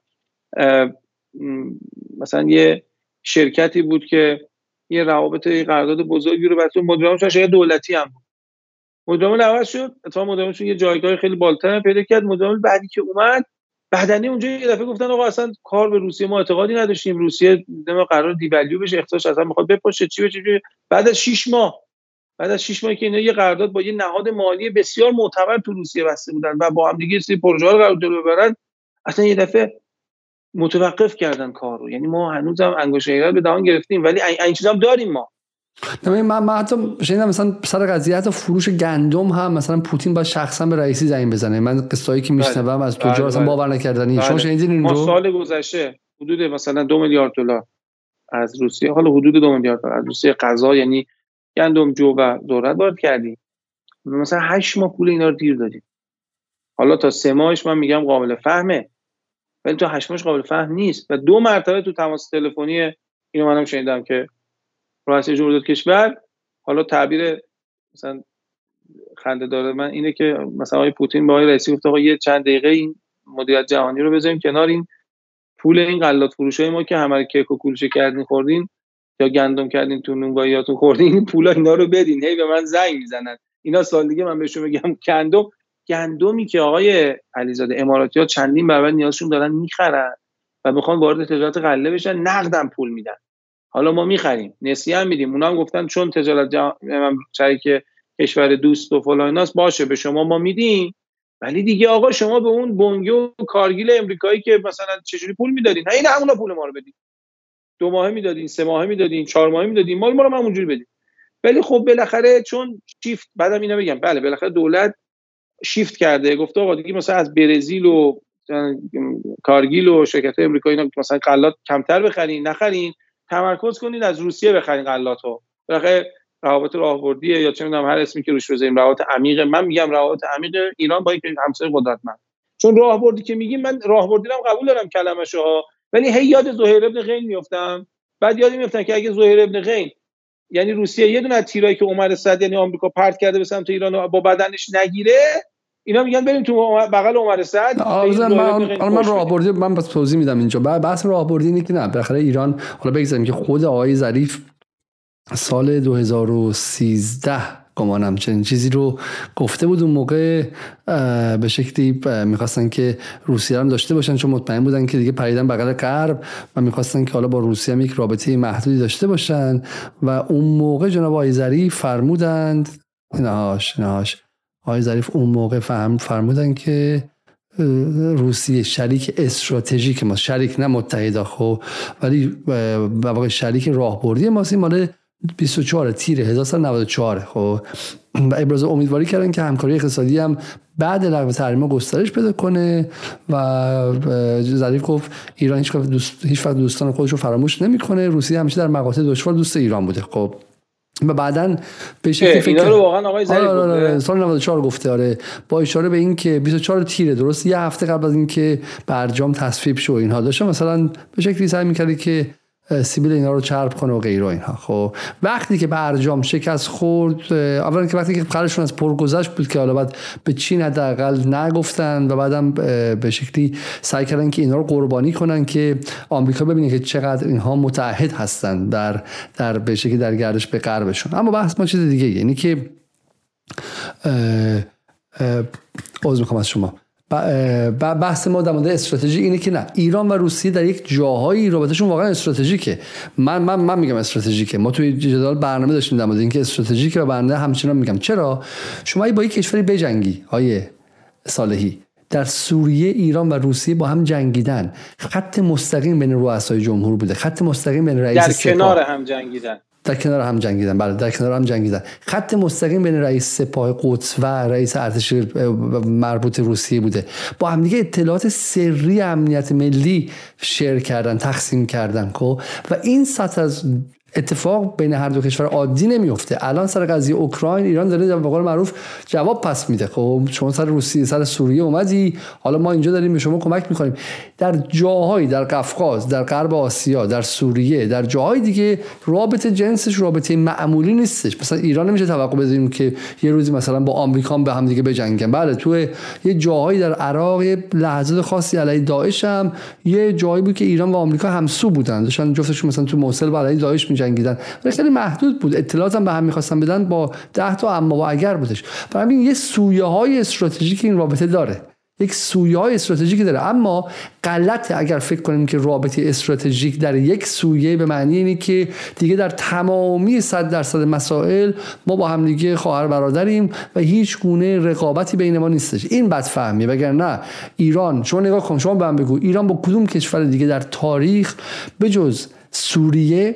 مثلا یه شرکتی بود که یه روابط قرارداد بزرگی رو بس مدیرعاملش شاید دولتی هم بود، مدیرعامل عوض شد، اتفاقا مدیرعاملشون یه جایگاه خیلی بالاتر پیدا کرد، مدیرعامل بعدی که اومد بعدنی اونجا یه دفعه گفتن آقا اصلا کار به روسیه ما اعتقادی نداشتیم، روسیه قرار دیوالو بشه، اقتصادش اصلا میخواد بپاشه، چی بشه. بعد از 6 ماه که اینا یه قرارداد با یه نهاد مالی بسیار معتبر تو روسیه بسته بودن و با هم دیگه سری پروژه‌ها رو قرار جلو ببرن، اصلا یه دفعه متوقف کردن کار رو. یعنی ما هنوزم انگشت ایران به دهان گرفتیم، ولی این چیزا هم داریم ما. من حتی شنیدم مثلا سر قضیه حتی فروش گندم هم مثلا پوتین باید شخصا به رئیسی زنگ بزنه. من قصه‌ای که میشنوم از تجار اصلا باور نکردنی. شما شنیدین این رو؟ ما سال گذشته حدود مثلا 2 میلیارد دلار از روسیه، حالا حدود 2 میلیارد دلار از روسیه غذا یعنی گندم، جو و ذرت وارد کردیم. مثلا 8 ماه پول اینا رو دیر دادیم. حالا تا 3 ماهش من میگم قابل فهمه، ولی تا 8 ماهش قابل فهم نیست. و 2 مرتبه تو تماس تلفنی اینو منم شنیدم که رئیس جمهوری کشور، حالا تعبیر مثلا خنده داره من اینه که مثلا آقای پوتین به آقای رئیسی گفت آقا یه چند دقیقه این مدیریت جهانی رو بذاریم کنار، این پول این غلات فروشای ما که همه کیک و کلوچه کردین خوردین یا گندم کردین تو نونواییاتون خوردین، این پولا اینا رو بدین. هی به من زنگ میزنن اینا، سال دیگه من بهشون میگم گندمی که آقای علیزاده اماراتی‌ها چندین برابر نیازشون دارن میخرن و میخوان وارد تجارت غله بشن، نقدم پول میدن. حالا ما میخریم نسیه هم میدیم، اونا هم گفتن چون تجارت شریک کشور دوست و فلاناست باشه به شما ما میدیم، ولی دیگه آقا شما به اون بنگه و کارگیل امریکایی که مثلا چجوری پول میدادین، نه این همونا پول ما رو بدین، 2 ماهه میدادین، 3 ماهه میدادین، 4 ماهه میدادین، ما رو هم اونجوری بدین. ولی خب بالاخره چون شیفت، بعدم اینا بگم بله بالاخره دولت شیفت کرده، گفته آقا دیگه مثلا از برزیل و کارگیل و شرکت امریکایی اینا مثلا غلات کمتر بخرین، نخرین، تمرکز کنین از روسیه بخرین غلاتو. بالاخره روابط راهبردیه یا چه میدونم هر اسمی که روش بذاریم، روابط عمیق، من میگم روابط عمیق ایران با یک همسایه قدرتمند. چون راهبردی که میگیم من راهبردی رو قبول دارم کلمه‌شو ها، ولی هی یاد زهیر ابن غین میافتم، بعد یاد میافتم که اگه زهیر ابن غین یعنی روسیه یه دونه از تیرایی که عمر صد یعنی آمریکا پرت کرده به سمت ایران با بدنش نگیره، اینا میگن بریم تو بغل عمر صد. من راهبردی من بس توضیح میدم اینجا. بحث راهبردی اینه که نه بالاخره ایران، حالا بگذاریم که خود آقای ظریف سال 2013 گمانم چنین چیزی رو گفته بود، اون موقع به شکلی میخواستن که روسیه هم داشته باشن چون مطمئن بودن که دیگه پریدن بغل غرب و میخواستن که حالا با روسیه هم یک رابطه محدودی داشته باشن و اون موقع جناب آقای ظریف فرمودند نهاش آقای ظریف اون موقع فرمودن که روسیه شریک استراتژیک ما، شریک نه متحد خب، ولی واقعا شریک راهبردی ماست. این مال 24 تیر 1994 خب، و ابراز امیدواری کردن که همکاری اقتصادی هم بعد لغو تحریم گسترش پیدا کنه و ظریف گفت ایران هیچ وقت دوستان خودش رو فراموش نمیکنه، روسیه همیشه در مقاطع دشوار دوست ایران بوده. خب و بعداً به شکلی فکر اینا رو واقعا آقای ظریف گفته سال 94 گفته آره، با اشاره به این که 24 تیره درست یه هفته قبل از این که برجام تصویب شه اینها داشته مثلا به شکلی سعی می‌کردی که سیبیل اینا رو چرب کنه و غیره اینها. خب وقتی که برجام شکست خورد، اولا که وقتی که قرارشون از پرگذشت بود که حالا بعد به چین حداقل نگفتن و بعدم به شکلی سعی کردن که اینا رو قربانی کنن که آمریکا ببینه که چقدر اینها متعهد هستن در به شکلی در گردش به غربشون. اما بحث ما چیز دیگه، یعنی که عذر میخوام از شما، بحث ما در مورد استراتژی اینه که نه ایران و روسیه در یک جاهایی رابطهشون واقعا استراتژیکه. من میگم استراتژیکه، ما توی جدال برنامه داشتیم در مورد اینکه استراتژیکه و برنامه همچنان میگم چرا شما با یک کشوری بجنگی آیه صالحی، در سوریه ایران و روسیه با هم جنگیدن، خط مستقیم بین رؤسای جمهور بوده، خط مستقیم بین رئیس در کنار هم جنگیدن، در کنار هم جنگیدن، بله در کنار هم جنگیدن، خط مستقیم بین رئیس سپاه قدس و رئیس ارتش مربوط روسیه بوده، با هم دیگه اطلاعات سری امنیت ملی شیر کردن، تقسیم کردن و این سطح از اتفاق بین هر دو کشور عادی نمیفته. الان سر قضیه اوکراین ایران داره به قول معروف جواب پس میده. خب شما سر روسیه سر سوریه اومدی، حالا ما اینجا داریم به شما کمک میکنیم. در جاهایی در قفقاز، در غرب آسیا، در سوریه، در جاهای دیگه رابطه جنسش رابطه معمولی نیستش. مثلا ایران نمیشه توقع بذاریم که یه روزی مثلا با آمریکا به هم دیگه بجنگن. بله تو یه جاهایی در عراق لحظات خاصی علیه داعش هم یه جایی بود که ایران و آمریکا همسو بودن، داشتن جفتشون مثلا تو موصل علیه داعش جنگیدن، ولی خیلی محدود بود، اطلاعات هم به هم می‌خواستن بدن با 10 تا اما و اگر بودش. برای همین یه سویه‌های استراتژیک این رابطه داره، یک سویه‌های استراتژیکی داره. اما غلطه اگر فکر کنیم که رابطه استراتژیک در یک سویه به معنی اینه که دیگه در تمامی 100% مسائل ما با هم دیگه خواهر برادریم و هیچ گونه رقابتی بین ما نیستش. این بدفهمیه. وگرنه ایران، شما نگاه کن، شما بهم بگو ایران با کدوم کشور دیگه در تاریخ بجز سوریه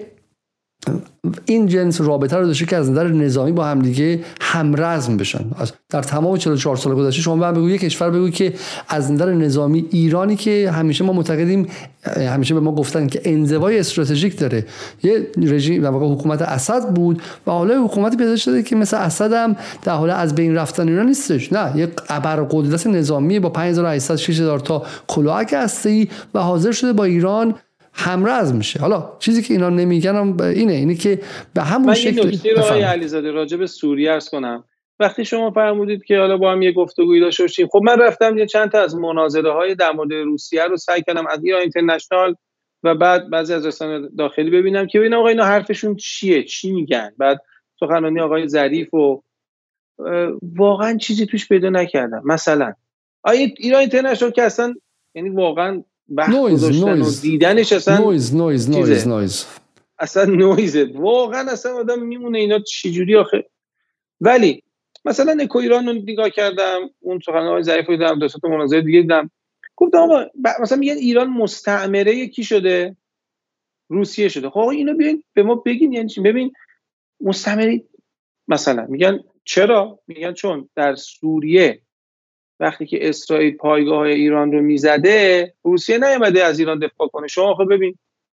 این جنس رابطه رو داشته که از نظر نظامی با هم دیگه همرزم بشن؟ در تمام 44 سال گذشته شما بهم بگو یک کشور بگو که از نظر نظامی ایرانی که همیشه ما معتقدیم، همیشه به ما گفتن که انزوای استراتژیک داره، یه رژیم در واقع حکومت اسد بود و حالا حکومتی پیدا شده که مثل اسد هم در حال از بین رفتن اینا نیستش، نه یک ابرقدرت نظامی با 5800 6000 تا کلاهک هسته‌ای و حاضر شده با ایران همراز میشه. حالا چیزی که اینا نمیگن اینه که به همون شکل. من یه نکته رو آقای علیزاده راجع به سوریه عرض کنم. وقتی شما فرمودید که حالا با هم یه گفتگویی داشته باشیم، خب من رفتم یه چند تا از مناظره‌های در مورد روسیه رو سعی کردم از ایران اینترنشنال و بعد بعضی از رسانه‌های داخلی ببینم که ببینم آقا اینا حرفشون چیه، چی میگن. بعد سخنرانی آقای ظریف و واقعا چیزی توش پیدا نکردم. مثلا ایران اینترنشنال که اصلا یعنی واقعا بحث گذاشتن و دیدنش اصلا نویز اصلا نویزه، واقعا اصلا آدم میمونه اینا چجوری آخه. ولی مثلا اکو ایران رو نگاه کردم، اون سخنرانی ظریف رو دیدم، دو تا مناظره دیگه دیدم، گفتم آقا مثلا میگن ایران مستعمره کی شده؟ روسیه شده. خب اینو بیاین به ما بگین یعنی چی. ببین مستعمره مثلا میگن چرا؟ میگن چون در سوریه وقتی که اسرائیل پایگاه‌های ایران رو میزده، روسیه نیامده از ایران دفاع کنه. شما خب ببین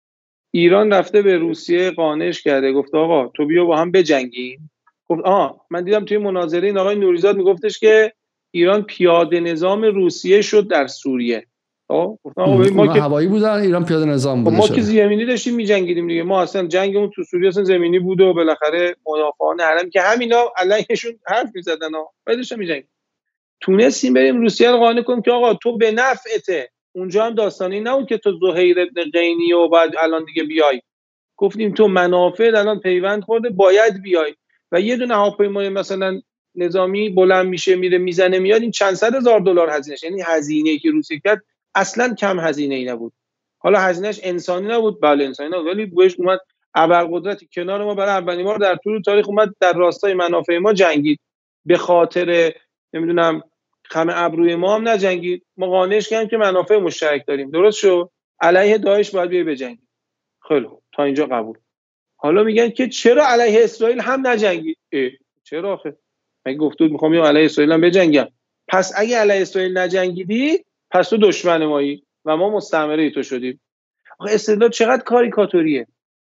ایران رفته به روسیه قانعش کرده، گفت آقا تو بیا با هم بجنگیم. گفت من دیدم توی مناظره این آقای نوریزاد میگفتش که ایران پیاده نظام روسیه شد در سوریه. گفت آقا ببین ما که هوایی بودن، ایران پیاده نظام بود. ما که زمینی داشتیم میجنگیدیم دیگه، ما اصلا جنگمون تو سوریه اصلا زمینی بود و بالاخره مدافعان حرم که همینا علیهشون حرف میزدن بعدش میجنگید. تونستیم بریم روسیه رو قانع کنیم که آقا تو به نفعته. اونجا هم داستانی نبود که تو زهیر ابن قینی و بعد الان دیگه بیای. گفتیم تو منافع الان پیوند خورده، باید بیای. و یه دونه هواپیمای مثلا نظامی بلند میشه میره میزنه میاد، این چند صد هزار دلار هزینه‌اش، یعنی هزینه‌ای که روسیه کرد اصلا کم هزینه‌ای نبود. حالا هزینه‌اش انسانی نبود، بله انسانی نبود، ولی بهش اومد ابرقدرتی کنار ما برای اولین بار در طول تاریخ اومد در راستای منافع ما جنگید. به خاطر نمیدونم خم ابروی ما هم نجنگید، ما قانعش کردیم که منافع مشترک داریم. درست شد؟ علیه داعش باید بیای بجنگید. خیلی تا اینجا قبول. حالا میگن که چرا علیه اسرائیل هم نجنگید؟ چرا آخه؟ من گفتم میخوام علیه اسرائیل هم بجنگم. پس اگه علیه اسرائیل نجنگیدی پس تو دشمن مایی و ما مستعمره تو شدیم. آخه استدلال چقدر کاریکاتوریه.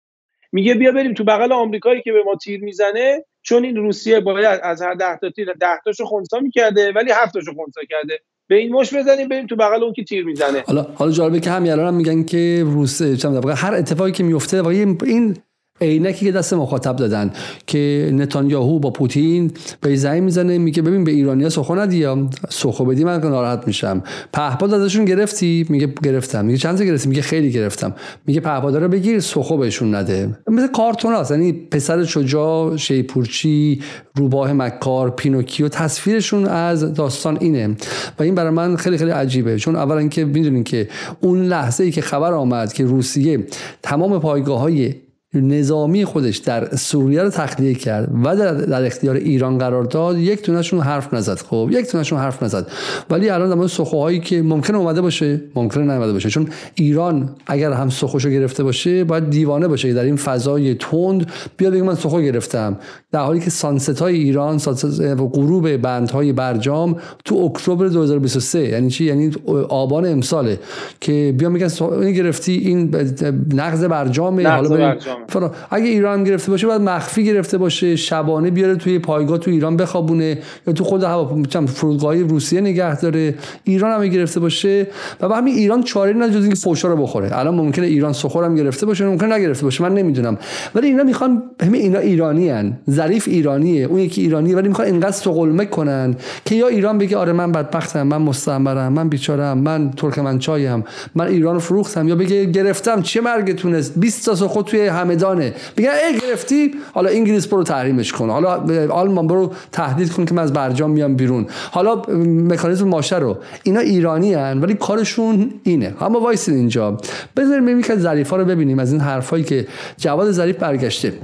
میگه بیا بریم تو بغل آمریکایی که به ما تیر میزنه، چون این روسیه باید از هر 10 تا تیر 10 تاشو خنثی میکرده ولی 7 تاشو خنثی کرده، به این مش بزنیم بریم تو بغل اون که تیر میزنه. حالا جالبه که همین الان هم میگن که روسیه هر اتفاقی که میفته این عینکی که دست مخاطب دادن که نتانیاهو با پوتین به زنگ میزنه میگه ببین به ایرانی‌ها سخن ندیا، سخن بدی من ناراحت میشم. پهپاد ازشون گرفتی؟ میگه گرفتم. میگه چند تا گرفتی؟ میگه خیلی گرفتم. میگه پهپادا رو بگیر سخن بهشون نده. مثل کارتوناست، یعنی پسر شجاع، شیپورچی، روباه مکار، پینوکیو، تصویرشون از داستان اینه و این برای من خیلی خیلی عجیبه. چون اولا که میدونین که اون لحظه‌ای که خبر آمد که روسیه تمام پایگاه‌های نظامی خودش در سوریه رو تخلیه کرد و در اختیار ایران قرار داد، یک تونشون حرف نزد. خب یک تونشون حرف نزد. ولی الان در مورد سخوهایی که ممکنه اومده باشه، ممکنه نیومده باشه، چون ایران اگر هم سخوشو گرفته باشه باید دیوانه باشه که در این فضای تند بیاد بگه من سخو گرفتم، در حالی که سانست‌های ایران و غروب بندهای برجام تو اکتبر 2023 یعنی چی؟ یعنی آبان امساله که بیان میگن این گرفتی، این نقض برجامه. حالا اگه ایران گرفته باشه باید مخفی گرفته باشه، شبانه بیاره توی پایگاه تو ایران بخوابونه یا تو خود فرودگاهی روسیه نگه داره. ایران هم گرفته باشه و با همین ایران چاره نداره جز اینکه فوشا رو بخوره. الان ممکنه ایران سخور هم گرفته باشه، ممکنه نگرفته باشه، من نمیدونم. ولی اینا میخوان اینا ایرانیان، ظریف ایرانیه، اون یکی ایرانیه، ولی میخوان اینقدر سقلمه کنن که یا ایران بگه آره من بدبختم، من مستعمرم، من بیچاره‌ام، من ترکمنچایم، من ایرانو فروختم، یا بگه گرفتم چه مرگتونه 20 تا سخو توی همدانه، بگن ای گرفتی حالا انگلیس برو تحریمش کن، حالا آلمان برو تهدید کن که من از برجام میام بیرون، حالا مکانیزم ماشه رو. اینا ایرانی ان ولی کارشون اینه. اما وایسین اینجا بذاریم ببینیم که ظریفا رو ببینیم از این حرفایی که جواد ظریف برگشته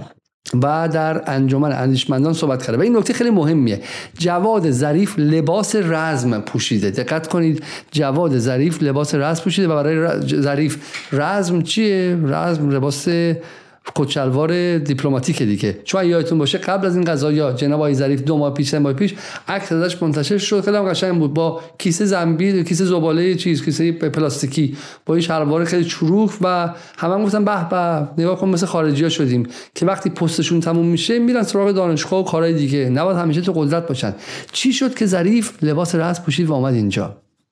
و در انجمن اندیشمندان صحبت کرده. و این نکته خیلی مهمیه، جواد ظریف لباس رزم پوشیده. دقت کنید، جواد ظریف لباس رزم پوشیده و برای ظریف رزم چیه؟ رزم لباس کچلوار دیپلماتیک دیگه. چون یادتون باشه قبل از این قضایا جناب آقای ظریف 2 ماه پیش 3 ماه پیش عکس ازش منتشر شد، خیلی قشنگ بود، با کیسه زنبیل، کیسه زباله، کیسه پلاستیکی، با این شلوار خیلی چروک و همه گفتن به به نگاه کن مثل خارجی‌ها شدیم که وقتی پستشون تموم میشه میرن سراغ دانشگاه و کارهای دیگه، نباید همیشه تو قدرت باشن. چی شد که ظریف لباس رسم پوشید و اومد اینجا؟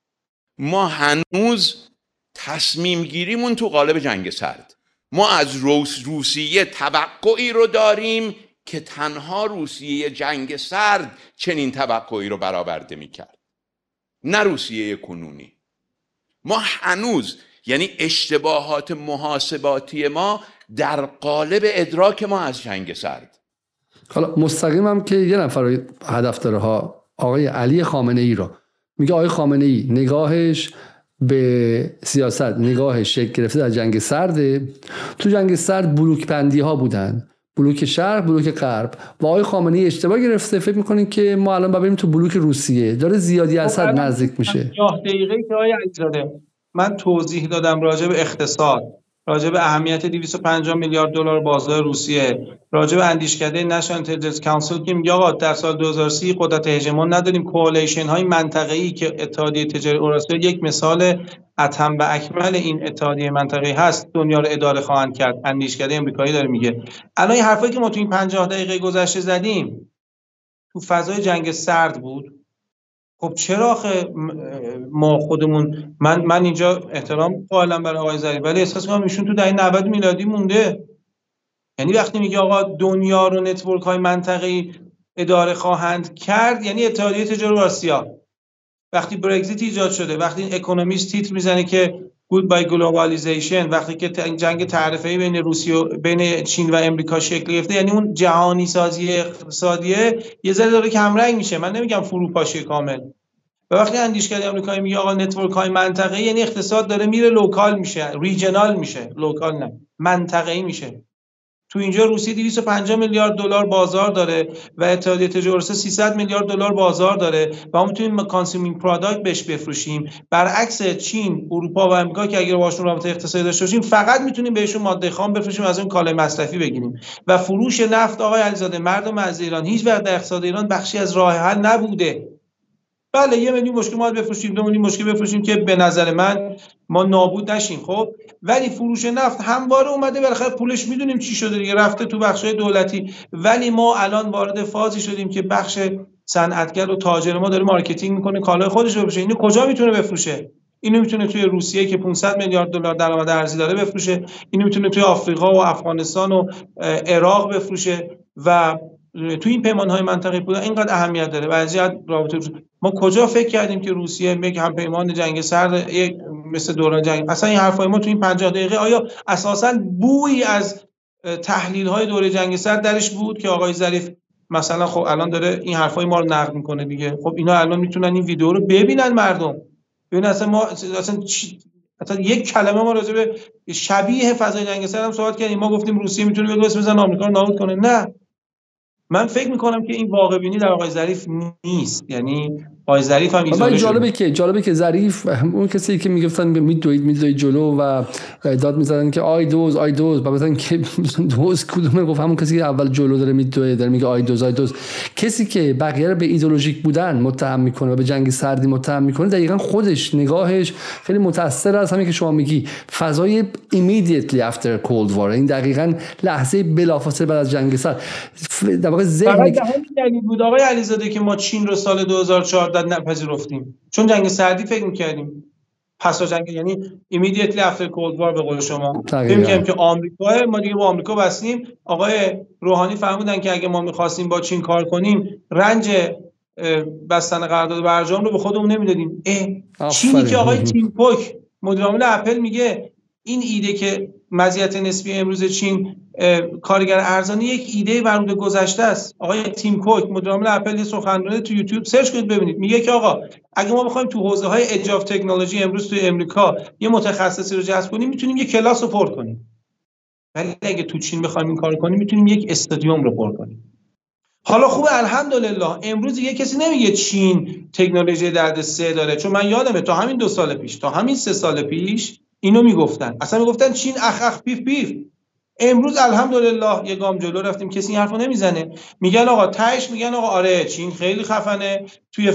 ما هنوز تصمیم گیریمون تو قالب جنگ سرد. ما از روسیه توقعی رو داریم که تنها روسیه جنگ سرد چنین توقعی رو برآورده میکرد، نه روسیه کنونی. ما هنوز، یعنی اشتباهات محاسباتی ما در قالب ادراک ما از جنگ سرد. حالا مستقیم هم که یه نفر هدف داره ها، آقای علی خامنه ای رو میگه آقای خامنه ای نگاهش به سیاست نگاهش شکل گرفته در جنگ سرده. تو جنگ سرد بلوک بندی ها بودن، بلوک شرق، بلوک غرب، و آقای خامنه ای اشتباه گرفته، فکر میکنین که ما الان بریم تو بلوک روسیه، داره زیادی اسد نزدیک میشه. 50 دقیقه که آقای علیزاده من توضیح دادم راجع به اقتصاد، راجع به اهمیت 250 میلیارد دلار بازار روسیه، راجع به اندیشکده نشنال اینتلیجنس کانسل که میگه آقا در سال 2030 قدرت هژمون نداریم، کوآلیشن های منطقه‌ای که اتحادیه تجاری اوراسیا یک مثال اتم و اکمل این اتحادیه منطقه‌ای هست دنیا رو اداره خواهند کرد، اندیشکده آمریکایی داره میگه. الان این حرفایی که ما تو این 50 دقیقه گذشته زدیم تو فضای جنگ سرد بود. خب چرا آخه ما خودمون، من اینجا احترام قائلم برای آقای ظریف، ولی احساس می‌کنم ایشون تو دهه 90 میلادی مونده. یعنی وقتی میگه آقا دنیا رو نتورک های منطقه‌ای اداره خواهند کرد، یعنی اتحادیه تجاری آسیا. وقتی برگزیت ایجاد شده، وقتی اکونومیست تیتر میزنه که گود بای گلوبالیزیشن، وقتی که جنگ تعرفه‌ای بین روسیه بین چین و امریکا شکل گرفته، یعنی اون جهانی سازی اقتصادیه یه ذره داره کم رنگ میشه. من نمیگم فروپاشی کامل. و وقتی اندیشکده آمریکایی میگه آقا نتورک های منطقه‌ای، یعنی اقتصاد داره میره لوکال میشه، ریجنال میشه، لوکال نه، منطقه‌ای میشه. تو اینجا روسیه 250 میلیارد دلار بازار داره و اتحادیه تجاری اوراسیا 300 میلیارد دلار بازار داره و ما میتونیم کانسومینگ پروداکت بهش بفروشیم. برعکس چین، اروپا و آمریکا که اگر باشون رابطه اقتصادی داشته باشیم فقط میتونیم بهشون ماده خام بفروشیم، از اون کالای مصرفی بگیریم. و فروش نفت آقای علیزاده، مردم از ایران هیچ وقت در اقتصاد ایران بخشی از راه حل نبوده. بله 1 میلیون بشکه ما بفروشیم، 2 میلیون بشکه بفروشیم که به نظر من ما نابود نشیم، خب ولی فروش نفت همواره اومده، بالاخره پولش میدونیم چی شده دیگه، رفته تو بخشای دولتی. ولی ما الان وارد فازی شدیم که بخش صنعتگر و تاجر ما داره مارکتینگ میکنه کالای خودش رو بفروشه. اینو کجا میتونه بفروشه؟ اینو میتونه توی روسیه که 500 میلیارد دلار درآمد ارزی داره بفروشه، اینو میتونه توی آفریقا و افغانستان و عراق بفروشه و تو این پیمان‌های منطقه‌ای بودن اینقدر اهمیت داره. وضعیت رابطه ما کجا فکر کردیم که روسیه یک هم پیمان جنگ سرد مثل دوران جنگ، اصلا این حرفای ما تو این 50 دقیقه آیا اساساً بویی از تحلیل‌های دوره جنگ سرد درش بود که آقای ظریف مثلا خب الان داره این حرفای ما رو نقد میکنه دیگه؟ خب اینا الان میتونن این ویدیو رو ببینن مردم، ببینن اصلا ما اصلا یک کلمه ما راجع به شبیه فضای جنگ سرد هم صحبت کردیم. ما گفتیم روسیه میتونه بگه اسم بزنه آمریکا رو نابود کنه. نه، من فکر میکنم که این واقع بینی در آقای ظریف نیست. یعنی آقای ظریف هم ایزوله شده. جالبه که ظریف اون کسی که میگفتن میدوید جلو و داد میزدن که آی دوز و مثلا که دوز کدومه، گفت همون کسی که اول جلو داره میدوید داره میگه آی دوز. کسی که بقیه رو به ایدئولوژیک بودن متهم میکنه و به جنگ سردی متهم میکنه، دقیقاً خودش نگاهش خیلی متأثر از همین که شما میگی فضای immediately after cold war، این دقیقاً لحظه بلافاصله بعد از جنگ سرد. در واقع ذهن دلیل بود آقای علیزاده که ما چین رو سال 2014 نپذیرفتیم، چون جنگ سردی فکر می‌کردیم پس از جنگ، یعنی immediately after cold war به قول شما فکر می‌کردیم که آمریکا، ما دیگه با آمریکا بستیم. آقای روحانی فرمودن که اگه ما می‌خواستیم با چین کار کنیم رنج بستن قرارداد برجام رو به خودمون نمیدادیم. چینی که آقای تیم کوک مدیر عامل اپل میگه این ایده که مزیت نسبی امروز چین کارگر ارزانی یک ایده ورود گذشته است. آقای تیم کوک مدیر عامل اپل سخنرانی تو یوتیوب سرچ کنید ببینید، میگه که آقا اگه ما بخوایم تو حوزه‌های ایج اف تکنولوژی امروز تو امریکا یه متخصصی رو جذب کنیم میتونیم یه کلاس رو پر کنیم، ولی اگه تو چین بخوایم این کارو کنیم میتونیم یک استادیوم رو پر کنیم. حالا خوبه الحمدلله امروز یه کسی نمیگه چین تکنولوژی دردسر داره، چون من یادمه تا همین 2 سال پیش، تا همین 3 سال پیش اینو میگفتن، اصلا میگفتن چین اخ پیف پیف. امروز الحمدلله یه گام جلو رفتیم، کسی این حرفو نمیزنه. میگن آقا تهش میگن آقا آره چین خیلی خفنه توی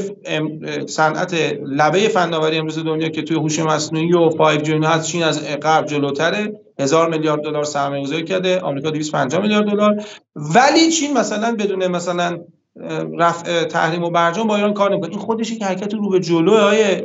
صنعت لبه فناوری امروز دنیا که توی هوش مصنوعی و 5G هست، چین از غرب جلوتره، 1000 میلیارد دلار سرمایه‌گذاری کرده، آمریکا 250 میلیارد دلار، ولی چین مثلا بدون مثلا رفع تحریم و برجام با ایران کار نمی‌کنه. این خودش یک حرکت رو به جلو های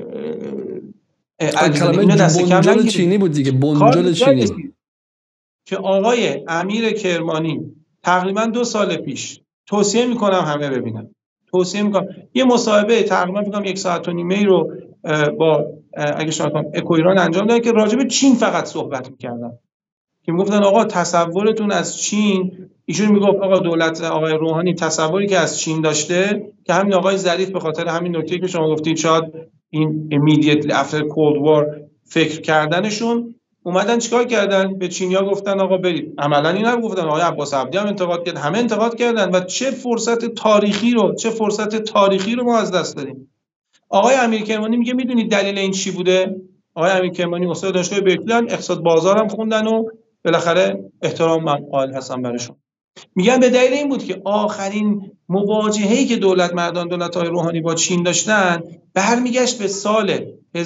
کلمه بنجل چینی بود دیگه، بنجل چینی که آقای امیر کرمانی تقریبا 2 سال پیش، توصیه میکنم همه ببینن، توصیه میکنم، یه مصاحبه تقریبا فکر کنم 1.5 ساعت رو با اگه شما اکو ایران انجام دادن که راجع به چین فقط صحبت میکردن، که میگفتن آقا تصورتون از چین، ایشون میگفت آقا دولت آقای روحانی تصوری که از چین داشته که همین آقای ظریف به خاطر همین نکته که شما گفتید شاید این immediately after cold war فکر کردنشون اومدن چیکار کردن؟ به چینیا گفتن آقا برید. عملاً این هم گفتن، آقای عباس عبدی هم انتقاد کرد، همه انتقاد کردن و چه فرصت تاریخی رو ما از دست دادیم. آقای امیرکرمانی میگه میدونید دلیل این چی بوده؟ آقای امیرکرمانی استاد دانشگاه برکلی، اقتصاد بازار هم خوندن و بالاخره احترام من قائل هستم براشون. میگن به دلیل این بود که آخرین مواجهه‌ای که دولت‌های روحانی با چین داشتن برمیگشت به سال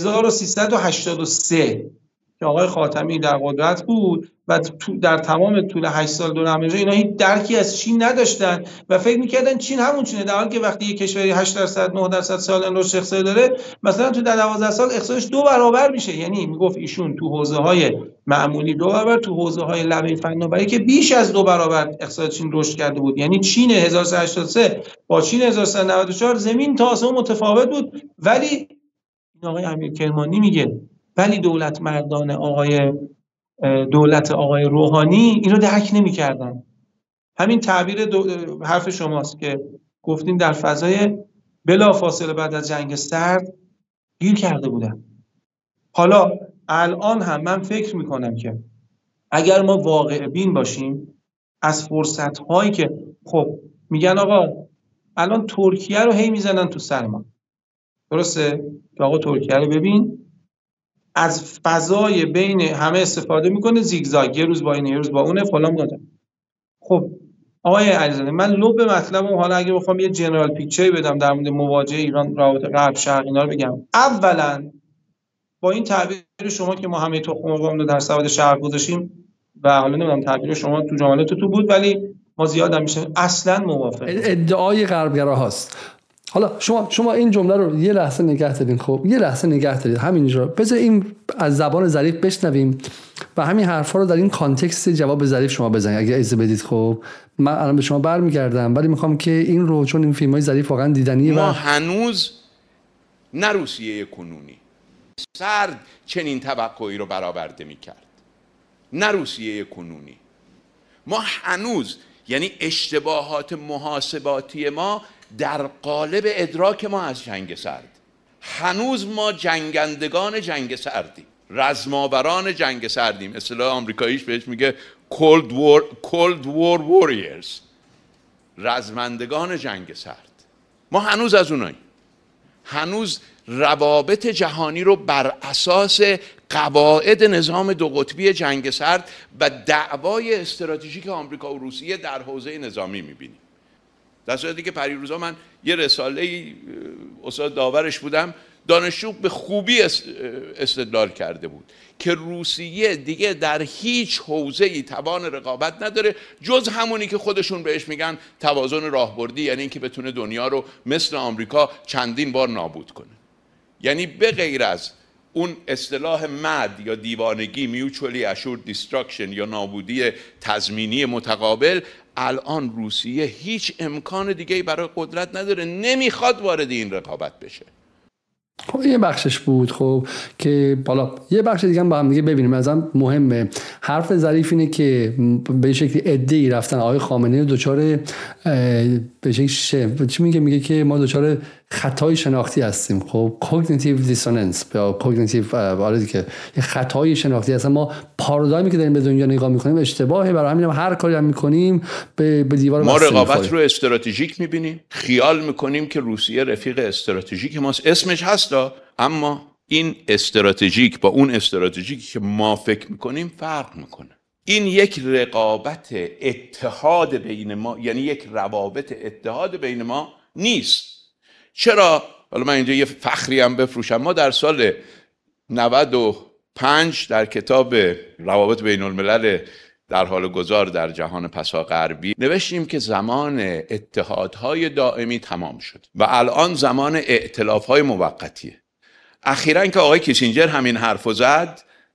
1383 که آقای خاتمی در قدرت بود و در تمام طول 8 سال دوران امیرجان اینا هیچ درکی از چین نداشتن و فکر می‌کردن چین همون چینه، در حالی که وقتی یک کشوری 8% 9% سالانه رشد اقتصادی داره، مثلا تو در 12 سال اقتصادش 2 برابر میشه. یعنی میگفت ایشون تو حوزه‌های معمولی 2 برابر، تو حوزه‌های لبه فناوری که بیش از 2 برابر اقتصاد چین رشد کرده بود. یعنی چین 1383 با چین 1394 زمین تا آسمون متفاوت بود. ولی این آقای امیرکرمانی میگه ولی دولت آقای روحانی اینو درک نمی‌کردن. همین تعبیر حرف شماست که گفتین در فضای بلافاصله بعد از جنگ سرد گیر کرده بودن. حالا الان هم من فکر میکنم که اگر ما واقع بین باشیم از فرصت‌هایی که خب میگن آقا الان ترکیه رو هی میزنن تو سر ما، درسته؟ که آقا ترکیه رو ببین از فضای بین همه استفاده میکنه، زیگزاگ، یه روز با اینه یه روز با اونه فلان بوده. خب آقای علیزاده من لب مطلبم، حالا اگه بخوام یه جنرال پیکچری بدم در مورد مواجهه ایران روابط غرب شرق اینا رو بگم، اولا با این تعبیر شما که ما همه تخم مرغ رو در سواد شرق گذاشیم و حالا نمیدونم تعبیر شما تو جملات تو بود ولی ما زیاد هم میشه اصلا موافق ادعای غربگرا هست. حالا شما این جمله رو یه لحظه نگه دارین، خب یه لحظه نگه دارید همینجا، بذار این از زبان ظریف بشنویم و همین حرفا رو در این کانتکست جواب ظریف شما بزنید اگه اجازه بدید. خب من الان به شما برمیگردم ولی میخوام که این رو، چون این فیلم‌های ظریف واقعا دیدنیه ما هنوز نه روسیه کنونی سرد چنین توقعی رو برآورده می‌کرد، نه روسیه کنونی. ما هنوز، یعنی اشتباهات محاسباتی ما در قالب ادراک ما از جنگ سرد، هنوز ما جنگندگان جنگ سردیم، رزماوران جنگ سردیم. اصطلاح آمریکاییش بهش میگه Cold War Warriors، رزمندگان جنگ سرد. ما هنوز از اوناییم، هنوز روابط جهانی رو بر اساس قواعد نظام دو قطبی جنگ سرد و دعوای استراتژیک آمریکا و روسیه در حوزه نظامی میبینیم. در صورتی که پریروزا من یه رساله استاد داورش بودم، دانشجو به خوبی استدلال کرده بود که روسیه دیگه در هیچ حوزه‌ای توان رقابت نداره جز همونی که خودشون بهش میگن توازن راهبردی، یعنی اینکه بتونه دنیا رو مثل آمریکا چندین بار نابود کنه. یعنی به غیر از اون اصطلاح مد یا دیوانگی mutually assured destruction یا نابودی تضمینی متقابل، الان روسیه هیچ امکان دیگه‌ای برای قدرت نداره، نمیخواد وارد این رقابت بشه. خب یه بخشش بود. خب که بالا یه بخش دیگه هم با هم دیگه ببینیم، ازم مهمه. حرف ظریف اینه که به شکلی عده‌ای رفتن آقای خامنه‌ای دوچار به شکلی چی میگه که ما دوچار خطای شناختی هستیم. خب cognitive dissonance یا cognitive آره که یه خطای شناختی هست. ما پارادایمی که داریم به دنیا نگاه میکنیم اشتباهه، برای همین هر کاری هم میکنیم به دیوار ما رقابت رو استراتژیک میبینیم، خیال میکنیم که روسیه رفیق استراتژیک ماست، اسمش هستا، اما این استراتژیک با اون استراتژیکی که ما فکر میکنیم فرق میکنه. این یک رقابت اتحاد بین ما، یعنی یک روابط اتحاد بین ما نیست. چرا؟ حالا من اینجا یه فخری هم بفروشم. ما در سال 95 در کتاب روابط بین الملل در حال گذار در جهان پسا غربی نوشتیم که زمان اتحادهای دائمی تمام شد و الان زمان ائتلافهای موقتیه. اخیراً که آقای کیسینجر همین حرفو زد،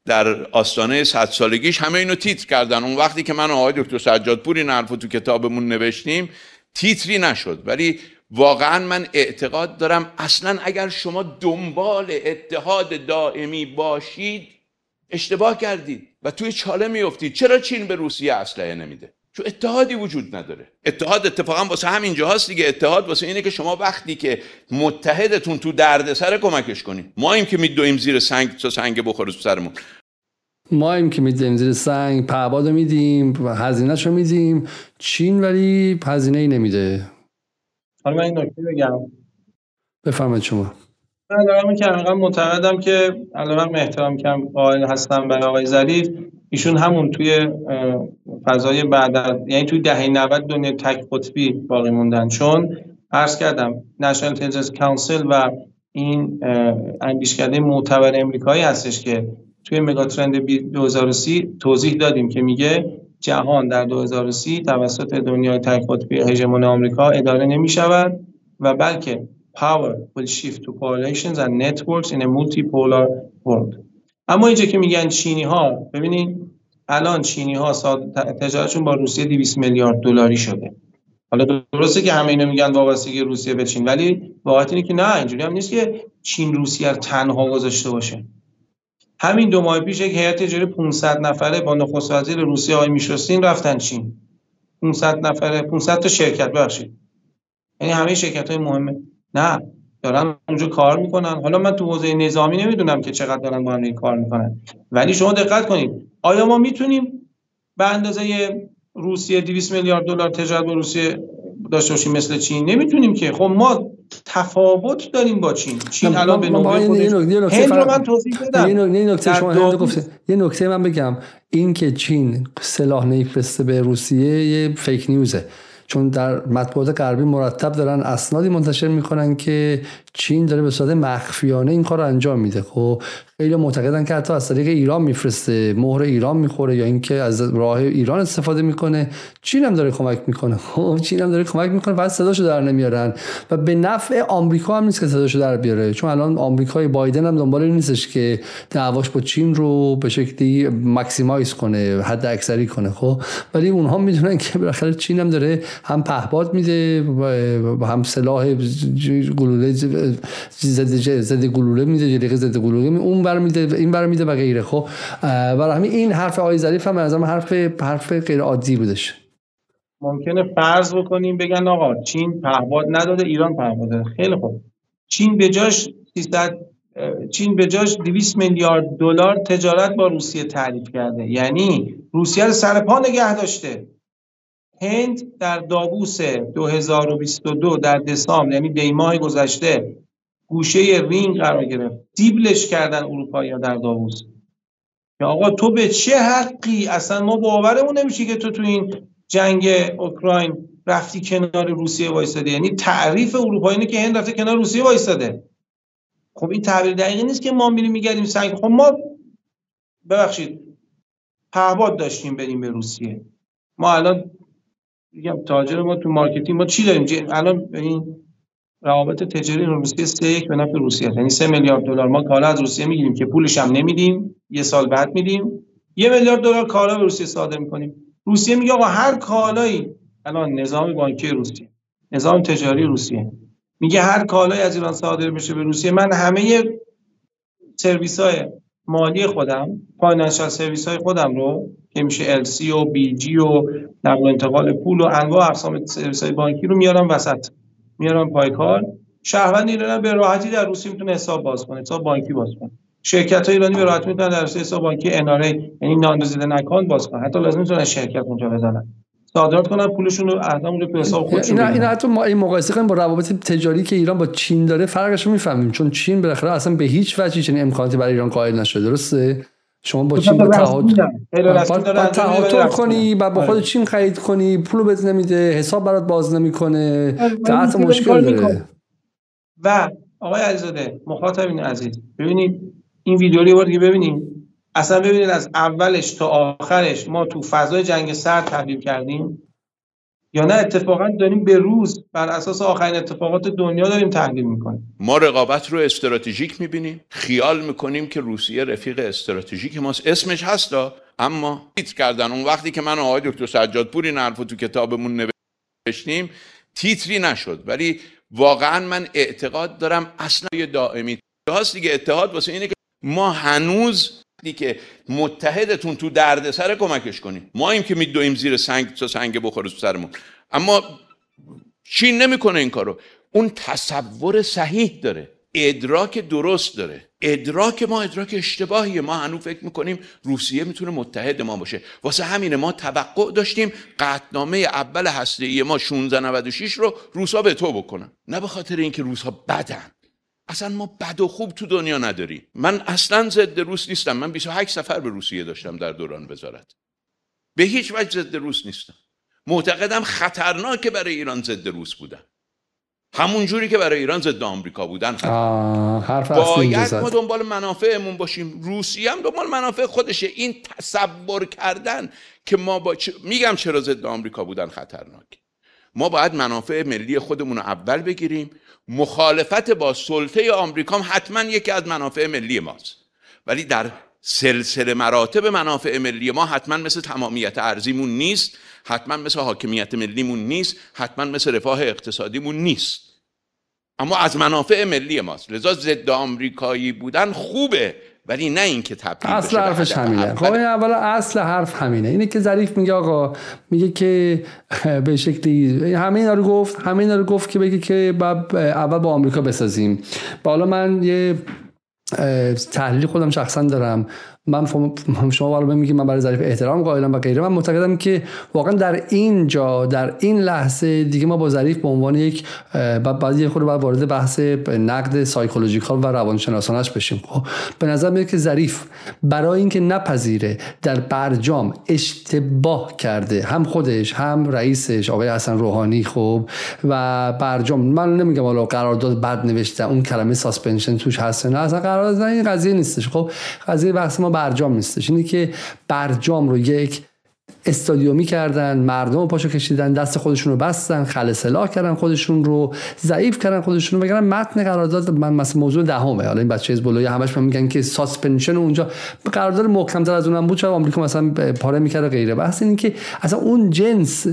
در آستانه 100 سالگیش همه اینو تیتر کردن. اون وقتی که من و آقای دکتر سجادپور این حرفو تو کتابمون نوشتیم تیتری نشد، ولی واقعا من اعتقاد دارم اصلا اگر شما دنبال اتحاد دائمی باشید اشتباه کردید و توی چاله میافتید. چرا چین به روسیه اسلحه نمیده؟ چون اتحادی وجود نداره. اتحاد اتفاقا واسه همین جاهاست دیگه. اتحاد واسه اینه که شما وقتی که متحدتون تو دردسر کمکش کنید. ما ایم که میدویم زیر سنگ تا سنگ بخوره تو سرمون. ما ایم که میدیم زیر سنگ، پهبادو میدیم، هزینه‌شو میدیم. چین ولی هزینه‌ای نمیده. حالا من این نکته بگم. بفرمایید شما. من دارم که حقیقتا معتقدم که علاوه احترام کم قائل هستم برای آقای ظریف، ایشون همون توی فضای بعد از یعنی توی دهه 90 دنیا تک قطبی باقی موندن، چون عرض کردم نشنال اینتلیجنس کانسل و این اندیشکده معتبر امریکایی هستش که توی مگاترند 2030 توضیح دادیم که میگه جهان در 2030 توسط دنیای تک قطبی هژمون آمریکا اداره نمی‌شود و بلکه power will shift to coalitions and networks in a multipolar world. اما اینجا که میگن چینی ها، ببینید الان چینی ها تجارتشون با روسیه 200 میلیارد دلاری شده. حالا درسته که همه اینا میگن وابستگی روسیه به چین، ولی واقعیت اینه که نه، اینجوری هم نیست که چین روسیه رو تنها گذاشته باشه. همین 2 ماه پیش یک هیئت تجاری 500 نفره با نخست وزیر روسیه آقای میشوستین رفتن چین. 500 نفره، 500 تا شرکت بخشید. یعنی همه شرکت‌های مهمه نه دارن اونجا کار میکنن. حالا من تو حوزه نظامی نمیدونم که چقدر دارن با هم کار میکنن، ولی شما دقت کنید آیا ما میتونیم به اندازه روسیه 200 میلیارد دلار تجارت با روسیه داشته باشیم مثل چین؟ نمیتونیم که. خب ما تفاوت داریم با چین. چین الان به نوبه خودش هند رو من توضیح بدم. یه نکته من بگم، این که چین سلاح نمیفرسته به روسیه یه فیک نیوزه، چون در مطبوعات غربی مرتب دارن اسنادی منتشر میکنن که چین داره به صورت مخفیانه این کار رو انجام میده. خب خیلی معتقدن که حتی از طریق ایران میفرسته، مهر ایران میخوره، یا اینکه از راه ایران استفاده میکنه. چین هم داره کمک میکنه. خب چین هم داره کمک میکنه، فقط صداشو در نمیارن و به نفع آمریکا هم نیست که صداشو در بیاره، چون الان آمریکای بایدن هم دنبال این نیستش که دعواش با چین رو به شکلی ماکسیمایز کنه، حد اکثری کنه. خب ولی اونها میدونن که بالاخره چین هم داره هم پهپاد میده و هم سلاح گلوله ضد گلوله میده، جلیقه ضد گلوله اون بر میده، این بر میده و غیره. خب برای همین این حرف آقای ظریف هم از حرف غیر عادی بودش. ممکنه فرض بکنیم بگن آقا چین پهپاد نداده، ایران پهپاد داده. خیلی خوب، چین به جاش 200 میلیارد دلار تجارت با روسیه تعریف کرده، یعنی روسیه رو سر پا نگه داشته. هند در داووس 2022 در دسامبر، یعنی دی ماه گذشته، گوشه رینگ قرار گرفت. دیبلش کردن اروپایی‌ها در داووس. یا آقا تو به چه حقی؟ اصلا ما باورمون نمیشه که تو این جنگ اوکراین رفتی کنار روسیه وایساده. یعنی تعریف اروپایی اینه که هند رفته کنار روسیه وایساده. خب این تعبیر دقیقی نیست که ما میریم میگردیم سنگ. خب ما ببخشید پهپاد داشتیم بریم به روسیه. ما الان میگم تاجر ما تو مارکتینگ ما چی داریم؟ الان این روابط تجاری روسیه 3-1 به نفع روسیه، یعنی 3 میلیارد دلار ما کالا از روسیه میگیریم که پولش هم نمیدیم، یه سال بعد میدیم. 1 میلیارد دلار کالا به روسیه صادر میکنیم. روسیه میگه آقا هر کالایی، الان نظام بانکی روسیه، نظام تجاری روسیه میگه هر کالایی از ایران صادر بشه به روسیه، من همه سرویس‌های مالی خودم، فاینانشال سرویس‌های خودم رو که میشه LC و BG و نقل و انتقال پول و انواع اقسام سرویس‌های بانکی رو میارم وسط، میارم پای کار. شهروند ایرانی به راحتی در روسیه میتونه حساب باز کنه، حساب بانکی باز کنه. شرکت‌های ایرانی به راحتی میتونن در روسیه حساب بانکی NRA یعنی نان رزیدنت اکانت باز کنن. حتی لازم نیست شرکت اونجا بزنن، صادرات کنن، پولشون رو اهدامون رو به حساب خودشون. اینا حتی ما این مقایسه کنیم با روابط تجاری که ایران با چین داره، فرقش رو میفهمیم، چون چین بالاخره اصلا به هیچ وجهی چنین امکاناتی برای ایران قائل نشده. درسته؟ شما با چین با تهاتر کنی، بعد با خود چین خرید کنی، پولو بهت نمیده، حساب برات باز نمیکنه، تحت مشکل داره. و آقای علیزاده مخاطبین عزیز، ببینید این ویدیو رو یه بار دیگه ببینید، اصلا ببینید از اولش تا آخرش ما تو فضای جنگ سرد تحلیل کردیم. یا نه اتفاقا داریم به روز بر اساس آخرین اتفاقات دنیا داریم تحلیل میکنیم؟ ما رقابت رو استراتژیک میبینیم، خیال میکنیم که روسیه رفیق استراتژیک ماست، اسمش هستا، اما تیتر کردن. اون وقتی که من و آقای دکتر سجادپور این حرفو تو کتابمون نوشتیم تیتری نشد، ولی واقعا من اعتقاد دارم اصلا دائمی هست دیگه. اتحاد واسه اینه که ما هنوز که متحدتون تو دردسر کمکش کنیم. ما ایم که میدویم زیر سنگ تا سنگ بخوره تو سرمون، اما چین نمیکنه این کارو. اون تصور صحیح داره، ادراک درست داره. ادراک ما ادراک اشتباهیه. ما هنوز فکر میکنیم روسیه میتونه متحد ما باشه. واسه همینه ما توقع داشتیم قطعنامه اول هسته‌ای ما 1696 رو روسا به تو بکنن، نه به خاطر اینکه روسا بدن. اصلا ما بد و خوب تو دنیا نداریم. من اصلا ضد روس نیستم. من 28 سفر به روسیه داشتم در دوران وزارت. به هیچ وجه ضد روس نیستم. معتقدم خطرناکه برای ایران ضد روس بودن، همون جوری که برای ایران ضد آمریکا بودن. باید ما دنبال منافعمون باشیم. روسیه هم دنبال منافع خودشه. این تصور کردن که ما میگم چرا ضد آمریکا بودن خطرناکه. ما باید منافع ملی خودمون رو اول بگیریم. مخالفت با سلطه آمریکا هم حتما یکی از منافع ملی ماست، ولی در سلسله مراتب منافع ملی ما حتما مثل تمامیت ارضیمون نیست، حتما مثل حاکمیت ملیمون نیست، حتما مثل رفاه اقتصادیمون نیست، اما از منافع ملی ماست. لذا ضد آمریکایی بودن خوبه، ولی نه این که تبدیل بشه. اصل حرفش همینه. خب اولا اصل حرف همینه. اینه که ظریف میگه آقا، میگه که به شکلی همه اینا رو گفت که بگه که اول با آمریکا بسازیم. حالا من یه تحلیل خودم شخصا دارم. من شما والا میگید من برای ظریف احترام قائلم و غیره. من معتقدم که واقعا در اینجا در این لحظه دیگه ما با ظریف به عنوان یک بعد یه خورده وارد بحث نقد سایکولوژیکال و روانشناسانش بشیم. خب به نظر میاد که ظریف برای اینکه نپذیره در برجام اشتباه کرده، هم خودش هم رئیسش آقای حسن روحانی، خب و برجام، من نمیگم حالا قرارداد بد نوشته، اون کلمه ساسپنشن توش هست نه، اصلا قرارداد این قضیه نیستش. خب قضیه بحث ما برجام نیستش. اینه که برجام رو یک استادیومی کردن، مردم رو پاشو کشیدن، دست خودشون رو بستن، خل سلاح کردن خودشون رو، ضعیف کردن خودشون رو. بگن متن قرارداد من مثلا موضوع دهمه. حالا این بچه حزب الله همش میگن که ساسپنشن اونجا قرارداد محکم‌تر از اونم بود، چرا آمریکا مثلا پاره می‌کرد غیره. بحث اینه که اصلا اون جنس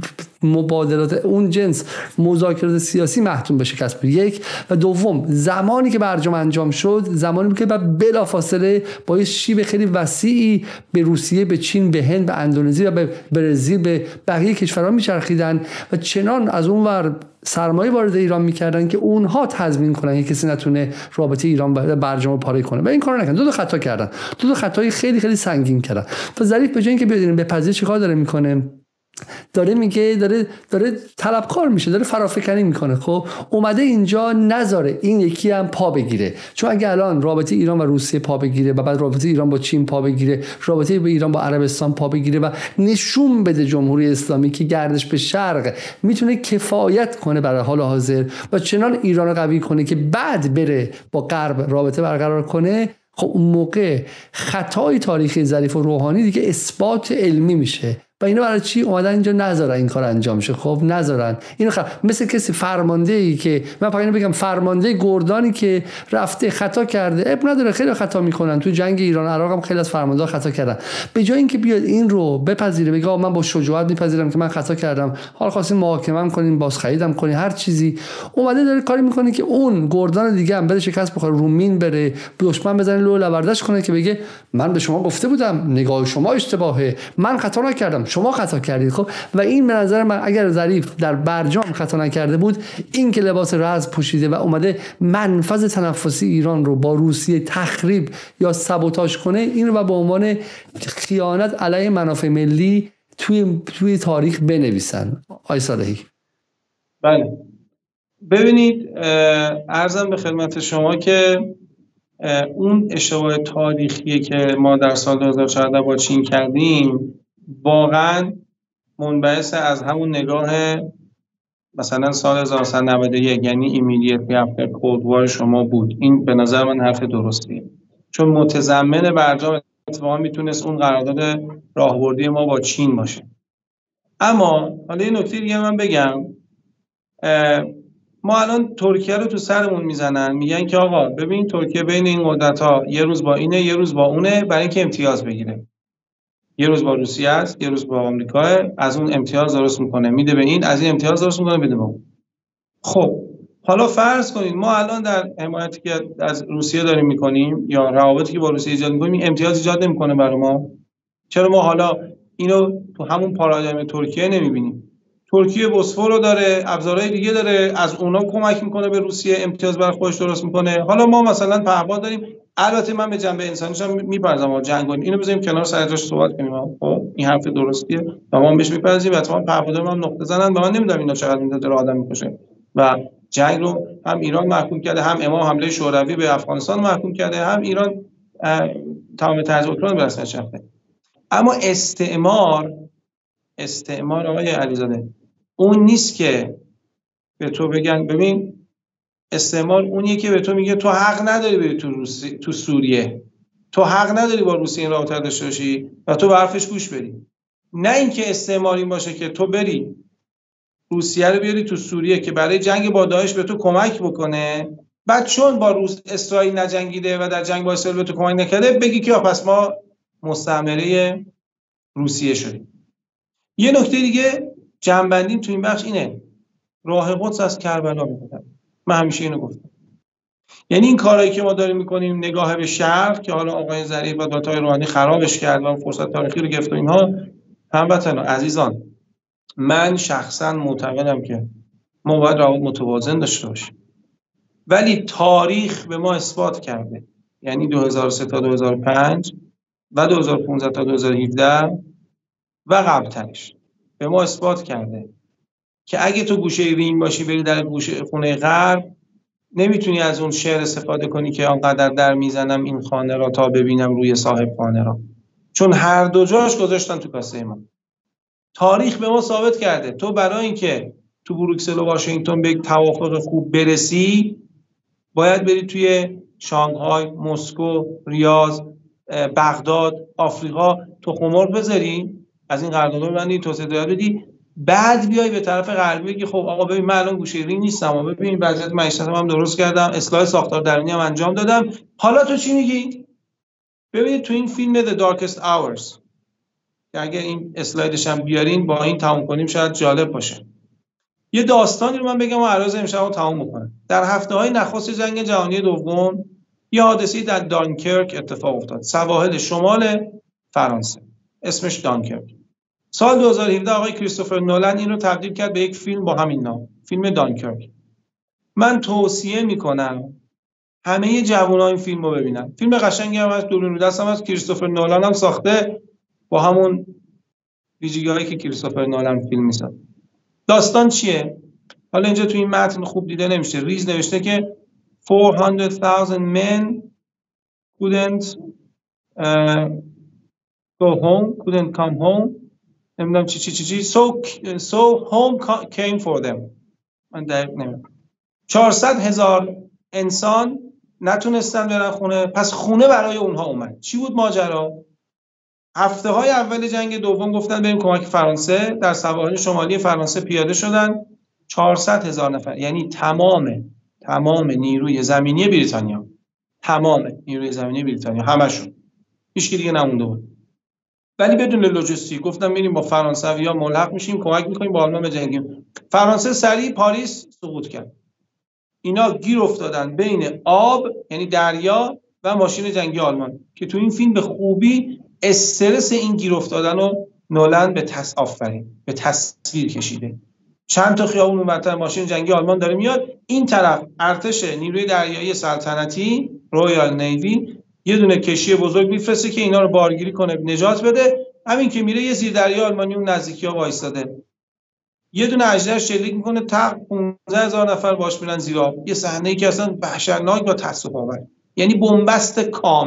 مبادلات، اون جنس مذاکرات سیاسی محتوم به شکست بود. یک و دوم، زمانی که برجام انجام شد زمانی بود که بلافاصله با یه شیب خیلی وسیعی به روسیه، به چین، به هند، به اندونزی و به برزیل، به بقیه کشورها میچرخیدن و چنان از اون ور سرمایه وارد ایران میکردن که اونها تضمین کنن که کسی نتونه رابطه ایران و برجام رو پاره کنه. و این کارو نکردن. دو خطا کردن. دو خطای خیلی خیلی سنگین کردن. و ظریف به جای اینکه بیاد به پذیرش چیکار داره میکنه؟ داره میگه داره طلبکار میشه، داره فرافکنی میکنه. خب اومده اینجا نذاره این یکی هم پا بگیره، چون اگه الان رابطه ایران و روسیه پا بگیره و بعد رابطه ایران با چین پا بگیره، رابطه با ایران با عربستان پا بگیره و نشون بده جمهوری اسلامی که گردش به شرق میتونه کفایت کنه برای حال حاضر و چنان ایران رو قوی کنه که بعد بره با غرب رابطه برقرار کنه، خب اون موقع خطای تاریخی ظریف و روحانی دیگه اثبات علمی میشه. و اینا برای چی اومدن اینجا نذارن این کار انجام شه؟ خب نذارن اینو مثل کسی فرمانده‌ای که من فقط اینو بگم، فرمانده گردانی که رفته خطا کرده، اب نداره، خیلی خطا میکنن. تو جنگ ایران عراق هم خیلی از فرمانده‌ها خطا کردن. به جای اینکه بیاد این رو بپذیره، بگه من با شجاعت میپذیرم که من خطا کردم، حالا خواستین محاکمه‌ام کنین، باز خریدم کنین، هر چیزی، اومده داره کاری میکنه که اون گردان دیگه هم بده شکست بخوره، رومین بره، دشمن بزنه لو لوردش کنه که بگه من به شما گفته بودم، نگاه شما اشتباهه، من خطا نکردم، شما خطا کردید. خب و این به نظر من اگر ظریف در برجام خطا نکرده بود، این که لباس رز پوشیده و اومده منفذ تنفسی ایران رو با روسیه تخریب یا سابوتاژ کنه، این رو به عنوان خیانت علیه منافع ملی توی تاریخ بنویسن. آقای صالحی. بله ببینید، عرضم به خدمت شما که اون اشتباه تاریخی که ما در سال 2014 با چین کردیم واقعا منبعث از همون نگاه مثلا سال 1991، یعنی immediately after cold war شما بود. این به نظر من حرف درستیه، چون متضمن برجام اتفاقا میتونست اون قرارداد راهبردی ما با چین باشه. اما حالا یه نکته دیگه من بگم، ما الان ترکیه رو تو سرمون میزنن، میگن که آقا ببین ترکیه بین این مدت‌ها یه روز با اینه یه روز با اونه، برای اینکه امتیاز بگیره. یه روز با روسیه است، یه روز با آمریکا، از اون امتیاز درست میکنه میده به این، از این امتیاز درست میکنه بده به اون. خب حالا فرض کنید ما الان در حمایتی که از روسیه داریم میکنیم یا روابطی که با روسیه ایجاد میکنیم امتیاز ایجاد نمیکنه برای ما. چرا ما حالا اینو تو همون پارادایم ترکیه نمیبینیم؟ ترکیه بوسفور رو داره، ابزارهای دیگه داره، از اونا کمک میکنه به روسیه، امتیاز برای خودش درست میکنه. حالا ما مثلا پهپاد داریم. البته من به جنبه انسانیش هم میپرزم، و جنگ اینو بذاریم کنار، سر جاش صحبت کنیم. خب این حرف درستیه و ما بهش میپرزیم. حتما پهپادها هم نقطه زنن و من نمیدونم اینا چقدر این داره آدم میکشه و جنگ رو هم ایران محکوم کرده، هم امام حمله شوروی به افغانستان محکوم کرده، هم ایران تمام طرز اوکراین به رسمیت شناخته. اما استعمار آقای علیزاده اون نیست که به تو بگن، ببین استعمار اونیه که به تو میگه تو حق نداری بری تو سوریه، تو حق نداری با روسیه این رابطه داشته باشی و تو به حرفش گوش بدی. نه اینکه استعمار این باشه که تو بری روسیه رو بیاری تو سوریه که برای جنگ با داعش به تو کمک بکنه، بعد چون با اسرائیل نجنگیده و در جنگ با اسرائیل به تو کمک نکرده بگی که پس ما مستعمره روسیه شدیم. یه نکته دیگه جنبندیم تو این بخش اینه، راه قدس از کربلا میگفتن. من همیشه اینو گفتم. یعنی این کارهایی که ما داریم میکنیم، نگاه به شرق که حالا آقای ظریف و داتای روحانی خرابش کرد و فرصت تاریخی رو گرفت و اینها، هموطنان عزیزان من شخصا معتقدم که ما باید روابط متوازن داشته باشیم، ولی تاریخ به ما اثبات کرده، یعنی 2003 تا 2005 و 2015 تا 2017 و قبلترش به ما اثبات کرده که اگه تو گوشه ریم باشی بری در گوشه خونه غرب، نمیتونی از اون شعر استفاده کنی که آنقدر در میزنم این خانه را تا ببینم روی صاحب خانه را، چون هر دو جاش گذاشتن تو کاسه ما. تاریخ به ما ثابت کرده تو برای اینکه تو بروکسل و واشنگتن به توافق خوب برسی باید بری توی شانگهای، مسکو، ریاض، بغداد، آفریقا تو خمر بذاری، از این قراردادها ببندی، توسعه بدی، بعد بیای به طرف غربی بگی خب آقا ببین من الان گوشه ریم نیستم و ببین وضعیت معیشتم هم درست کردم، اصلاح ساختار درونی هم انجام دادم، حالا تو چی میگی؟ ببینید تو این فیلم The Darkest Hours که اگه این اسلایدش هم بیارین با این تموم کنیم شاید جالب باشه. یه داستانی رو من بگم و عرض امشب رو تموم میکنم. در هفته‌های نخست جنگ جهانی دوم یه حادثه‌ای در دانکرک اتفاق افتاد، سواحل شمال فرانسه، اسمش دانکرک. سال 2017 آقای کریستوفر نولان این رو تبدیل کرد به یک فیلم با همین نام، فیلم دانکرک. من توصیه میکنم همه جوان‌ها این فیلم رو ببینن. فیلم قشنگی هم هست، دوربین رو دست هم هست، کریستوفر نولان هم ساخته با همون ویژگی‌هایی که کریستوفر نولان فیلم میسازه. داستان چیه؟ حالا اینجا تو این متن خوب دیده نمیشه، ریز نوشته که 400,000 men couldn't go home, couldn't come home. نمیدونم چی so home came for them. من دقیق نمیدونم. 400,000 انسان نتونستن برن خونه، پس خونه برای اونها اومد. چی بود ماجرا؟ هفته‌های اول جنگ دوم گفتن بریم کمک فرانسه، در سواحل شمالی فرانسه پیاده شدن 400,000 نفر، یعنی تمام نیروی زمینی بریتانیا، همشون، هیچ کی دیگه نمونده بود. ولی بدون لوجستیک گفتن میریم با فرانسوی‌ها ملحق میشیم، کمک میکنیم با آلمان بجنگیم. فرانسه سریع پاریس سقوط کرد. اینا گیر افتادن بین آب یعنی دریا و ماشین جنگی آلمان که تو این فیلم به خوبی استرس این گیر افتادن رو نولان به تصویر کشیده. چند تا خیابون اونورتر ماشین جنگی آلمان داره میاد، این طرف ارتش نیروی دریایی سلطنتی رویال نیوی یه دونه کشتی بزرگ میفرسته که اینا رو بارگیری کنه نجات بده. همین که میره یه زیردریایی آلمانی اون نزدیکی‌ها وایساده، یه دونه اژدها شلیک میکنه، تق 15,000 نفر باش میرن زیر آب. یه صحنه‌ای که اصلا وحشتناک و تأسف‌آور، یعنی بنبست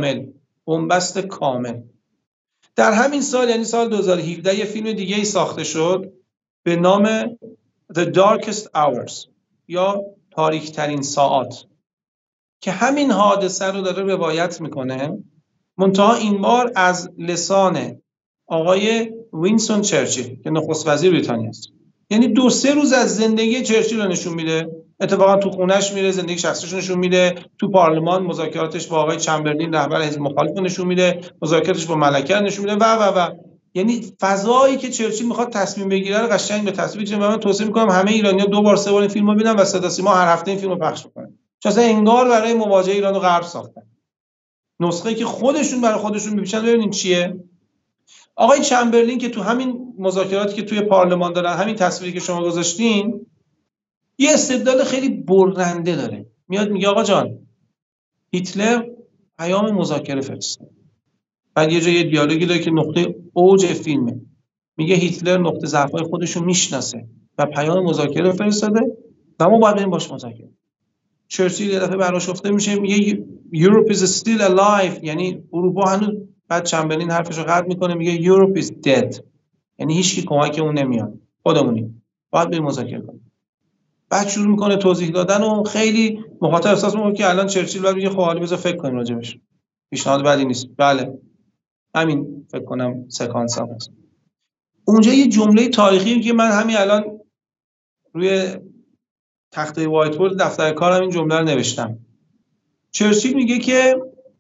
کامل. در همین سال یعنی سال 2017 یه فیلم دیگه ای ساخته شد به نام The Darkest Hours یا تاریک ترین ساعات که همین حادثه رو داره روایت میکنه، منتها این بار از لسان آقای وینستون چرچیل که نخست وزیر بریتانیا است. یعنی 2-3 روز از زندگی چرچیل رو نشون میده. اتفاقا تو خونش میره، زندگی شخصیش نشون میده، تو پارلمان مذاکراتش با آقای چمبرلین رهبر حزب مخالف نشون میده، مذاکراتش با ملکه نشون میده و یعنی فضایی که چرچیل میخواد تصمیم بگیره رو قشنگ به تصویر میشه. من توصیه میکنم همه ایرانی‌ها 2 بار 3 بار این فیلمو ببینن و صدا سیما هر هفته این فیلمو پخش کنن. چون اصلا انگار برای مواجهه ایران و غرب ساختن. نسخه‌ای که خودشون برای خودشون میپیچن. ببینیم چیه. آقای چمبرلین که تو همین مذاکراتی که توی پارلمان دارن، همین تصویری که شما گذاشتین، یه استدلال خیلی برنده داره. میاد میگه آقا جان هیتلر پیام مذاکره فرستاد. بعد یه جای دیالوگی داره که نقطه اوج فیلمه. میگه هیتلر نقطه ضعف‌های خودش رو میشناسه و پیام مذاکره فرستاده و ما باید بریم باش مذاکره. چرچیل یه دفعه برآشفته میشه میگه Europe is still alive، یعنی اروپا هنوز. بعد چمبرلین حرفش رو قطع میکنه میگه Europe is dead، یعنی هیچکی کمکمون نمیاد، خودمونیم، باید بریم مذاکره کنیم. بعد شروع میکنه توضیح دادن و خیلی مخاطب احساس میکنه که الان چرچیل بعد میگه خب حالا بذار فکر کنیم راجبش، پیشنهاد بدی نیست. بله همین فکر کنم سکانس هم هست. اونجا یه جمله تاریخی که من همین الان روی تخته وایت بورد دفتر کارم این جمله رو نوشتم. چرچیل میگه که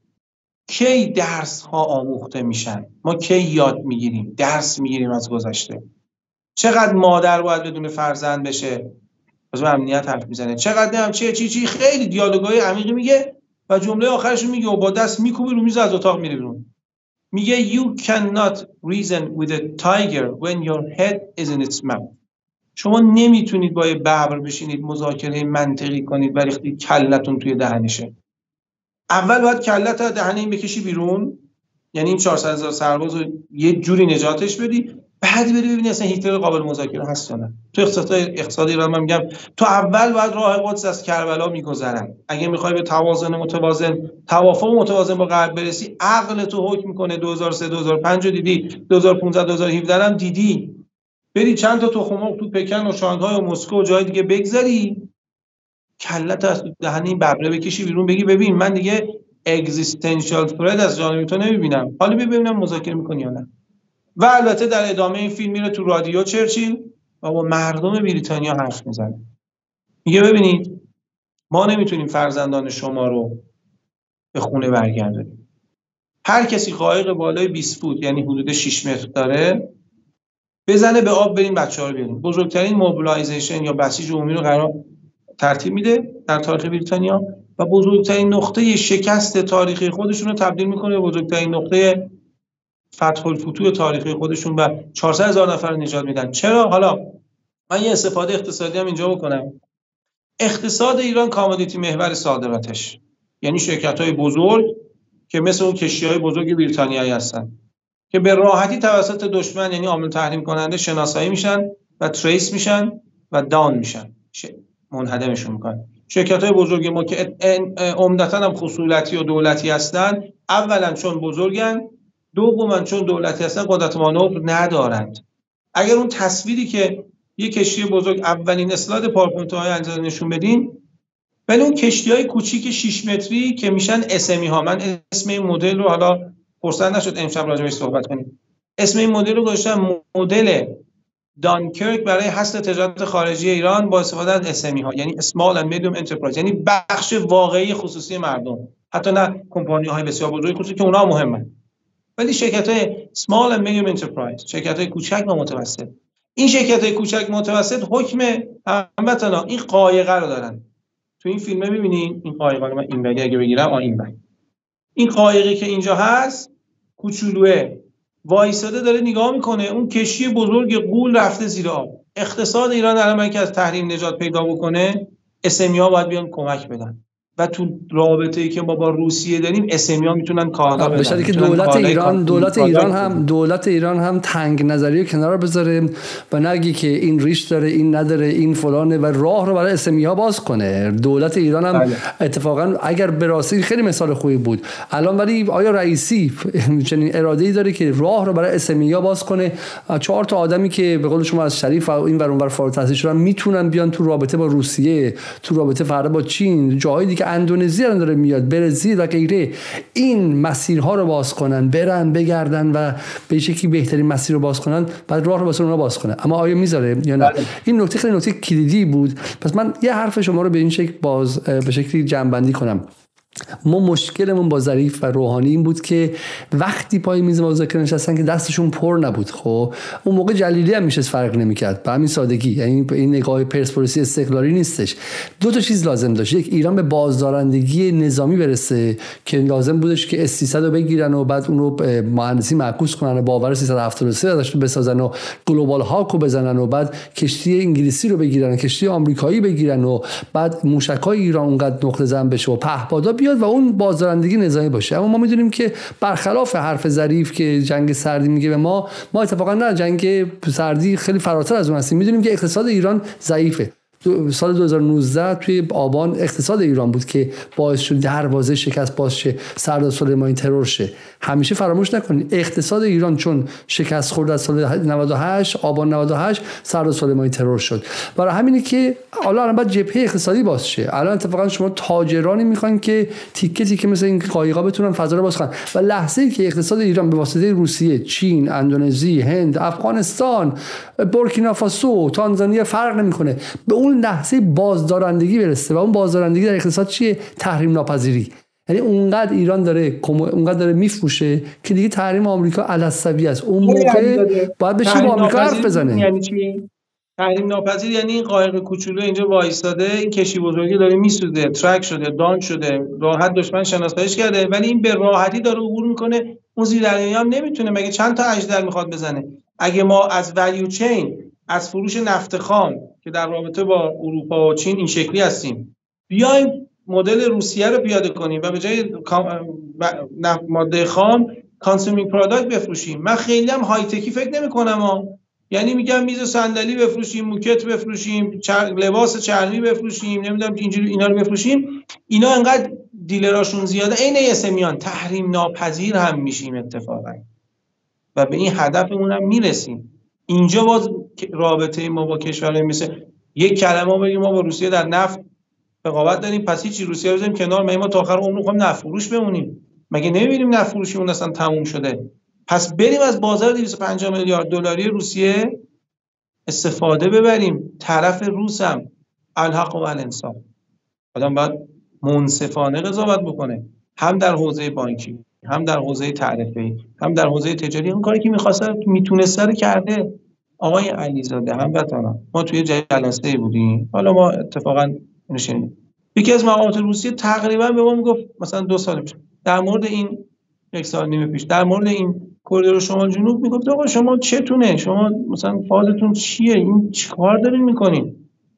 کی درس ها آموخته میشن، ما کی یاد میگیریم، درس میگیریم از گذشته. چقدر مادر باید بدون فرزند بشه، از امنیت حرف میزنه، چقدر هم چی خیلی دیالوگای عمیقی میگه و جمله آخرش میگه و با دست میکوبه رو میز از اتاق میره بیرون. میگه you cannot reason with a tiger when your head is in its mouth. شما نمیتونید با یه ببر بشینید مذاکره منطقی کنید ولی کلتون توی دهنشه. اول باید کلت از دهن این بکشی بیرون، یعنی این 400,000 سرباز رو یه جوری نجاتش بدی، بعد بری ببینی اصلا هیتلر قابل مذاکره هست یا نه. تو اقتصادی ایران من میگم تو اول باید راه قدس از کربلا میگذرن. اگه میخوای به توافق متوازن با غرب برسی، عقل تو حکم میکنه 2003 2005 دیدی، 2015 2017 هم دیدی، بری چند تا تخم تو پکن و شانگهای و مسکو و جای دیگه بگذاری، کلت از دهن این ببره بکشی بیرون، بگی ببین من دیگه اگزیستانشال ثرت از جانب تو نمیبینم، حالا ببینم مذاکره میکنی یا نه. و البته در ادامه این فیلم میره تو رادیو چرچیل و با مردم بریتانیا حرف میزنه. میگه ببینید ما نمیتونیم فرزندان شما رو به خونه برگردونیم. هر کسی قایق بالای 20 فوت یعنی حدود 6 متر داره بزنه به آب، بریم بچه‌ها رو بیاریم. بزرگترین موبیلایزیشن یا بسیج عمومی رو قرار ترتیب میده در تاریخ بریتانیا و بزرگترین نقطه شکست تاریخی خودشون رو تبدیل میکنه به بزرگترین نقطه فتح الفتوح تاریخی خودشون و 400,000 نفر نجات میدن. چرا؟ حالا من یه استفاده اقتصادی هم اینجا بکنم. اقتصاد ایران کامودیتی محور صادراتش، یعنی شرکت‌های بزرگ که مثل اون کشتی‌های بزرگ بریتانیایی هستن که به راحتی توسط دشمن یعنی عامل تحریم کننده شناسایی میشن و تریس میشن و داون میشن، منهدمشون میکنن. شرکت‌های بزرگ ما که عمدتاً هم خصولتی و دولتی هستن، اولا چون بزرگن، دوما چون دولتی هستن قدرت مانور ندارند. اگر اون تصویری که یه کشتی بزرگ اولین اسلاید پاورپوینت های انجام نشون بدین، ولی اون کشتی‌های کوچیک 6 متری که میشن اسمی ها، من اسم این مدل رو حالا فرصت نشد امشب راجع بهش صحبت کنیم، اسم این مدل رو گذاشتم مدل دانکرک برای حصر تجارت خارجی ایران با استفاده از اسمی ها، یعنی اسمال اند میدیوم انترپرایز، یعنی بخش واقعی خصوصی مردم، حتی نه کمپانی های بسیار بزرگ خصوصی که اونها مهمن، ولی شرکت های small and medium enterprise، شرکت های کوچک و متوسط. این شرکت های کوچک متوسط حکم هموطنا این قایقه رو دارن. تو این فیلمه می‌بینین این قایقه رو، من این ولی اگه بگیرم این قایقی که اینجا هست کوچولوه، وایساده داره نگاه میکنه، اون کشتی بزرگ غول رفته زیر آب. اقتصاد ایران الان که از تحریم نجات پیدا بکنه، اسمیا باید بیان کمک بدن و تو رابطه‌ای که ما با روسیه داریم اسمیا میتونن کالا بدن. بشه که دولت ایران هم تنگ نظری کنار بذاره و نگی که این ریش داره این نداره این فلانه و راه رو برای اسمیا باز کنه. دولت ایران هم اتفاقا اگر به راستی خیلی مثال خوبی بود الان، ولی آیا رئیسی چنین اراده‌ای داره که راه رو برای اسمیا باز کنه؟ 4 تا آدمی که به قول شما از شریف و این ور اون ور فارغ التحصیل شدن میتونن بیان تو رابطه با روسیه، تو رابطه فردا با چین، جاهای دیگه اندونزی الان داره میاد، برزیل و غیره، این مسیرها رو باز کنن، برن بگردن و به شکلی بهترین مسیر رو باز کنن، بعد راه رو واسه اونها باز کنه. اما آیا میذاره یا نه؟ این نکته خیلی نکته کلیدی بود. پس من یه حرف شما رو به این شکل به شکلی جمع‌بندی کنم. ما مشکلمون با ظریف و روحانی این بود که وقتی پای میز مذاکره نشستن که دستشون پر نبود. خب اون موقع جلیلی هم میشه فرق نمیکرد به همین سادگی، یعنی این نگاه پرسپولیسی استقلالی نیستش. دو تا چیز لازم داشت، یک ایران به بازدارندگی نظامی برسه که لازم بودش که S-300 رو بگیرن و بعد اون رو مهندسی معکوس کنن و باور 373 ازش بسازن و گلوبال هاک رو بزنن و بعد کشتی انگلیسی رو بگیرن، کشتی آمریکایی بگیرن و بعد موشک‌های ایران اونقدر نقطه زن بشه و پهپادا بیاد و اون بازدارندگی نظامی باشه. اما ما میدونیم که برخلاف حرف ظریف که جنگ سردی میگه به ما اتفاقا نه، جنگ سردی خیلی فراتر از اون هستیم. میدونیم که اقتصاد ایران ضعیفه. سال 2019 توی آبان اقتصاد ایران بود که باعث شد دروازه شکست باز شه، سردار سلیمانی ترور شه. همیشه فراموش نکنید اقتصاد ایران چون شکست خورد از سال 98 آبان 98 سردار سلیمانی ترور شد. برای همینه که الان بعد جبهه اقتصادی باز شه. الان اتفاقا شما تاجرانی میخوان که تیکه تیکه مثل این قایقا بتونن فضا رو باز کنن و لحظه‌ای که اقتصاد ایران به واسطه روسیه، چین، اندونزی، هند، افغانستان، بورکینافاسو، تانزانیا فرق نمیکنه، به اون لحظه بازدارندگی برسه و اون بازدارندگی در اقتصاد چیه؟ تحریم ناپذیری. یعنی اونقدر ایران داره میفروشه که دیگه تحریم آمریکا علسوی است. اون موقع باید بشه با آمریکا حرف بزنه. یعنی چی؟ تحریم ناپذیر یعنی این قایق کوچولو اینجا وایساده، این کشتی بزرگی داره میسوزه، ترک شده، دان شده، راحت دشمن شناساییش کرده، ولی این به راحتی داره عبور میکنه. اون زیردریایی هم نمیتونه، مگه چند تا اژدر میخواد بزنه؟ اگه ما از ولیو چین، از فروش نفت خام که در رابطه با اروپا و چین این شکلی هستیم، بیایم مدل روسیه رو پیاده کنیم و به جای ماده خام کانسومینگ پروداکت بفروشیم. من خیلی هم های تکی فکر نمی‌کنم یعنی میگم میز و صندلی بفروشیم، موکت بفروشیم، لباس چرمی بفروشیم، نمیدونم اینجوری اینا رو بفروشیم. اینا انقدر دیلراشون زیاده، عین اسمیان تحریم ناپذیر هم میشیم اتفاقا و به این هدفمون هم میرسیم. اینجا باز رابطه ما با کشورهای مثل یک کلمه بگیم ما با روسیه در نفت رقابت داریم، پس هیچ روسیه رو بزنیم کنار، ما تا آخر عمر می‌خوایم نفت فروش بمونیم؟ مگه نمی‌بینیم نفت فروشیمون اصلا تموم شده؟ پس بریم از بازار 250 میلیارد دلاری روسیه استفاده ببریم. طرف روس هم الحق و الانصاف، آدم باید منصفانه قضاوت بکنه، هم در حوزه بانکی، هم در حوزه تعرفه‌ای، هم در حوزه تجاری. اون کاری که می‌خواسته میتونسته رو کرده. آقای علیزاده هموطنان، ما توی جلسه‌ای بودیم، حالا ما اتفاقا نشینیم، یکی از مقامات روسیه تقریبا به ما میگفت مثلا 2 سال پیش در مورد این 1 سال نیم پیش در مورد این کریدور شمال جنوب میگفت آقا شما چتونه، شما مثلا فازتون چیه، این چیکار دارین میکنین؟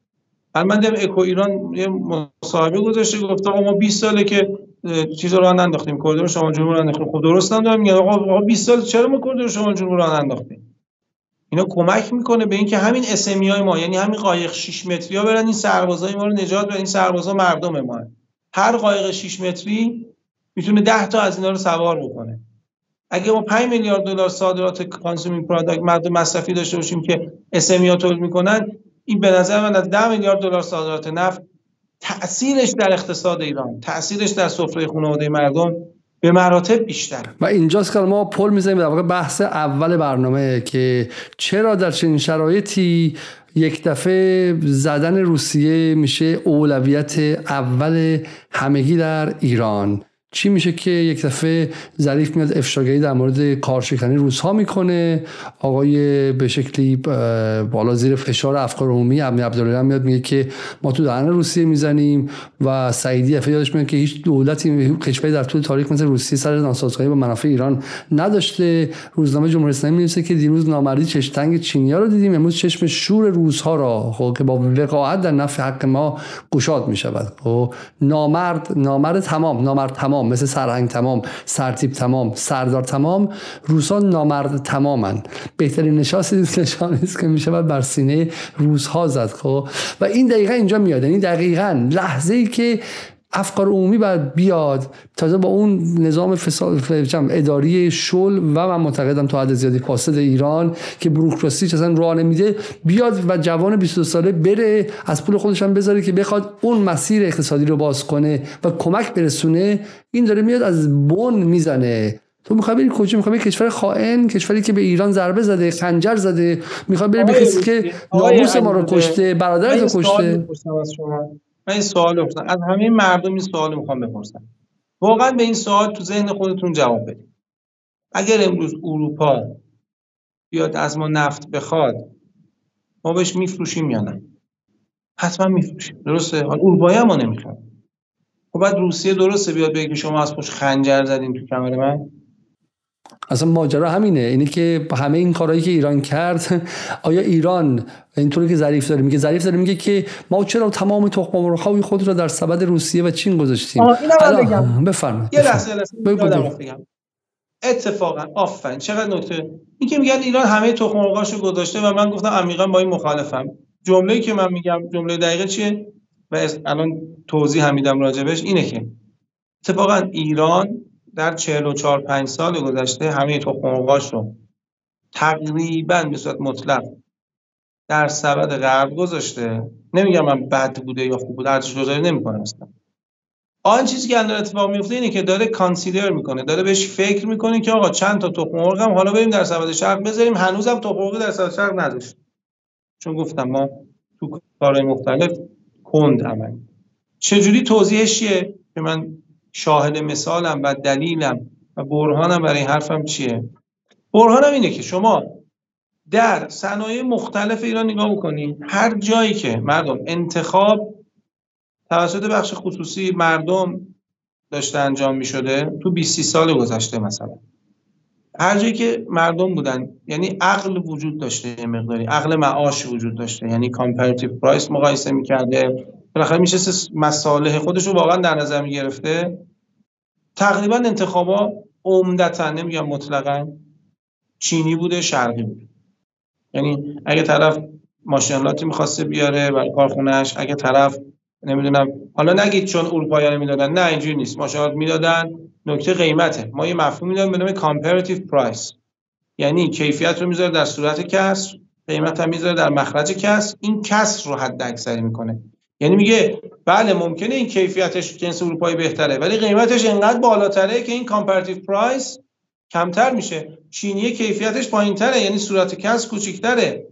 من دیدم اکو ایران یه مصاحبه گذاشته گفت آقا ما 20 ساله که چیزا رو انداختیم، کریدور شمال جنوب رو انداختیم. خب درست هم دارم میگن آقا 20 سال چرا ما کریدور شمال جنوب رو انداختیم؟ اینا کمک میکنه به اینکه همین اسمیای ما، یعنی همین قایق 6 متری ها برن این سربازای ما رو نجات بدن. این سربازا مردم ما هستن. هر قایق 6 متری میتونه 10 تا از اینا رو سوار بکنه. اگه ما 5 میلیارد دلار صادرات کانسومینگ پروداکت ماده مصرفی داشته باشیم که اسمیا تولید میکنن، این به نظر من از 10 میلیارد دلار صادرات نفت تأثیرش در اقتصاد ایران، تأثیرش در سفره خانواده مردم به مراتب بیشتر. و اینجاست که ما پل میزنیم در واقع بحث اول برنامه که چرا در چنین شرایطی یک دفعه زدن روسیه میشه اولویت اول همگی در ایران. چی میشه که یک دفعه ظریف میاد افشاگری در مورد کارشکنی روس‌ها میکنه، آقای به شکلی بالا زیر فشار افکار عمومی ابن عبدالله میاد میگه که ما تو دهن روسیه میزنیم و سعیدی یادش میاد که هیچ دولتی کشوری در طول تاریخ مثل روسیه سر ناسازگاری با منافع ایران نداشته. روزنامه جمهوری اسلامی می‌نویسه که دیروز نامردی چشم تنگ چینی‌ها رو دیدیم، امروز چشم شور روس‌ها را خب که با وقاحت در نفع حق ما گشاد میشود. خب نامرد تمام مثل سرهنگ تمام، سرتیپ تمام، سردار تمام، روس‌ها نامرد تمامن. بهترین نشانی است که میشه بر سینه روس‌ها زد. خب و این دقیقاً اینجا میاد، یعنی دقیقاً لحظه‌ای که افکار عمومی باید بیاد تازه با اون نظام اداری شل و من معتقدم تا حد زیادی فاسد ایران که بوروکراسی اصلا راه نمیده بیاد و جوان 22 ساله بره از پول خودش هم بذاره که بخواد اون مسیر اقتصادی رو باز کنه و کمک برسونه. این داره میاد از بن میزنه. تو میخوای بری کجا؟ میخوای بری کشور خائن، کشوری که به ایران ضربه زده، خنجر زده، میخوای بری به کسی که ناموس ما رو کشته، برادرت رو کشته. من این سوال رو از همه مردم این سوال میخوام بپرسم. واقعا به این سوال تو ذهن خودتون جواب بدید. اگر امروز اروپا بیاد از ما نفت بخواد ما بهش میفروشیم یا نه؟ حتما میفروشیم. درسته؟ حالا اروپایی هم ما نمیخواد. خب بعد روسیه درسته بیاد بگه که شما از پشت خنجر زدین تو کمر من؟ اصلا ماجرا همینه. اینه که همه این کارهایی که ایران کرد، آیا ایران اینطوری که ظریف داره میگه که ما چرا تمام تخم مرغ‌های خود را در سبد روسیه و چین گذاشتیم؟ اینو بفرمایید. یه لحظه بگم. اتفاقا آفرین چقدر نکته. این که میگن ایران همه تخم مرغاشو گذاشته و من گفتم عمیقا با این مخالفم. جمله‌ای که من میگم جمله دقیقه چیه و الان توضیح هم میدم راجبش اینه که اتفاقا ایران در 44-5 سال گذشته همه تخم مرغاش رو تقریبا به صورت مطلق در سبد غرب گذاشته. نمیگم من بد بوده یا خوب بوده، ارزش گذاری نمی‌کنم اصلا. آن چیزی که الان اتفاق میفته اینه که داره کانسیدر میکنه، داره بهش فکر میکنه که آقا چند تا تخم مرغ هم حالا بریم در سبد شرق بذاریم. هنوزم تخم مرغ در سبد شرق نداشت، چون گفتم ما تو کارهای مختلف کند عمل. چجوری توضیحش چیه که من شاهد مثالم و دلیلم و برهانم برای حرفم چیه؟ برهانم اینه که شما در صنایع مختلف ایران نگاه بکنید، هر جایی که مردم انتخاب توسط بخش خصوصی مردم داشته انجام می شده تو 20 سال گذشته، مثلا هر جایی که مردم بودن، یعنی عقل وجود داشته، یه مقداری عقل معاش وجود داشته، یعنی کامپراتیو پرایس مقایسه می‌کرده، بالاخره میشه مصالح خودش رو واقعا در نظر می‌گرفته، تقریبا انتخابا عمدتاً، نمیگم مطلقاً، چینی بوده، شرقی بوده. یعنی اگه طرف ماشینالاتی می‌خواسته بیاره برای کارخونه‌اش، اگه طرف نمیدونم، حالا نگید چون اروپایی‌ها میدادن، نه اینجوری نیست، ماشینالات میدادن، نکته قیمته. ما یه مفهومی داریم به نام کامپراتیو پرایس، یعنی کیفیت رو میذاره در صورت کسر، قیمت هم میذاره در مخرج کسر، این کسر رو حد اکثری میکنه. یعنی میگه بله ممکنه این کیفیتش جنس اروپایی بهتره ولی قیمتش انقدر بالاتره که این کامپراتیو پرایس کمتر میشه. چینی کیفیتش پایینتره، یعنی صورت کسر کوچیک‌تره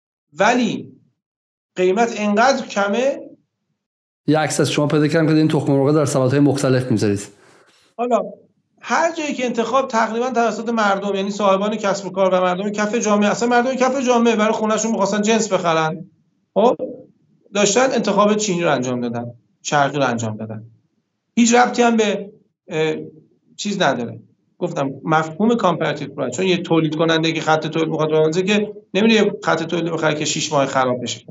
ولی قیمت انقدر کمه. یه عکس از شما پیدا کردم که این تخم مرغ در سبدهای مختلف میذارید. حالا هر جایی که انتخاب تقریبا توسط مردم، یعنی صاحبان کسب و کار و مردم کف جامعه، اصلا مردم کف جامعه برای خونه‌شون می‌خواستن جنس بخرن، خب داشتن انتخاب چینی رو انجام دادن، شرقی رو انجام دادن. هیچ ربطی هم به چیز نداره. گفتم مفهوم کامپراتیو پرایس، چون یه تولید کننده که خط تولید می‌خواد ببنده که نمی‌دونه خط تولید بخره که 6 ماه خراب بشه.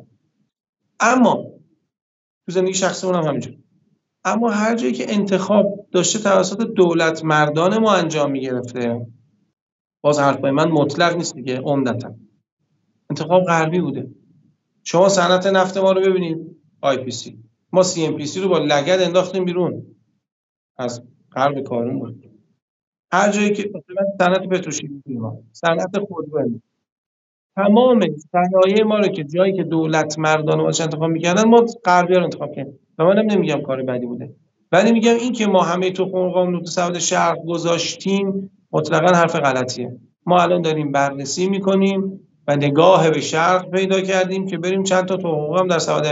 اما تو زندگی شخصیمون هم همینجوره. اما هر جایی که انتخاب داشته توسط دولت مردان ما انجام می‌گرفته، باز حرفای من مطلق نیست دیگه، عمدتاً انتخاب غربی بوده. شما صنعت نفت ما رو ببینید، IPC، ما CNPC رو با لگد انداختیم بیرون از غرب کارون بود. هر جایی که مثلا صنعت پتروشیمی ما، صنعت خودرو، تمام صنایع ما رو که جایی که دولت مردان ما انتخاب می‌کردن ما غربی‌ها رو انتخاب کردیم. و منم نمیگم کار بدی بوده، ولی میگم این که ما همه تخم مرغامون رو تو سبد شرق گذاشتیم مطلقاً حرف غلطیه. ما الان داریم بررسی می‌کنیم و نگاه به شرق پیدا کردیم که بریم چند تا تخم مرغ هم در سبد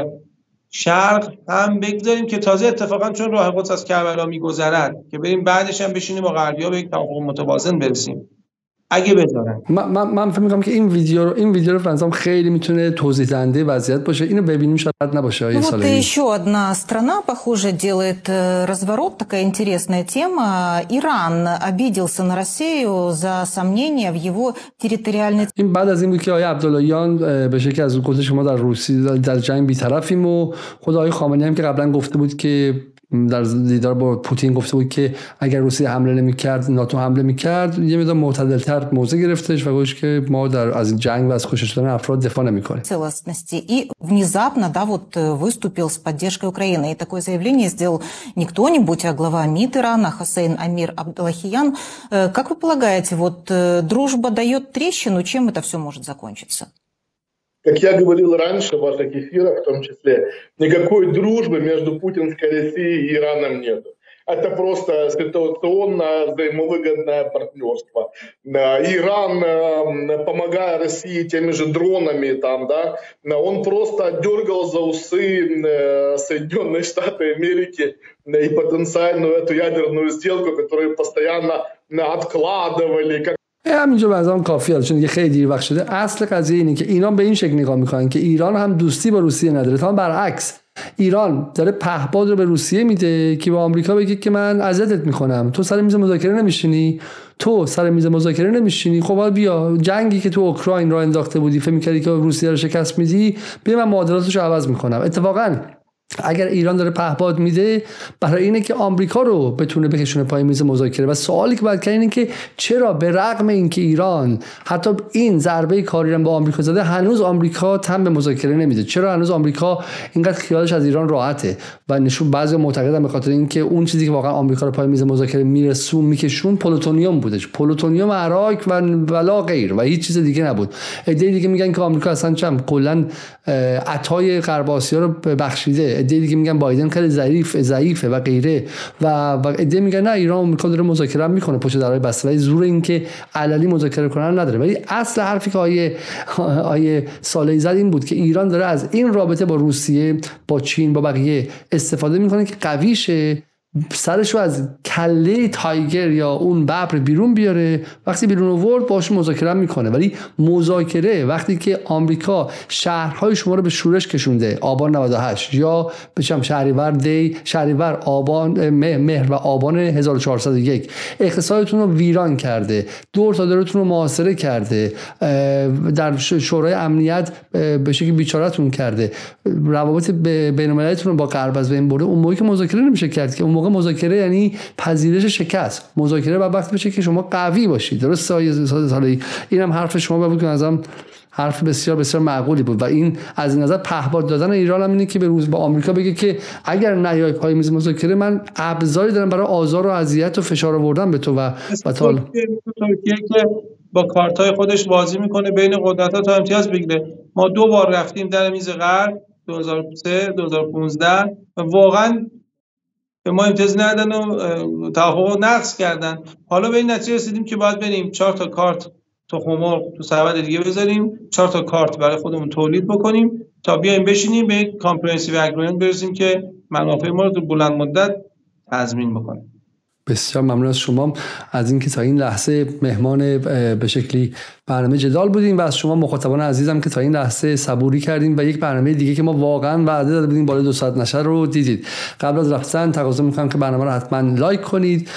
شرق هم بگذاریم که تازه اتفاقاً چون راه قدس از کربلا می‌گذرد که بریم بعدش هم بشینیم با غربی‌ها به یک توافق متوازن برسیم. اگه بذارن من فکر می‌کنم که این ویدیو رو فرانسام خیلی میتونه توضیح دهنده وضعیت باشه. اینو ببینیم شاید نباشه آیه صالحی. Вот еще одна страна, похоже, делает разворот, такая интересная тема. Иран обиделся на Россию за сомнения в его территориальной. این بعد از این بود که آیه عبداللهیان به شکلی از گفته شما در روسیه در جنگ بی‌طرفیم و خود آیه خامنه‌ای هم که قبلا گفته بود که در دیدار با پوتین گفته بود که اگر روسیه حمله نمی‌کرد ناتو حمله می‌کرد، یه مقدار معتدل‌تر موضع گرفتش و گفت که ما از این جنگ و از کشته شدن افراد دفاع نمی‌کنیم. Целостности и внезапно, да, вот выступил с поддержкой Украины. И такое заявление сделал не кто-нибудь, а глава МИД Ирана Хосейн Амир Абдаллахиян. Как вы полагаете, вот дружба дает трещину, чем это все может закончиться? Как я говорил раньше в ваших эфирах, в том числе, никакой дружбы между путинской Россией и Ираном нет. Это просто ситуационное взаимовыгодное партнерство. Иран, помогая России теми же дронами, там, да, он просто дергал за усы Соединенные Штаты Америки и потенциальную эту ядерную сделку, которую постоянно откладывали. همینجا بعضا کافیه، چون دیگه خیلی دیر وقت شده. اصل قضیه اینه که اینا به این شکل نگاه میکنن که ایران هم دوستی با روسیه نداره، تا برعکس ایران داره پهپاد رو به روسیه میده که به آمریکا بگه که من اذیتت میکنم، تو سر میز مذاکره نمیشینی، خب حالا بیا جنگی که تو اوکراین راه انداخته بودی فکر می‌کردی که روسیه رو شکست میدی، بیا من معادلاتش رو عوض میکنم. اتفاقا اگر ایران داره پهپاد میده برای اینه که آمریکا رو بتونه بکشونه پای میز مذاکره. و سوالی که باید کنیم اینه که چرا به رغم اینکه ایران حتی این ضربه کاری رو به آمریکا زده، هنوز آمریکا تن به مذاکره نمیده؟ چرا هنوز آمریکا اینقدر خیالش از ایران راحته؟ و نشون بعضی معتقدن به خاطر اینکه اون چیزی که واقعا آمریکا رو پای میز مذاکره میکشون پلوتونیوم بودش، پلوتونیوم عراق و ولا غیر و هیچ چیز دیگه نبود. ایده دیگه میگن که آمریکا اصلا کلا عطای غرب آسیا رو بخشیده، ایده دیگه میگن بایدن خیلی ضعیفه و غیره، و ایده میگن نه ایران آمریکا داره مذاکره میکنه پشت درهای بسته، ولی زور این که علنی مذاکره کنن نداره. ولی اصل حرفی که آیه صالحی زد این بود که ایران داره از این رابطه با روسیه، با چین، با بقیه استفاده میکنه که قوی شه، سرش رو از کله تایگر یا اون ببر بیرون بیاره. وقتی بیرون آورد باهاش مذاکره میکنه. ولی مذاکره وقتی که آمریکا شهرهای شما رو به شورش کشونده، آبان 98 یا بچم شهریور آبان مهر و آبان 1401، اقتصادتون رو ویران کرده، دور تا دورتون رو محاصره کرده، در شورای امنیت به شکلی بیچارهتون کرده، روابط بین‌المللیتون رو با غرب از بین برده، اون موقعی که مذاکره نمیشه کرد که. اون موقع مذاکره یعنی پذیرش شکست. مذاکره بعد وقت بشه که شما قوی باشید. درسته آیه صالحی؟ اینم حرف شما بود که ازم حرف بسیار بسیار معقولی بود و این از این نظر پهپاد دادن ایران هم اینه که به روز با آمریکا بگه که اگر نیای پای میز مذاکره من ابزاری دارم برای آزار و اذیت و فشار آوردن به تو و ترکیه که با کارتای خودش بازی میکنه بین قدرت‌ها تا امتیاز بگیره. ما 2 بار رفتیم در میز غرب 2003 2015 و واقعا به ما امتیاز ندادن و توافق نقض کردن. حالا به این نتیجه رسیدیم که باید بریم 4 تا کارت تخم مرغ تو سبد دیگه بذاریم، 4 تا کارت برای خودمون تولید بکنیم تا بیایم بشینیم به یک کامپریهنسیو اگریمنت برسیم که منافع ما رو تو بلند مدت تضمین بکنه. بسیار ممنون از شما از اینکه تا این لحظه مهمان به شکلی برنامه جدال بودیم و از شما مخاطبان عزیزم که تا این لحظه صبوری کردیم و یک برنامه دیگه که ما واقعا وعده داده بودیم بالای 2 ساعت نشه رو دیدید. قبل از رفتن تقاضا میکنم که برنامه رو حتما لایک کنید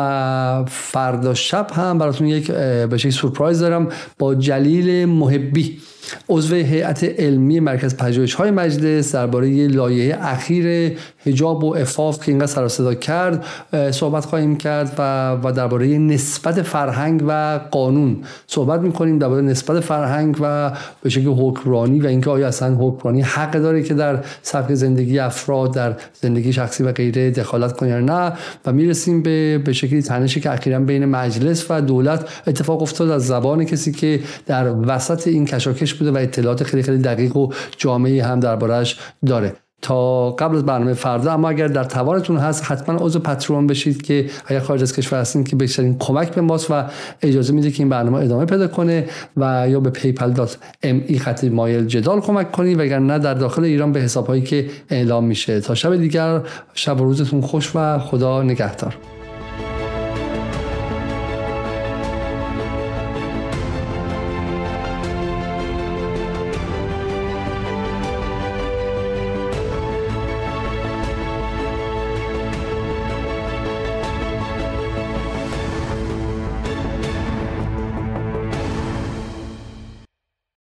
و فردا شب هم براتون یک به شکلی سورپرایز دارم با جلیل محبی، عضو هیئت علمی مرکز پژوهش‌های مجلس، درباره لایحه اخیر حجاب و عفاف که اینقدر سر و صدا کرد صحبت خواهیم کرد و درباره نسبت فرهنگ و قانون صحبت می‌کنیم، درباره نسبت فرهنگ و به شکل حکمرانی و اینکه آیا اصلا حکمرانی حق داره که در سبک زندگی افراد، در زندگی شخصی و غیره دخالت کنه یا نه، و میرسیم به شکلی تنشی که اخیراً بین مجلس و دولت اتفاق افتاد از زبان کسی که در وسط این کشاکش بوده و اطلاعات خیلی خیلی دقیق و جامعی هم درباره‌اش داره. تا قبل از برنامه فردا، اما اگر در توانتون هست حتما عضو پترون بشید که اگر خارج از کشور هستین که بیشترین کمک به ماست و اجازه میده که این برنامه ادامه پیدا کنه، و یا به paypal.me/مایل جدال کمک کنید و اگر نه در داخل ایران به حساب‌هایی که اعلام میشه. تا شب دیگر، شب و روزتون خوش و خدا نگهدار.